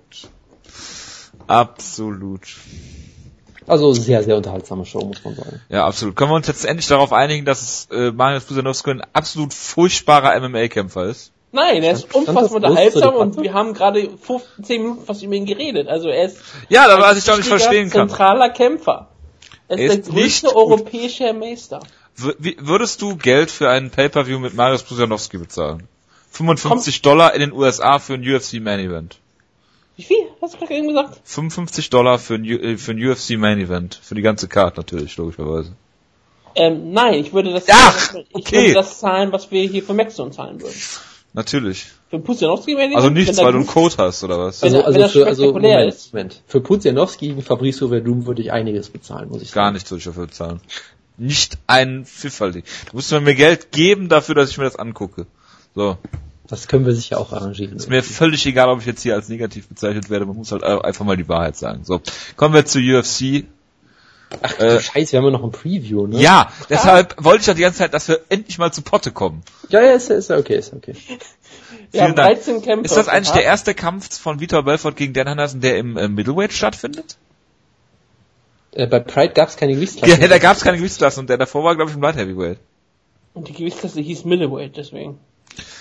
Absolut.
Also sehr, sehr unterhaltsame Show, muss man sagen.
Ja, absolut. Können wir uns jetzt endlich darauf einigen, dass Mariusz Pudzianowski ein absolut furchtbarer MMA-Kämpfer ist?
Nein, er ist unfassbar unterhaltsam und wir haben gerade 10 Minuten fast über ihn geredet. Also er ist
was ich doch nicht verstehen kann.
Zentraler Kämpfer. Er ist der größte europäische Meister.
Würdest du Geld für einen Pay-Per-View mit Mariusz Pudzianowski bezahlen? $55 in den USA für ein UFC Main Event.
Wie viel? Hast du gerade eben gesagt?
$55 für ein UFC Main Event. Für die ganze Card natürlich, logischerweise.
Nein, ich würde das zahlen, was wir hier für Maxon zahlen würden.
Natürlich.
Für Pudzianowski Main Event?
Also nichts, weil du einen Code hast, oder was?
Moment. Für Pudzianowski gegen Fabricio Werdum würde ich einiges bezahlen, muss ich sagen.
Gar nichts würde ich dafür bezahlen. Nicht einen Pfifferli. Du musst mir Geld geben dafür, dass ich mir das angucke. So.
Das können wir sicher auch arrangieren.
Ist mir völlig egal, ob ich jetzt hier als negativ bezeichnet werde. Man muss halt einfach mal die Wahrheit sagen. So. Kommen wir zu UFC.
Ach, Scheiße, wir haben ja noch ein Preview, ne?
Ja, deshalb wollte ich doch die ganze Zeit, dass wir endlich mal zu Potte kommen.
Ja, ist okay.
Wir haben 13 Kämpfe.
Ist das eigentlich der erste Kampf von Vitor Belfort gegen Dan Henderson, der im Middleweight stattfindet?
Bei Pride gab's keine Gewichtsklasse.
Ja, da gab's keine Gewichtsklasse und der davor war, glaube ich, im Light Heavyweight.
Und die Gewichtsklasse hieß Middleweight, deswegen.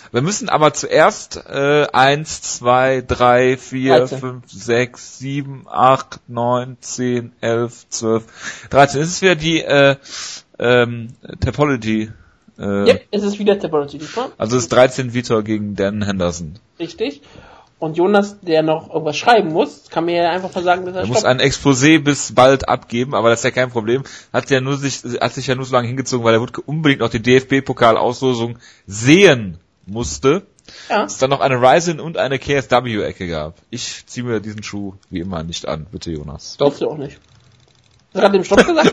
Wir müssen aber zuerst 1, 2, 3, 4,
13.
5, 6, 7, 8, 9, 10, 11, 12, 13. Es ist wieder die Topology.
Yep, es ist wieder Topology diesmal.
Also es ist 13 Vitor gegen Dan Henderson.
Richtig. Und Jonas, der noch irgendwas schreiben muss, kann mir ja einfach versagen, dass er
Er muss ein Exposé bis bald abgeben, aber das ist ja kein Problem. Hat sich ja nur so lange hingezogen, weil er unbedingt noch die DFB-Pokal-Auslosung sehen musste.
Ja.
Es dann noch eine Ryzen und eine KSW-Ecke gab. Ich ziehe mir diesen Schuh wie immer nicht an. Bitte, Jonas.
Stopp du auch nicht. Hast du gerade dem Stopp gesagt?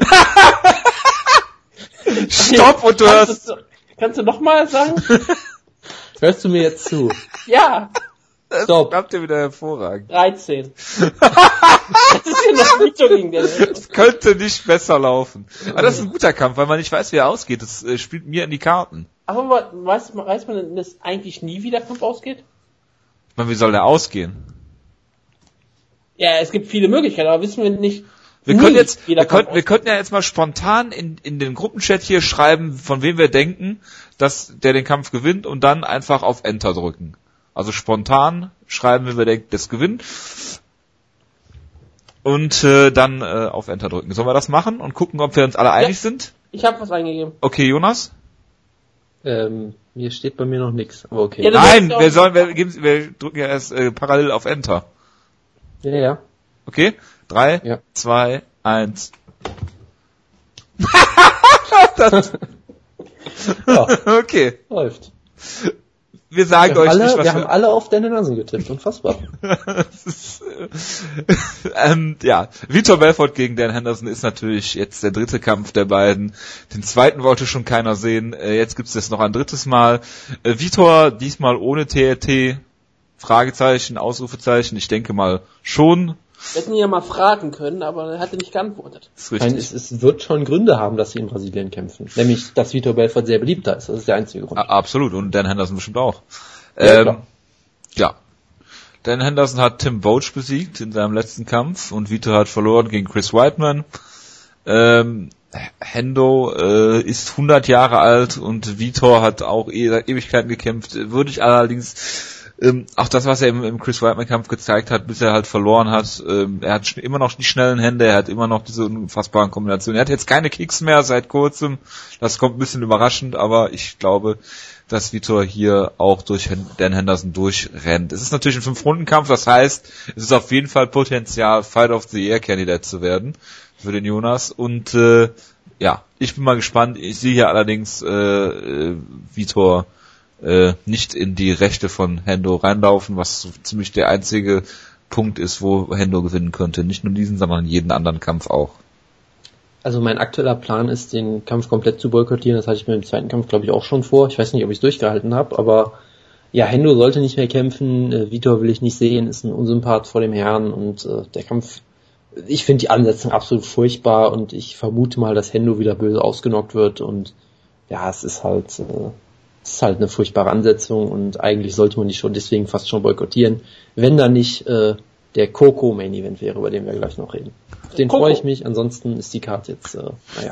Stopp und du hörst...
Kannst du nochmal sagen?
Hörst du mir jetzt zu?
Ja.
Stopp.
Habt ihr wieder hervorragend.
13. Das ist ja noch nicht so gegen den.
Es könnte nicht besser laufen. Aber das ist ein guter Kampf, weil man nicht weiß, wie er ausgeht. Das spielt mir in die Karten.
Aber weiß man, dass eigentlich nie wie der Kampf ausgeht?
Ich meine, wie soll der ausgehen?
Ja, es gibt viele Möglichkeiten, aber wissen wir nicht.
Wir
nie,
könnten
wie der Kampf ausgeht.
ja jetzt mal spontan in den Gruppenchat hier schreiben, von wem wir denken, dass der den Kampf gewinnt und dann einfach auf Enter drücken. Also spontan schreiben, wenn wir denken, das gewinnt. Und dann auf Enter drücken. Sollen wir das machen und gucken, ob wir uns alle einig sind?
Ich habe was eingegeben.
Okay, Jonas?
Hier steht bei mir noch nichts, aber okay.
Ja,
Nein, wir drücken ja erst parallel auf Enter.
Ja.
Okay? 3,
Ja.
2, 1.
Ja,
Okay.
läuft.
Wir sagen
Wir
euch
haben,
nicht,
alle,
was
wir haben alle auf Dan Henderson getippt, unfassbar.
Das ist, ja, Vitor Belfort gegen Dan Henderson ist natürlich jetzt der dritte Kampf der beiden. Den zweiten wollte schon keiner sehen. Jetzt gibt's das noch ein drittes Mal. Vitor diesmal ohne TRT. Fragezeichen, Ausrufezeichen. Ich denke mal schon.
Wir hätten ihn ja mal fragen können, aber er hatte nicht geantwortet.
Das ist richtig.
Nein, es wird schon Gründe haben, dass sie in Brasilien kämpfen. Nämlich, dass Vitor Belfort sehr beliebt da ist. Das ist der einzige Grund.
Absolut. Und Dan Henderson bestimmt auch.
Ja, klar.
Ja. Dan Henderson hat Tim Boach besiegt in seinem letzten Kampf und Vitor hat verloren gegen Chris Weidman. Hendo ist 100 Jahre alt und Vitor hat auch seit Ewigkeiten gekämpft. Würde ich allerdings auch das, was er im Chris Weidman-Kampf gezeigt hat, bis er halt verloren hat, er hat immer noch die schnellen Hände, er hat immer noch diese unfassbaren Kombinationen. Er hat jetzt keine Kicks mehr seit kurzem, das kommt ein bisschen überraschend, aber ich glaube, dass Vitor hier auch durch Dan Henderson durchrennt. Es ist natürlich ein 5-Runden-Kampf, das heißt, es ist auf jeden Fall Potenzial, Fight of the Year-Kandidat zu werden für den Jonas. Und ja, ich bin mal gespannt. Ich sehe hier allerdings Vitor nicht in die Rechte von Hendo reinlaufen, was so ziemlich der einzige Punkt ist, wo Hendo gewinnen könnte. Nicht nur diesen, sondern jeden anderen Kampf auch.
Also mein aktueller Plan ist, den Kampf komplett zu boykottieren. Das hatte ich mir im zweiten Kampf, glaube ich, auch schon vor. Ich weiß nicht, ob ich es durchgehalten habe, aber ja, Hendo sollte nicht mehr kämpfen. Vitor will ich nicht sehen, ist ein Unsympath vor dem Herrn und der Kampf, ich finde die Ansetzung absolut furchtbar und ich vermute mal, dass Hendo wieder böse ausgenockt wird und ja, es ist halt eine furchtbare Ansetzung und eigentlich sollte man die schon deswegen fast schon boykottieren, wenn da nicht der Coco Main Event wäre, über den wir gleich noch reden. Auf den freue ich mich, ansonsten ist die Karte jetzt, naja.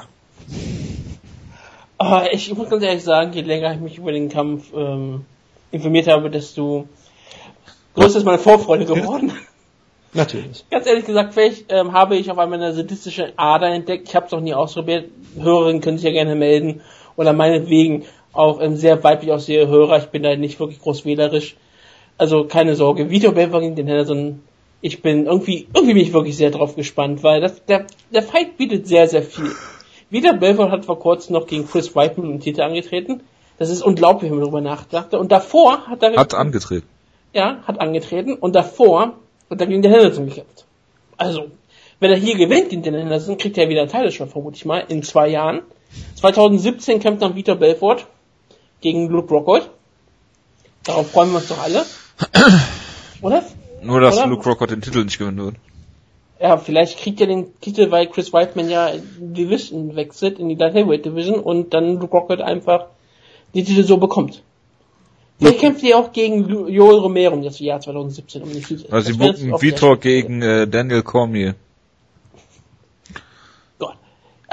Ich muss ganz ehrlich sagen, je länger ich mich über den Kampf informiert habe, desto größer ist meine Vorfreude geworden.
Natürlich.
Ganz ehrlich gesagt, vielleicht habe ich auf einmal eine sadistische Ader entdeckt. Ich habe es noch nie ausprobiert. Hörerinnen können sich ja gerne melden. Oder meinetwegen auch sehr weiblich aussehende Hörer. Ich bin da nicht wirklich groß wählerisch. Also keine Sorge. Vitor Belfort gegen den Henderson. Ich bin irgendwie bin ich wirklich sehr drauf gespannt, weil der Fight bietet sehr, sehr viel. Vitor Belfort hat vor kurzem noch gegen Chris Weidman im Titel angetreten. Das ist unglaublich, wenn man darüber nachdachte. Und davor hat er...
Hat angetreten.
Ja, hat angetreten. Und davor hat er gegen den Henderson gekämpft. Also, wenn er hier gewinnt gegen den Henderson, kriegt er wieder einen Titelshot, vermute ich mal, in 2 Jahren. 2017 kämpft dann Vitor Belfort gegen Luke Rockhold. Darauf freuen wir uns doch alle. Oder?
Nur, dass
Oder?
Luke Rockhold den Titel nicht gewinnen wird.
Ja, vielleicht kriegt er den Titel, weil Chris Weidman ja in die Division wechselt, in die Light Heavyweight Division und dann Luke Rockhold einfach die Titel so bekommt. Vielleicht kämpft ihr auch gegen Joel Romero im Jahr 2017 um den Titel.
Also sie bucken Vitor gegen Daniel Cormier.
Gott.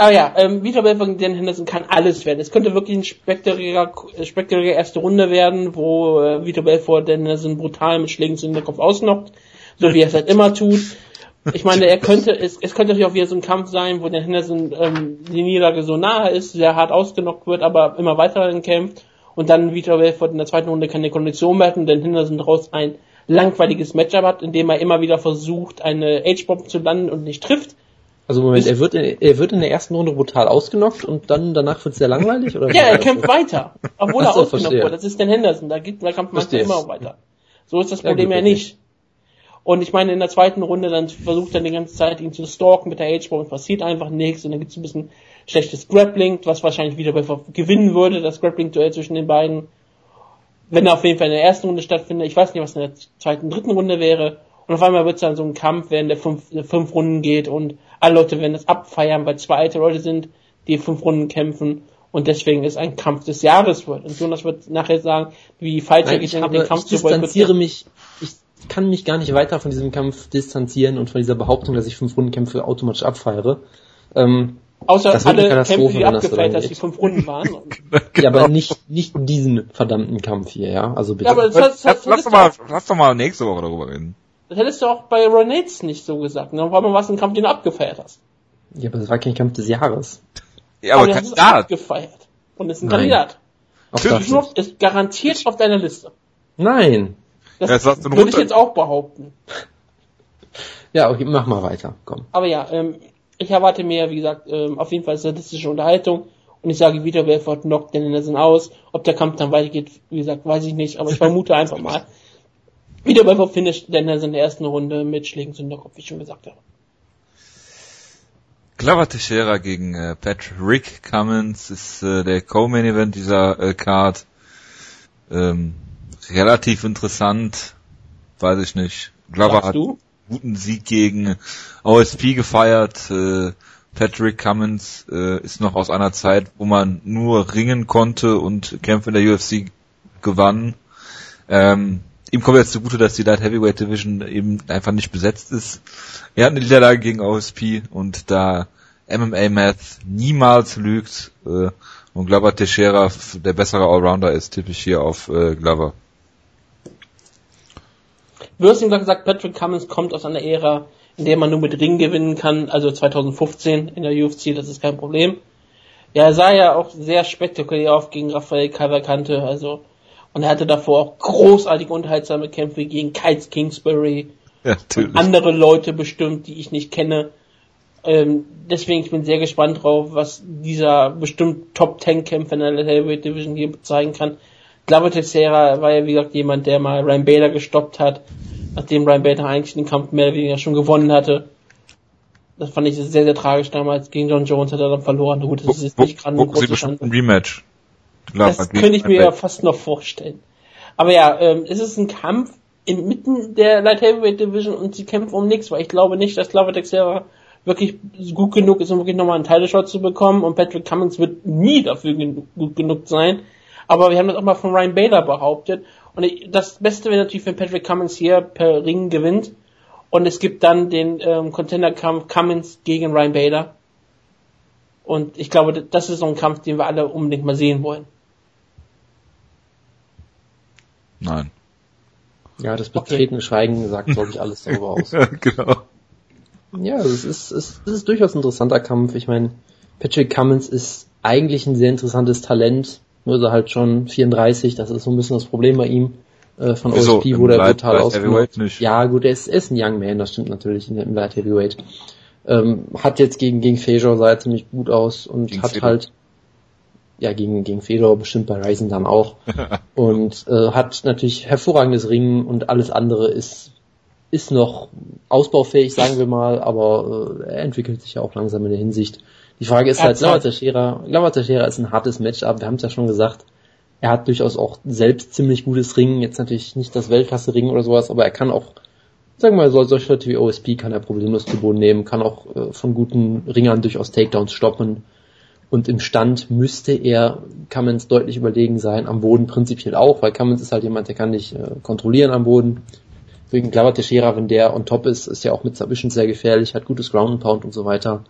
Aber ja, Vitor Belfort gegen Dan Henderson kann alles werden. Es könnte wirklich eine spektakuläre erste Runde werden, wo Vitor Belfort Dan Henderson brutal mit Schlägen in den Kopf ausnockt, so wie er es halt immer tut. Ich meine, es könnte natürlich auch wieder so ein Kampf sein, wo Dan Henderson die Niederlage so nahe ist, sehr hart ausgenockt wird, aber immer weiterhin kämpft und dann Vitor Belfort in der zweiten Runde keine Kondition mehr hat und Dan Henderson daraus ein langweiliges Matchup hat, in dem er immer wieder versucht, eine H-Bomb zu landen und nicht trifft.
Also Moment, er wird in der ersten Runde brutal ausgenockt und danach wird es sehr langweilig, oder?
Ja, er kämpft weiter, obwohl er ausgenockt
verstehe.
wird. Das ist Dan Henderson, da kämpft man immer weiter. So ist das Problem ja nicht. Und ich meine, in der zweiten Runde dann versucht er die ganze Zeit, ihn zu stalken mit der H-Bomb, passiert einfach nichts und dann gibt es ein bisschen schlechtes Grappling, was wahrscheinlich wieder gewinnen würde, das Grappling-Duell zwischen den beiden. Wenn er auf jeden Fall in der ersten Runde stattfindet, ich weiß nicht, was in der zweiten, dritten Runde wäre. Und auf einmal wird es dann so ein Kampf, während der fünf Runden geht und alle Leute werden das abfeiern, weil zwei alte Leute sind, die 5 Runden kämpfen und deswegen ist ein Kampf des Jahres wird. Und Jonas wird nachher sagen, wie falsch er geht, den Kampf zu boykottieren.
Ich kann mich gar nicht weiter von diesem Kampf distanzieren und von dieser Behauptung, dass ich 5 Rundenkämpfe automatisch abfeiere.
Außer alle Kämpfe, die abgefeiert, dass die 5 Runden waren.
Ja, aber nicht diesen verdammten Kampf hier, ja? Also bitte.
Ja, aber
lass doch mal nächste Woche darüber reden.
Das hättest du auch bei Renates nicht so gesagt. Dann war mal was ein Kampf, den du abgefeiert hast.
Ja, aber das war kein Kampf des Jahres.
Ja, aber
du hast es abgefeiert. Und ist ein Kandidat. Ist garantiert auf deiner Liste.
Nein.
Das würde ich jetzt auch behaupten.
Ja, okay, mach mal weiter, komm.
Aber ja, ich erwarte mir, wie gesagt, auf jeden Fall statistische Unterhaltung. Und ich sage, Vitor Belfort knockt Dan Henderson aus. Ob der Kampf dann weitergeht, wie gesagt, weiß ich nicht. Aber ich vermute einfach mal, Vitor Belfort finisht Dan Henderson in der ersten Runde mit Schlägen zu Hinterkopf, wie ich schon gesagt habe.
Glover Teixeira gegen Patrick Cummins ist der Co-Main-Event dieser Card. Relativ interessant, weiß ich nicht. Glover hat einen guten Sieg gegen OSP gefeiert. Patrick Cummins ist noch aus einer Zeit, wo man nur ringen konnte und Kämpfe in der UFC gewann. Ihm kommt jetzt zugute, dass die Light Heavyweight Division eben einfach nicht besetzt ist. Er hat eine Niederlage gegen OSP und da MMA Math niemals lügt und Glover Teixeira der bessere Allrounder ist, tippe ich hier auf Glover.
Du hast ihm gesagt, Patrick Cummins kommt aus einer Ära, in der man nur mit Ring gewinnen kann, also 2015 in der UFC, das ist kein Problem. Ja, er sah ja auch sehr spektakulär auf gegen Rafael Cavalcante, also, und er hatte davor auch großartige unterhaltsame Kämpfe gegen Kites Kingsbury, ja, und andere Leute bestimmt, die ich nicht kenne. Deswegen, ich bin sehr gespannt drauf, was dieser bestimmt Top-10-Kämpfer in der Heavyweight Division hier zeigen kann. Glover Teixeira war ja, wie gesagt, jemand, der mal Ryan Bader gestoppt hat, nachdem Ryan Bader eigentlich den Kampf mehr oder weniger schon gewonnen hatte. Das fand ich sehr, sehr tragisch damals. Gegen John Jones hat er dann verloren. Gut, das ist nicht gerade eine große Chance.
Ein Rematch.
Das könnte ich mir ja fast noch vorstellen. Aber ja, es ist ein Kampf inmitten der Light Heavyweight Division und sie kämpfen um nichts, weil ich glaube nicht, dass Glover Teixeira wirklich gut genug ist, um wirklich nochmal einen Title-Shot zu bekommen und Patrick Cummins wird nie dafür gut genug sein. Aber wir haben das auch mal von Ryan Bader behauptet. Und das Beste wäre natürlich, wenn Patrick Cummins hier per Ring gewinnt. Und es gibt dann den Contender-Kampf Cummins gegen Ryan Bader. Und ich glaube, das ist so ein Kampf, den wir alle unbedingt mal sehen wollen.
Nein.
Ja, das betretene Schweigen sagt, glaube ich, alles darüber aus.
Genau.
Ja, es ist durchaus ein interessanter Kampf. Ich meine, Patrick Cummins ist eigentlich ein sehr interessantes Talent. Nur ist er halt schon 34, das ist so ein bisschen das Problem bei ihm. Von OSP wurde er total ausgenutzt. Ja, gut, er ist ein Young Man, das stimmt natürlich im Light Heavyweight. Hat jetzt gegen Fedor sah er ziemlich gut aus und gegen hat Fedor. Halt gegen Fedor bestimmt bei Ryzen dann auch. Und hat natürlich hervorragendes Ringen und alles andere ist noch ausbaufähig, sagen wir mal, aber er entwickelt sich ja auch langsam in der Hinsicht. Die Frage ist halt, Glover Teixeira ist ein hartes Matchup, wir haben es ja schon gesagt, er hat durchaus auch selbst ziemlich gutes Ringen, jetzt natürlich nicht das Weltklasse-Ringen oder sowas, aber er kann auch, sagen wir mal, solche Leute wie OSP kann er problemlos zu Boden nehmen, kann auch von guten Ringern durchaus Takedowns stoppen und im Stand müsste er Cummins deutlich überlegen sein, am Boden prinzipiell auch, weil Cummins ist halt jemand, der kann dich kontrollieren am Boden. Deswegen Glover Teixeira, wenn der on top ist ja auch mit Submissions sehr gefährlich, hat gutes Ground and Pound und so weiter.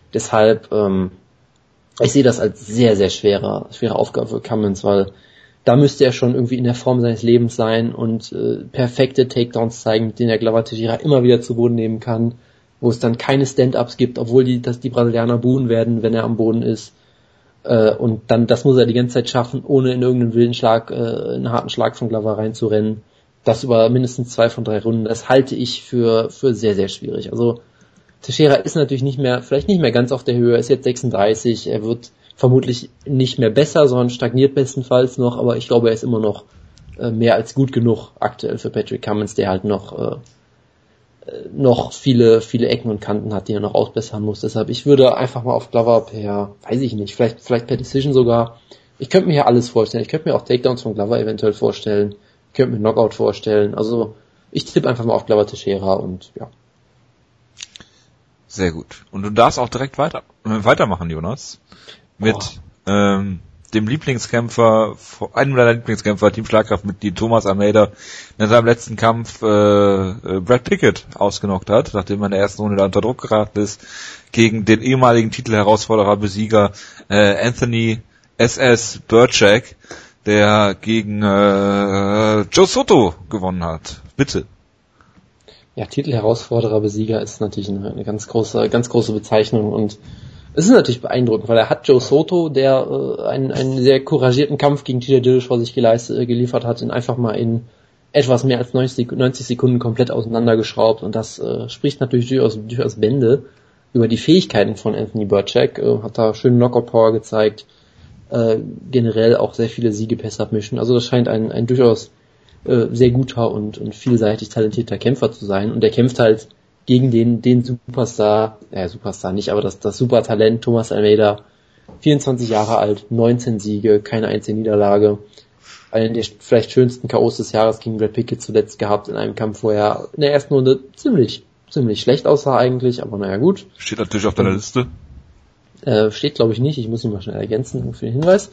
Deshalb, ich sehe das als sehr, sehr schwere Aufgabe für Cummins, weil da müsste er schon irgendwie in der Form seines Lebens sein und perfekte Takedowns zeigen, mit denen er Glover Teixeira immer wieder zu Boden nehmen kann, wo es dann keine Stand-Ups gibt, obwohl die Brasilianer buhen werden, wenn er am Boden ist. Und dann, das muss er die ganze Zeit schaffen, ohne in irgendeinen wilden Schlag, einen harten Schlag von Glover reinzurennen. Das über mindestens 2 von 3 Runden, das halte ich für sehr, sehr schwierig. Also Teixeira ist natürlich vielleicht nicht mehr ganz auf der Höhe, er ist jetzt 36, er wird vermutlich nicht mehr besser, sondern stagniert bestenfalls noch, aber ich glaube, er ist immer noch mehr als gut genug aktuell für Patrick Cummins, der halt noch viele Ecken und Kanten hat, die er noch ausbessern muss. Deshalb, ich würde einfach mal auf Glover weiß ich nicht, vielleicht per Decision sogar. Ich könnte mir hier alles vorstellen. Ich könnte mir auch Takedowns von Glover eventuell vorstellen. Ich könnte mir Knockout vorstellen. Also, ich tippe einfach mal auf Glover Teixeira und ja.
Sehr gut. Und du darfst auch direkt weitermachen, Jonas. Mit dem Lieblingskämpfer, einem deiner Lieblingskämpfer, Team Schlagkraftmitglied Thomas Almeida, der in seinem letzten Kampf Brad Pickett ausgenockt hat, nachdem er in der ersten Runde da unter Druck geraten ist, gegen den ehemaligen Titelherausforderer, Besieger Anthony S.S. Burchak, der gegen Joe Soto gewonnen hat. Bitte.
Ja, Titelherausforderer, Besieger ist natürlich eine ganz große Bezeichnung und es ist natürlich beeindruckend, weil er hat Joe Soto, der einen sehr couragierten Kampf gegen TJ Dillashaw sich geliefert hat, ihn einfach mal in etwas mehr als 90 Sekunden komplett auseinandergeschraubt und das spricht natürlich durchaus Bände über die Fähigkeiten von Anthony Burchak, hat da schöne Knockout-Power gezeigt, generell auch sehr viele Siege per Submission, also das scheint ein durchaus sehr guter und vielseitig talentierter Kämpfer zu sein und der kämpft halt gegen den Superstar nicht, aber das Supertalent Thomas Almeida, 24 Jahre alt, 19 Siege, keine einzige Niederlage, einen der vielleicht schönsten K.O.s des Jahres gegen Brad Pickett zuletzt gehabt in einem Kampf, wo er in der ersten Runde ziemlich schlecht aussah eigentlich, aber naja gut.
Steht natürlich auf deiner Liste.
Steht glaube ich nicht, ich muss ihn mal schnell ergänzen für den Hinweis.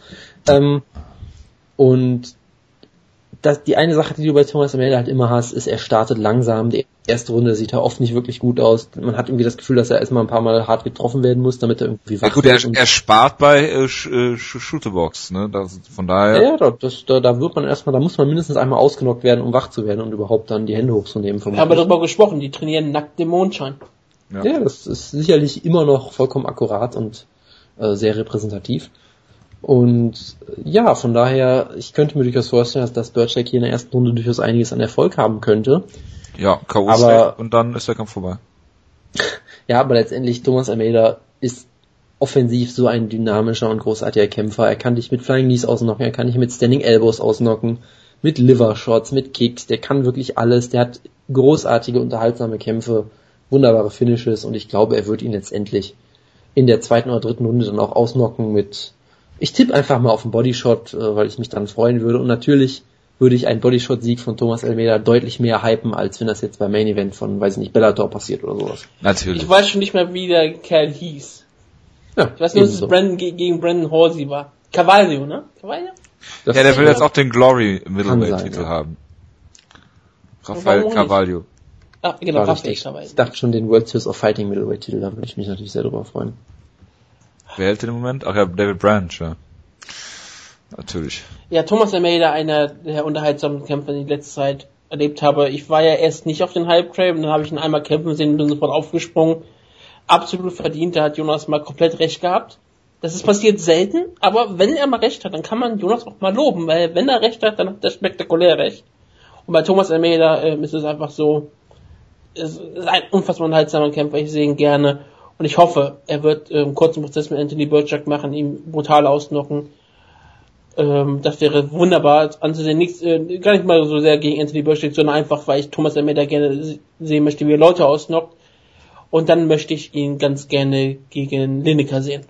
Und die eine Sache, die du bei Thomas Almeida halt immer hast, ist, er startet langsam. Die erste Runde sieht er oft nicht wirklich gut aus. Man hat irgendwie das Gefühl, dass er erstmal ein paar Mal hart getroffen werden muss, damit er irgendwie
wach wird. Ja gut, er spart bei Shooterbox, ne? Von daher.
Ja, da muss man mindestens einmal ausgenockt werden, um wach zu werden und überhaupt dann die Hände hochzunehmen.
Wir haben darüber gesprochen, die trainieren nackt im Mondschein.
Ja, das ist sicherlich immer noch vollkommen akkurat und sehr repräsentativ. Und ja, von daher, ich könnte mir durchaus vorstellen, dass Burchak hier in der ersten Runde durchaus einiges an Erfolg haben könnte.
Ja, K.O. und dann ist der Kampf vorbei.
Ja, aber letztendlich Thomas Almeida ist offensiv so ein dynamischer und großartiger Kämpfer. Er kann dich mit Flying Knees ausnocken, er kann dich mit Standing Elbows ausnocken, mit Liver Shots, mit Kicks, der kann wirklich alles. Der hat großartige, unterhaltsame Kämpfe, wunderbare Finishes und ich glaube, er wird ihn letztendlich in der zweiten oder dritten Runde dann auch ausnocken mit. Ich tippe einfach mal auf einen Bodyshot, weil ich mich dann freuen würde. Und natürlich würde ich einen Bodyshot-Sieg von Thomas Almeida deutlich mehr hypen, als wenn das jetzt beim Main Event von, weiß ich nicht, Bellator passiert oder sowas.
Natürlich.
Ich weiß schon nicht mehr, wie der Kerl hieß. Ja, ich weiß nur, dass es gegen Brandon Halsey war. Carvalho, ne? Carvalho?
Ja, der will jetzt auch den Glory Middleweight-Titel haben. Rafael Carvalho.
Ah, genau, Rafael Carvalho.
Ich dachte schon, den World Series of Fighting Middleweight-Titel, da würde ich mich natürlich sehr drüber freuen.
Wer hält den im Moment? Ach ja, David Branch, ja. Natürlich.
Ja, Thomas Almeida, einer der unterhaltsamen Kämpfer, die ich in letzter Zeit erlebt habe. Ich war ja erst nicht auf den Hype-Train und dann habe ich ihn einmal kämpfen sehen und bin sofort aufgesprungen. Absolut verdient, da hat Jonas mal komplett recht gehabt. Das ist passiert selten, aber wenn er mal recht hat, dann kann man Jonas auch mal loben, weil wenn er recht hat, dann hat er spektakulär recht. Und bei Thomas Almeida ist es einfach so, es ist ein unfassbar unterhaltsamer Kämpfer, ich sehe ihn gerne. Und ich hoffe, er wird einen kurzen Prozess mit Anthony Burchak machen, ihn brutal ausnocken. Das wäre wunderbar anzusehen. Gar nicht mal so sehr gegen Anthony Burchak, sondern einfach, weil ich Thomas Almeida gerne sehen möchte, wie er Leute ausnockt. Und dann möchte ich ihn ganz gerne gegen Lineker sehen.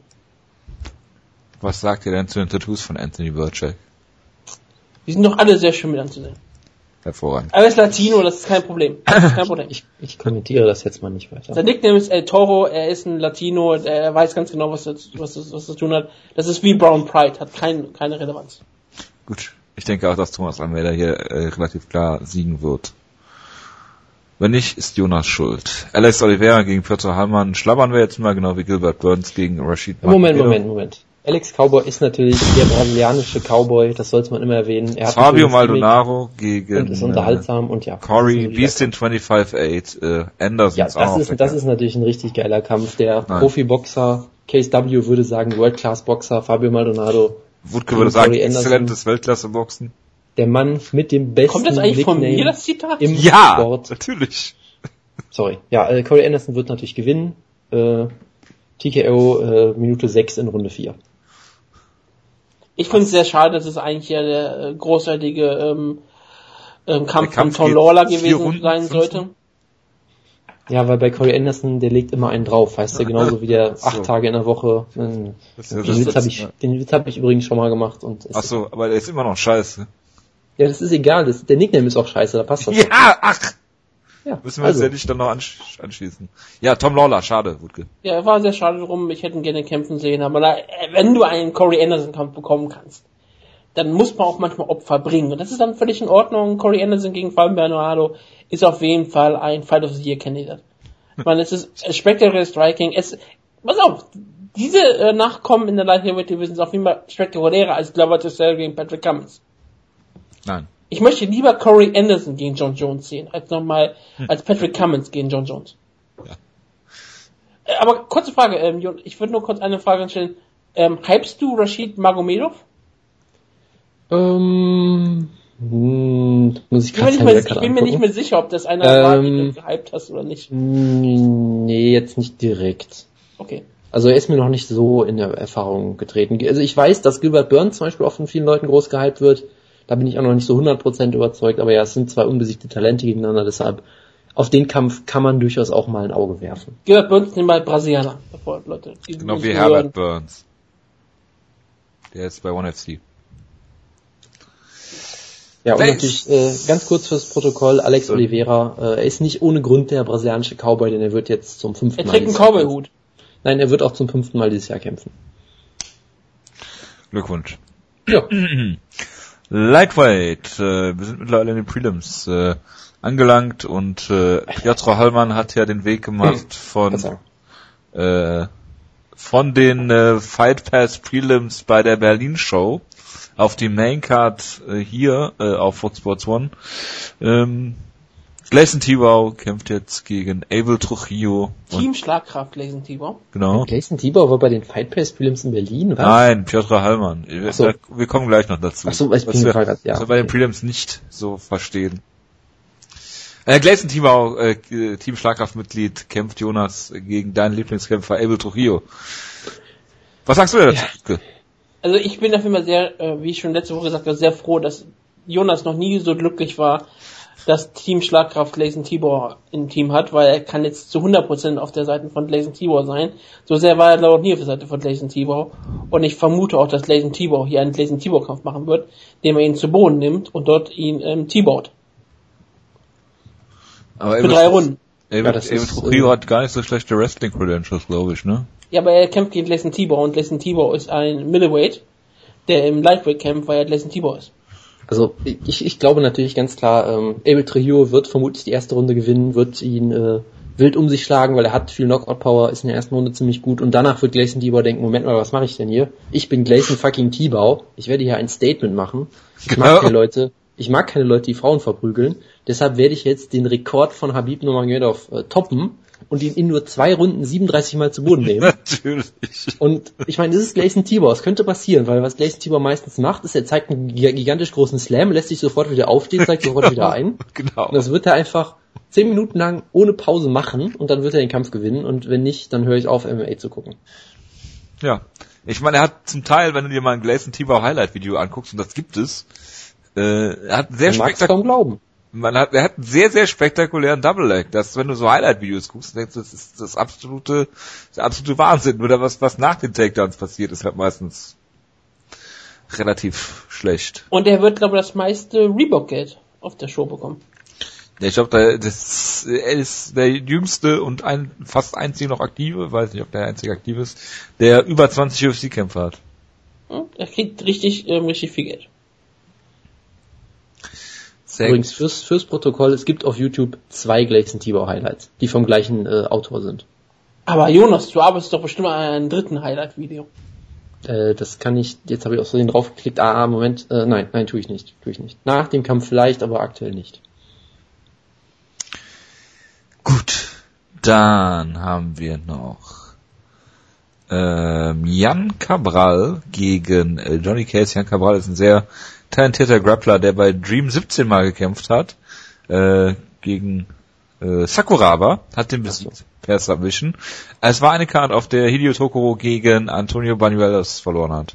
Was sagt ihr denn zu den Tattoos von Anthony Burchak?
Die sind doch alle sehr schön mit anzusehen.
Hervorragend.
Aber er ist Latino, das ist kein Problem.
Ich kommentiere das jetzt mal nicht weiter.
Sein Nickname ist El Toro, er ist ein Latino, er weiß ganz genau, was das zu tun hat. Das ist wie Brown Pride, hat keine Relevanz.
Gut, ich denke auch, dass Thomas Almeida hier relativ klar siegen wird. Wenn nicht, ist Jonas schuld. Alex Oliveira gegen Piotr Hallmann schlabbern wir jetzt mal, genau wie Gilbert Burns gegen Rashid
Moment. Alex Cowboy ist natürlich der brasilianische Cowboy, das sollte man immer erwähnen. Er hat
Fabio Maldonado gegen
und ist unterhaltsam und ja.
Corey Beastin 25-8, Anderson.
Ja, das ist natürlich ein richtig geiler Kampf. Der Profiboxer KSW würde sagen World-Class-Boxer Fabio Maldonado.
Wutke würde sagen, exzellentes Weltklasse-Boxen.
Der Mann mit dem besten
Kommt das eigentlich von mir, das Zitat?
Im
ja,
Sport.
Natürlich.
Sorry. Ja, Corey Anderson wird natürlich gewinnen. TKO Minute 6 in Runde 4.
Ich finde es sehr schade, dass es eigentlich ja der großartige Kampf von Tom Lawler gewesen sein sollte.
Ja, weil bei Corey Anderson, der legt immer einen drauf, weißt du, genauso wie der 8 Tage in der Woche. Den Witz hab ich übrigens schon mal gemacht.
Ach so, aber der ist immer noch scheiße.
Ja, das ist egal, der Nickname ist auch scheiße, da passt das.
Ja, ach! Ja, müssen wir uns ja nicht dann noch anschließen. Ja, Tom Lawler, schade, Wutke.
Ja, war sehr schade drum, ich hätte ihn gerne kämpfen sehen, aber wenn du einen Corey Anderson-Kampf bekommen kannst, dann muss man auch manchmal Opfer bringen. Und das ist dann völlig in Ordnung. Corey Anderson gegen Fabio Maldonado ist auf jeden Fall ein Fight of the Year-Kandidat. Ich meine, es ist spektakuläres Striking. Pass auf, diese Nachkommen in der Light Heavyweight Division sind auf jeden Fall spektakulärer als Glover Teixeira gegen Patrick Cummins.
Nein.
Ich möchte lieber Corey Anderson gegen John Jones sehen, als Patrick Cummins gegen John Jones. Ja. Aber kurze Frage, ich würde nur kurz eine Frage stellen. Hypest du Rashid Magomedov?
Muss ich
bin mir nicht mehr sicher, ob das einer war, den du gehypt hast oder nicht.
Nee, jetzt nicht direkt.
Okay.
Also er ist mir noch nicht so in der Erfahrung getreten. Also ich weiß, dass Gilbert Burns zum Beispiel auch von vielen Leuten groß gehypt wird. Da bin ich auch noch nicht so 100% überzeugt, aber ja, es sind zwei unbesiegte Talente gegeneinander, deshalb auf den Kampf kann man durchaus auch mal ein Auge werfen.
Gilbert Burns nimmt mal Brasilianer, bevor Leute.
Genau wie Herbert Burns. Der ist bei ONE FC.
Ja, und natürlich ganz kurz fürs Protokoll, Alex Oliveira, er ist nicht ohne Grund der brasilianische Cowboy, denn er wird jetzt zum 5. Mal.
Er trägt einen Cowboy-Hut.
Nein, er wird auch zum 5. Mal dieses Jahr kämpfen.
Glückwunsch.
Ja.
Lightweight, wir sind mittlerweile in den Prelims angelangt und Piotr Hallmann hat ja den Weg gemacht von den Fight Pass Prelims bei der Berlin Show auf die Maincard hier auf Fox Sports 1. Gleison Tibau kämpft jetzt gegen Abel Trujillo.
Team Schlagkraft, Gleison Tibau.
Genau.
Gleison Tibau war bei den Fight Pass Prelims in Berlin, was?
Nein, Piotr Hallmann. Wir kommen gleich noch dazu.
Ach so, ich bin gefragt, ja.
Was wir bei den Prelims nicht so verstehen. Gleison Tibau, Team Schlagkraftmitglied, kämpft Jonas gegen deinen Lieblingskämpfer Abel Trujillo. Was sagst du denn dazu?
Ja. Also ich bin auf jeden Fall sehr, wie ich schon letzte Woche gesagt habe, sehr froh, dass Jonas noch nie so glücklich war, dass Team Schlagkraft Gleison Tibau im Team hat, weil er kann jetzt zu 100% auf der Seite von Gleison Tibau sein. So sehr war er noch nie auf der Seite von Gleison Tibau. Und ich vermute auch, dass Gleison Tibau hier einen Gleison Tibau Kampf machen wird, indem er ihn zu Boden nimmt und dort ihn T-baut.
Aber
für 3 Runden.
Abel Trujillo hat gar nicht so schlechte Wrestling-Credentials, glaube ich, ne?
Ja, aber er kämpft gegen Gleison Tibau und Gleison Tibau ist ein Middleweight, der im Lightweight kämpft, weil er Gleison Tibau ist.
Also ich glaube natürlich ganz klar, Abel Trujillo wird vermutlich die erste Runde gewinnen, wird ihn wild um sich schlagen, weil er hat viel Knockout-Power, ist in der ersten Runde ziemlich gut und danach wird Gleison Tibau denken, Moment mal, was mache ich denn hier? Ich bin Gleison fucking Tibau, ich werde hier ein Statement machen. Ich mag keine Leute, die Frauen verprügeln, deshalb werde ich jetzt den Rekord von Khabib Nurmagomedov toppen und ihn in nur 2 Runden 37 Mal zu Boden nehmen.
Natürlich.
Und ich meine, das ist Gleison Tibau, es könnte passieren, weil was Gleison Tibau meistens macht, ist, er zeigt einen gigantisch großen Slam, lässt sich sofort wieder aufstehen, zeigt sofort wieder ein.
Genau.
Und das wird er einfach 10 Minuten lang ohne Pause machen und dann wird er den Kampf gewinnen und wenn nicht, dann höre ich auf, MMA zu gucken.
Ja. Ich meine, er hat zum Teil, wenn du dir mal ein Gleison Tibau Highlight-Video anguckst, und das gibt es, er hat sehr
glauben.
Er hat einen sehr, sehr spektakulären Double-Leg. Wenn du so Highlight-Videos guckst, denkst du, das ist der absolute Wahnsinn. Nur was nach den Takedowns passiert, ist halt meistens relativ schlecht.
Und er wird, glaube ich, das meiste Reebok-Geld auf der Show bekommen.
Ja, ich glaube, er ist der jüngste und fast einzige noch aktive, weiß nicht, ob der einzige aktiv ist, der über 20 UFC-Kämpfer hat.
Er kriegt richtig viel Geld.
Übrigens fürs Protokoll, es gibt auf YouTube 2 Gleison Tibau Highlights, die vom gleichen Autor sind.
Aber Jonas, du arbeitest doch bestimmt an einem dritten Highlight-Video.
Das kann ich, jetzt habe ich aus Versehen draufgeklickt, Moment, nein, tue ich nicht. Nach dem Kampf vielleicht, aber aktuell nicht.
Gut, dann haben wir noch Jan Cabral gegen Johnny Case. Jan Cabral ist ein sehr talentierter Grappler, der bei Dream 17 mal gekämpft hat, gegen Sakuraba, hat den besiegt per Submission. Es war eine Card, auf der Hideo Tokoro gegen Antonio Banuelos verloren hat.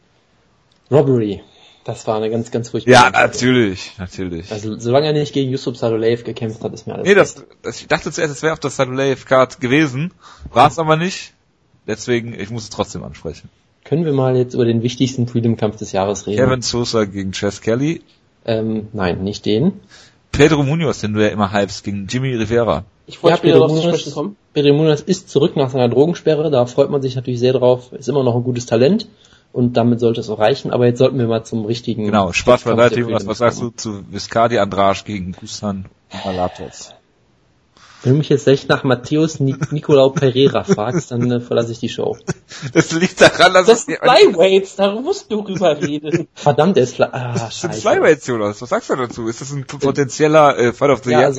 Robbery. Das war eine ganz, ganz furchtbare.
Ja, natürlich.
Also, solange er nicht gegen Yusuf Sadulev gekämpft hat, ist mir alles.
Nee, ich dachte zuerst, es wäre auf der Sadulev-Card gewesen. War es aber nicht. Deswegen, ich muss es trotzdem ansprechen.
Können wir mal jetzt über den wichtigsten Freedom-Kampf des Jahres reden?
Kevin Sosa gegen Chess Kelly.
Nein, nicht den.
Pedro Munoz, den du ja immer hypst, gegen Jimmy Rivera.
Ich wollte wieder darauf zu sprechen kommen.
Pedro Munoz ist zurück nach seiner Drogensperre, da freut man sich natürlich sehr drauf. Ist immer noch ein gutes Talent und damit sollte es auch reichen. Aber jetzt sollten wir mal zum richtigen...
Genau, Spaß beiseite. Was sagst du zu Viscardi Andrade gegen Dusan Malatos?
Wenn du mich jetzt echt nach Matthäus Nicolau Pereira fragst, dann verlasse ich die Show.
Das liegt daran, dass
das sind Flyweights, da musst du drüber reden.
Verdammt, er ist
das sind Flyweights, Jonas. Was sagst du dazu? Ist das ein potenzieller Fight of the Year?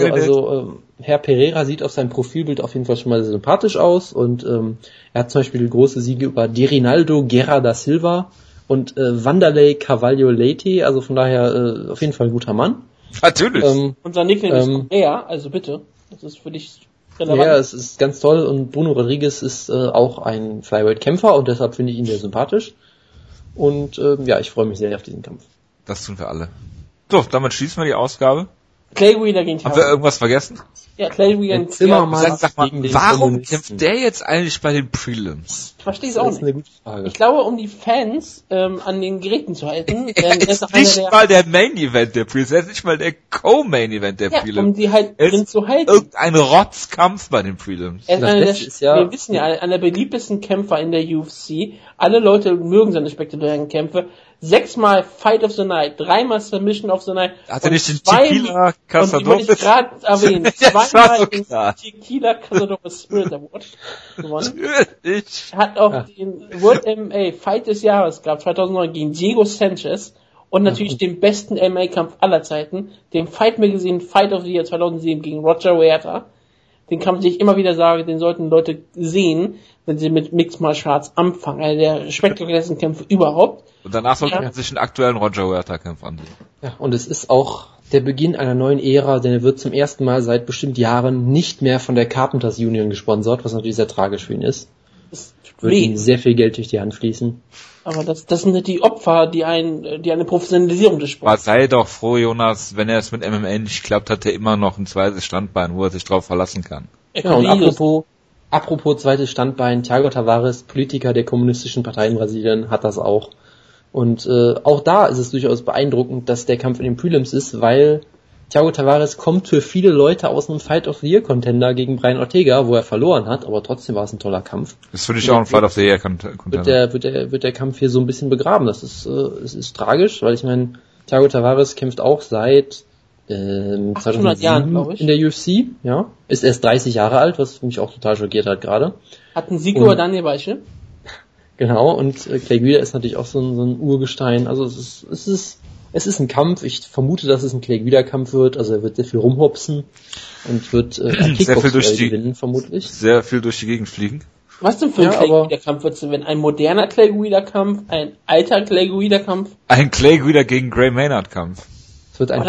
Herr Pereira sieht auf seinem Profilbild auf jeden Fall schon mal sehr sympathisch aus und er hat zum Beispiel große Siege über Derinaldo Guerra da Silva und Wanderlei Carvalho Leite, also von daher auf jeden Fall ein guter Mann.
Natürlich.
Unser Nickname ist Korea, also bitte. Das ist für dich relevant.
Ja, es ist ganz toll und Bruno Rodriguez ist auch ein Flyweight-Kämpfer und deshalb finde ich ihn sehr sympathisch. Und ich freue mich sehr auf diesen Kampf.
Das tun wir alle. So, damit schließen wir die Ausgabe.
Clay Wheeler gegen
Haben wir irgendwas vergessen?
Ja, Clay Wheeler
Sag mal, warum kämpft der jetzt eigentlich bei den Prelims?
Ich verstehe es auch nicht.
Das ist eine gute Frage.
Ich glaube, um die Fans an den Geräten zu halten.
Er ist nicht mal der Main-Event der Prelims, er ist nicht mal der Co-Main-Event der Prelims.
Um die halt drin zu halten.
Irgendein Rotzkampf bei den Prelims.
Er ist wir wissen ja, einer der beliebtesten Kämpfer in der UFC. Alle Leute mögen seine spektakulären Kämpfe. 6-mal Fight of the Night, 3-mal Submission of the Night.
Hat er nicht den Tequila Cazadores?
Und die wollte ich gerade erwähnen. 2-mal den Tequila Cazadores Spirit Award gewonnen.
Natürlich.
Hat auch den World MMA Fight des Jahres gehabt, 2009 gegen Diego Sanchez. Und natürlich den besten MMA-Kampf aller Zeiten, den Fight Magazine Fight of the Year 2007 gegen Roger Huerta. Den Kampf, den ich immer wieder sage, den sollten Leute sehen, wenn sie mit Mixed Martial Arts anfangen. Einer der spektakulärsten Kämpfe überhaupt.
Und danach sollte man sich einen aktuellen Roger Huerta-Kampf ansehen.
Ja, und es ist auch der Beginn einer neuen Ära, denn er wird zum ersten Mal seit bestimmt Jahren nicht mehr von der Carpenters Union gesponsert, was natürlich sehr tragisch für ihn ist.
Das
wird ihm sehr viel Geld durch die Hand fließen.
Aber das sind die Opfer, die eine Professionalisierung des Sports.
Aber sei doch froh, Jonas, wenn er es mit MMA nicht klappt, hat er immer noch ein zweites Standbein, wo er sich drauf verlassen kann.
Ja, und apropos zweites Standbein, Thiago Tavares, Politiker der Kommunistischen Partei in Brasilien, hat das auch. Und auch da ist es durchaus beeindruckend, dass der Kampf in den Prelims ist, weil Thiago Tavares kommt für viele Leute aus einem Fight of the Year Contender gegen Brian Ortega, wo er verloren hat, aber trotzdem war es ein toller Kampf.
Das finde ich auch ein Fight of the Year Contender.
Wird der Kampf hier so ein bisschen begraben. Das ist, es ist tragisch, weil ich meine, Thiago Tavares kämpft auch seit 2007
Jahren, glaube ich.
In der UFC, ja. Ist erst 30 Jahre alt, was mich auch total schockiert hat gerade.
Hat einen Sieg über Daniel Weiche.
Genau, und Clay Guida ist natürlich auch so ein Urgestein. Also es ist ein Kampf. Ich vermute, dass es ein Clay Guida-Kampf wird. Also er wird sehr viel rumhopsen und wird Kickbox gewinnen, vermutlich.
Sehr viel durch die Gegend fliegen.
Was denn für ein Clay Guida-Kampf wird es denn? Ein moderner Clay Guida-Kampf? Ein alter Clay Guida-Kampf?
Ein Clay Guida gegen Gray Maynard-Kampf.
Es wird ein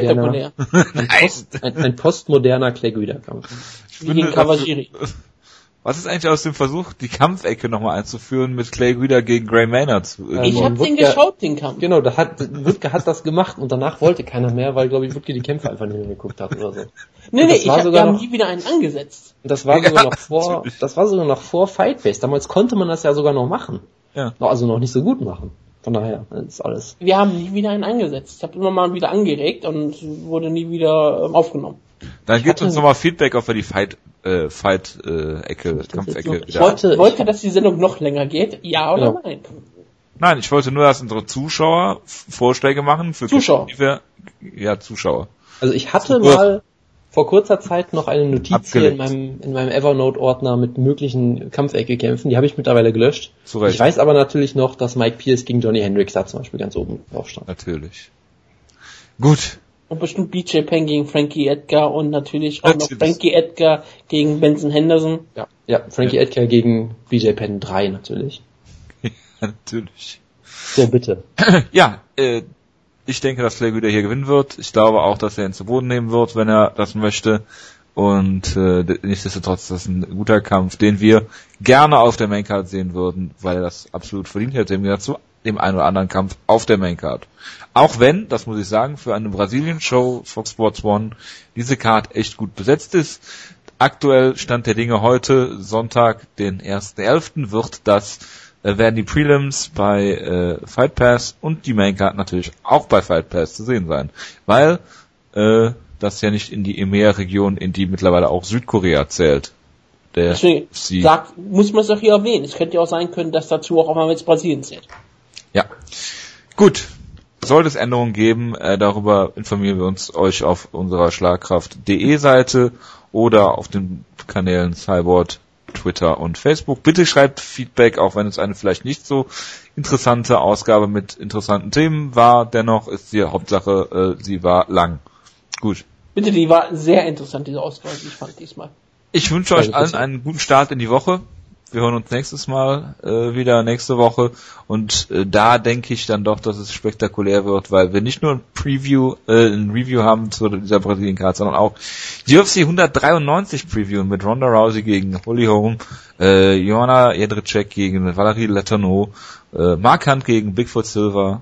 postmoderner Clay Guida-Kampf.
Wie gegen Kawajiri.
Was ist eigentlich aus dem Versuch, die Kampfecke nochmal einzuführen mit Clay Guida gegen Gray Maynard?
Ich hab den geschaut, den Kampf.
Genau, Wutke hat das gemacht und danach wollte keiner mehr, weil, glaube ich, Wutke die Kämpfe einfach nicht mehr geguckt hat oder so.
Nee, wir haben nie wieder einen angesetzt.
Das war sogar noch vor Fightfest. Damals konnte man das ja sogar noch machen.
Ja.
Also noch nicht so gut machen. Von daher, das ist alles.
Wir haben nie wieder einen angesetzt. Ich habe immer mal wieder angeregt und wurde nie wieder aufgenommen.
Dann gebt uns nochmal Feedback, ob wir die Kampfecke
Ich wollte, dass die Sendung noch länger geht, ja oder nein?
Nein, ich wollte nur, dass unsere Zuschauer Vorschläge machen für
Zuschauer.
Zuschauer.
Also ich hatte mal vor kurzer Zeit noch eine Notiz hier in meinem Evernote-Ordner mit möglichen Kampfecke-Kämpfen, die habe ich mittlerweile gelöscht. Ich weiß aber natürlich noch, dass Mike Pierce gegen Johnny Hendricks da zum Beispiel ganz oben drauf stand.
Natürlich. Gut.
Und bestimmt BJ Penn gegen Frankie Edgar und natürlich auch noch Frankie Edgar gegen Benson Henderson.
Ja, Frankie Edgar gegen BJ Penn 3 natürlich.
Ja, natürlich.
So, bitte.
Ja, ich denke, dass Flair wieder hier gewinnen wird. Ich glaube auch, dass er ihn zu Boden nehmen wird, wenn er das möchte. Und nichtsdestotrotz ist das ein guter Kampf, den wir gerne auf der Maincard sehen würden, weil er das absolut verdient hätte, im Gegensatz zu dem einen oder anderen Kampf auf der Maincard. Auch wenn, das muss ich sagen, für eine Brasilien-Show Fox Sports 1 diese Card echt gut besetzt ist. Aktuell Stand der Dinge heute, Sonntag, den 1.11. werden die Prelims bei Fight Pass und die Maincard natürlich auch bei Fight Pass zu sehen sein. Weil das ja nicht in die EMEA-Region, in die mittlerweile auch Südkorea zählt.
Deswegen muss man es doch hier erwähnen. Es könnte ja auch sein können, dass dazu auch mal jetzt Brasilien zählt.
Ja. Gut. Sollte es Änderungen geben, darüber informieren wir euch auf unserer Schlagkraft.de Seite oder auf den Kanälen Cyborg, Twitter und Facebook. Bitte schreibt Feedback, auch wenn es eine vielleicht nicht so interessante Ausgabe mit interessanten Themen war. Dennoch ist die Hauptsache, sie war lang. Gut.
Bitte, die war sehr interessant, diese Ausgabe, die ich fand diesmal.
Ich wünsche euch allen einen guten Start in die Woche. Wir hören uns nächstes Mal wieder nächste Woche und da denke ich dann doch, dass es spektakulär wird, weil wir nicht nur ein Review haben zu dieser Brasilien-Card, sondern auch die UFC 193 Preview mit Ronda Rousey gegen Holly Holm, Joanna Jędrzejczyk gegen Valerie Letourneau, Mark Hunt gegen Bigfoot Silver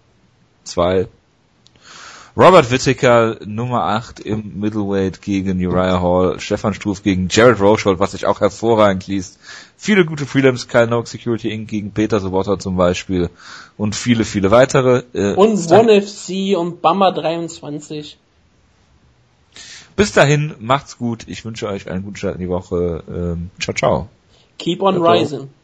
2, Robert Whittaker Nummer 8 im Middleweight gegen Uriah Hall, Stefan Struve gegen Jared Rosholt, was sich auch hervorragend liest. Viele gute Prelims, Kyle Noak Security Inc. gegen Peter Sobotta zum Beispiel und viele, viele weitere.
Und One FC und Bama 23.
Bis dahin, macht's gut. Ich wünsche euch einen guten Start in die Woche. Ciao, ciao.
Keep on rising.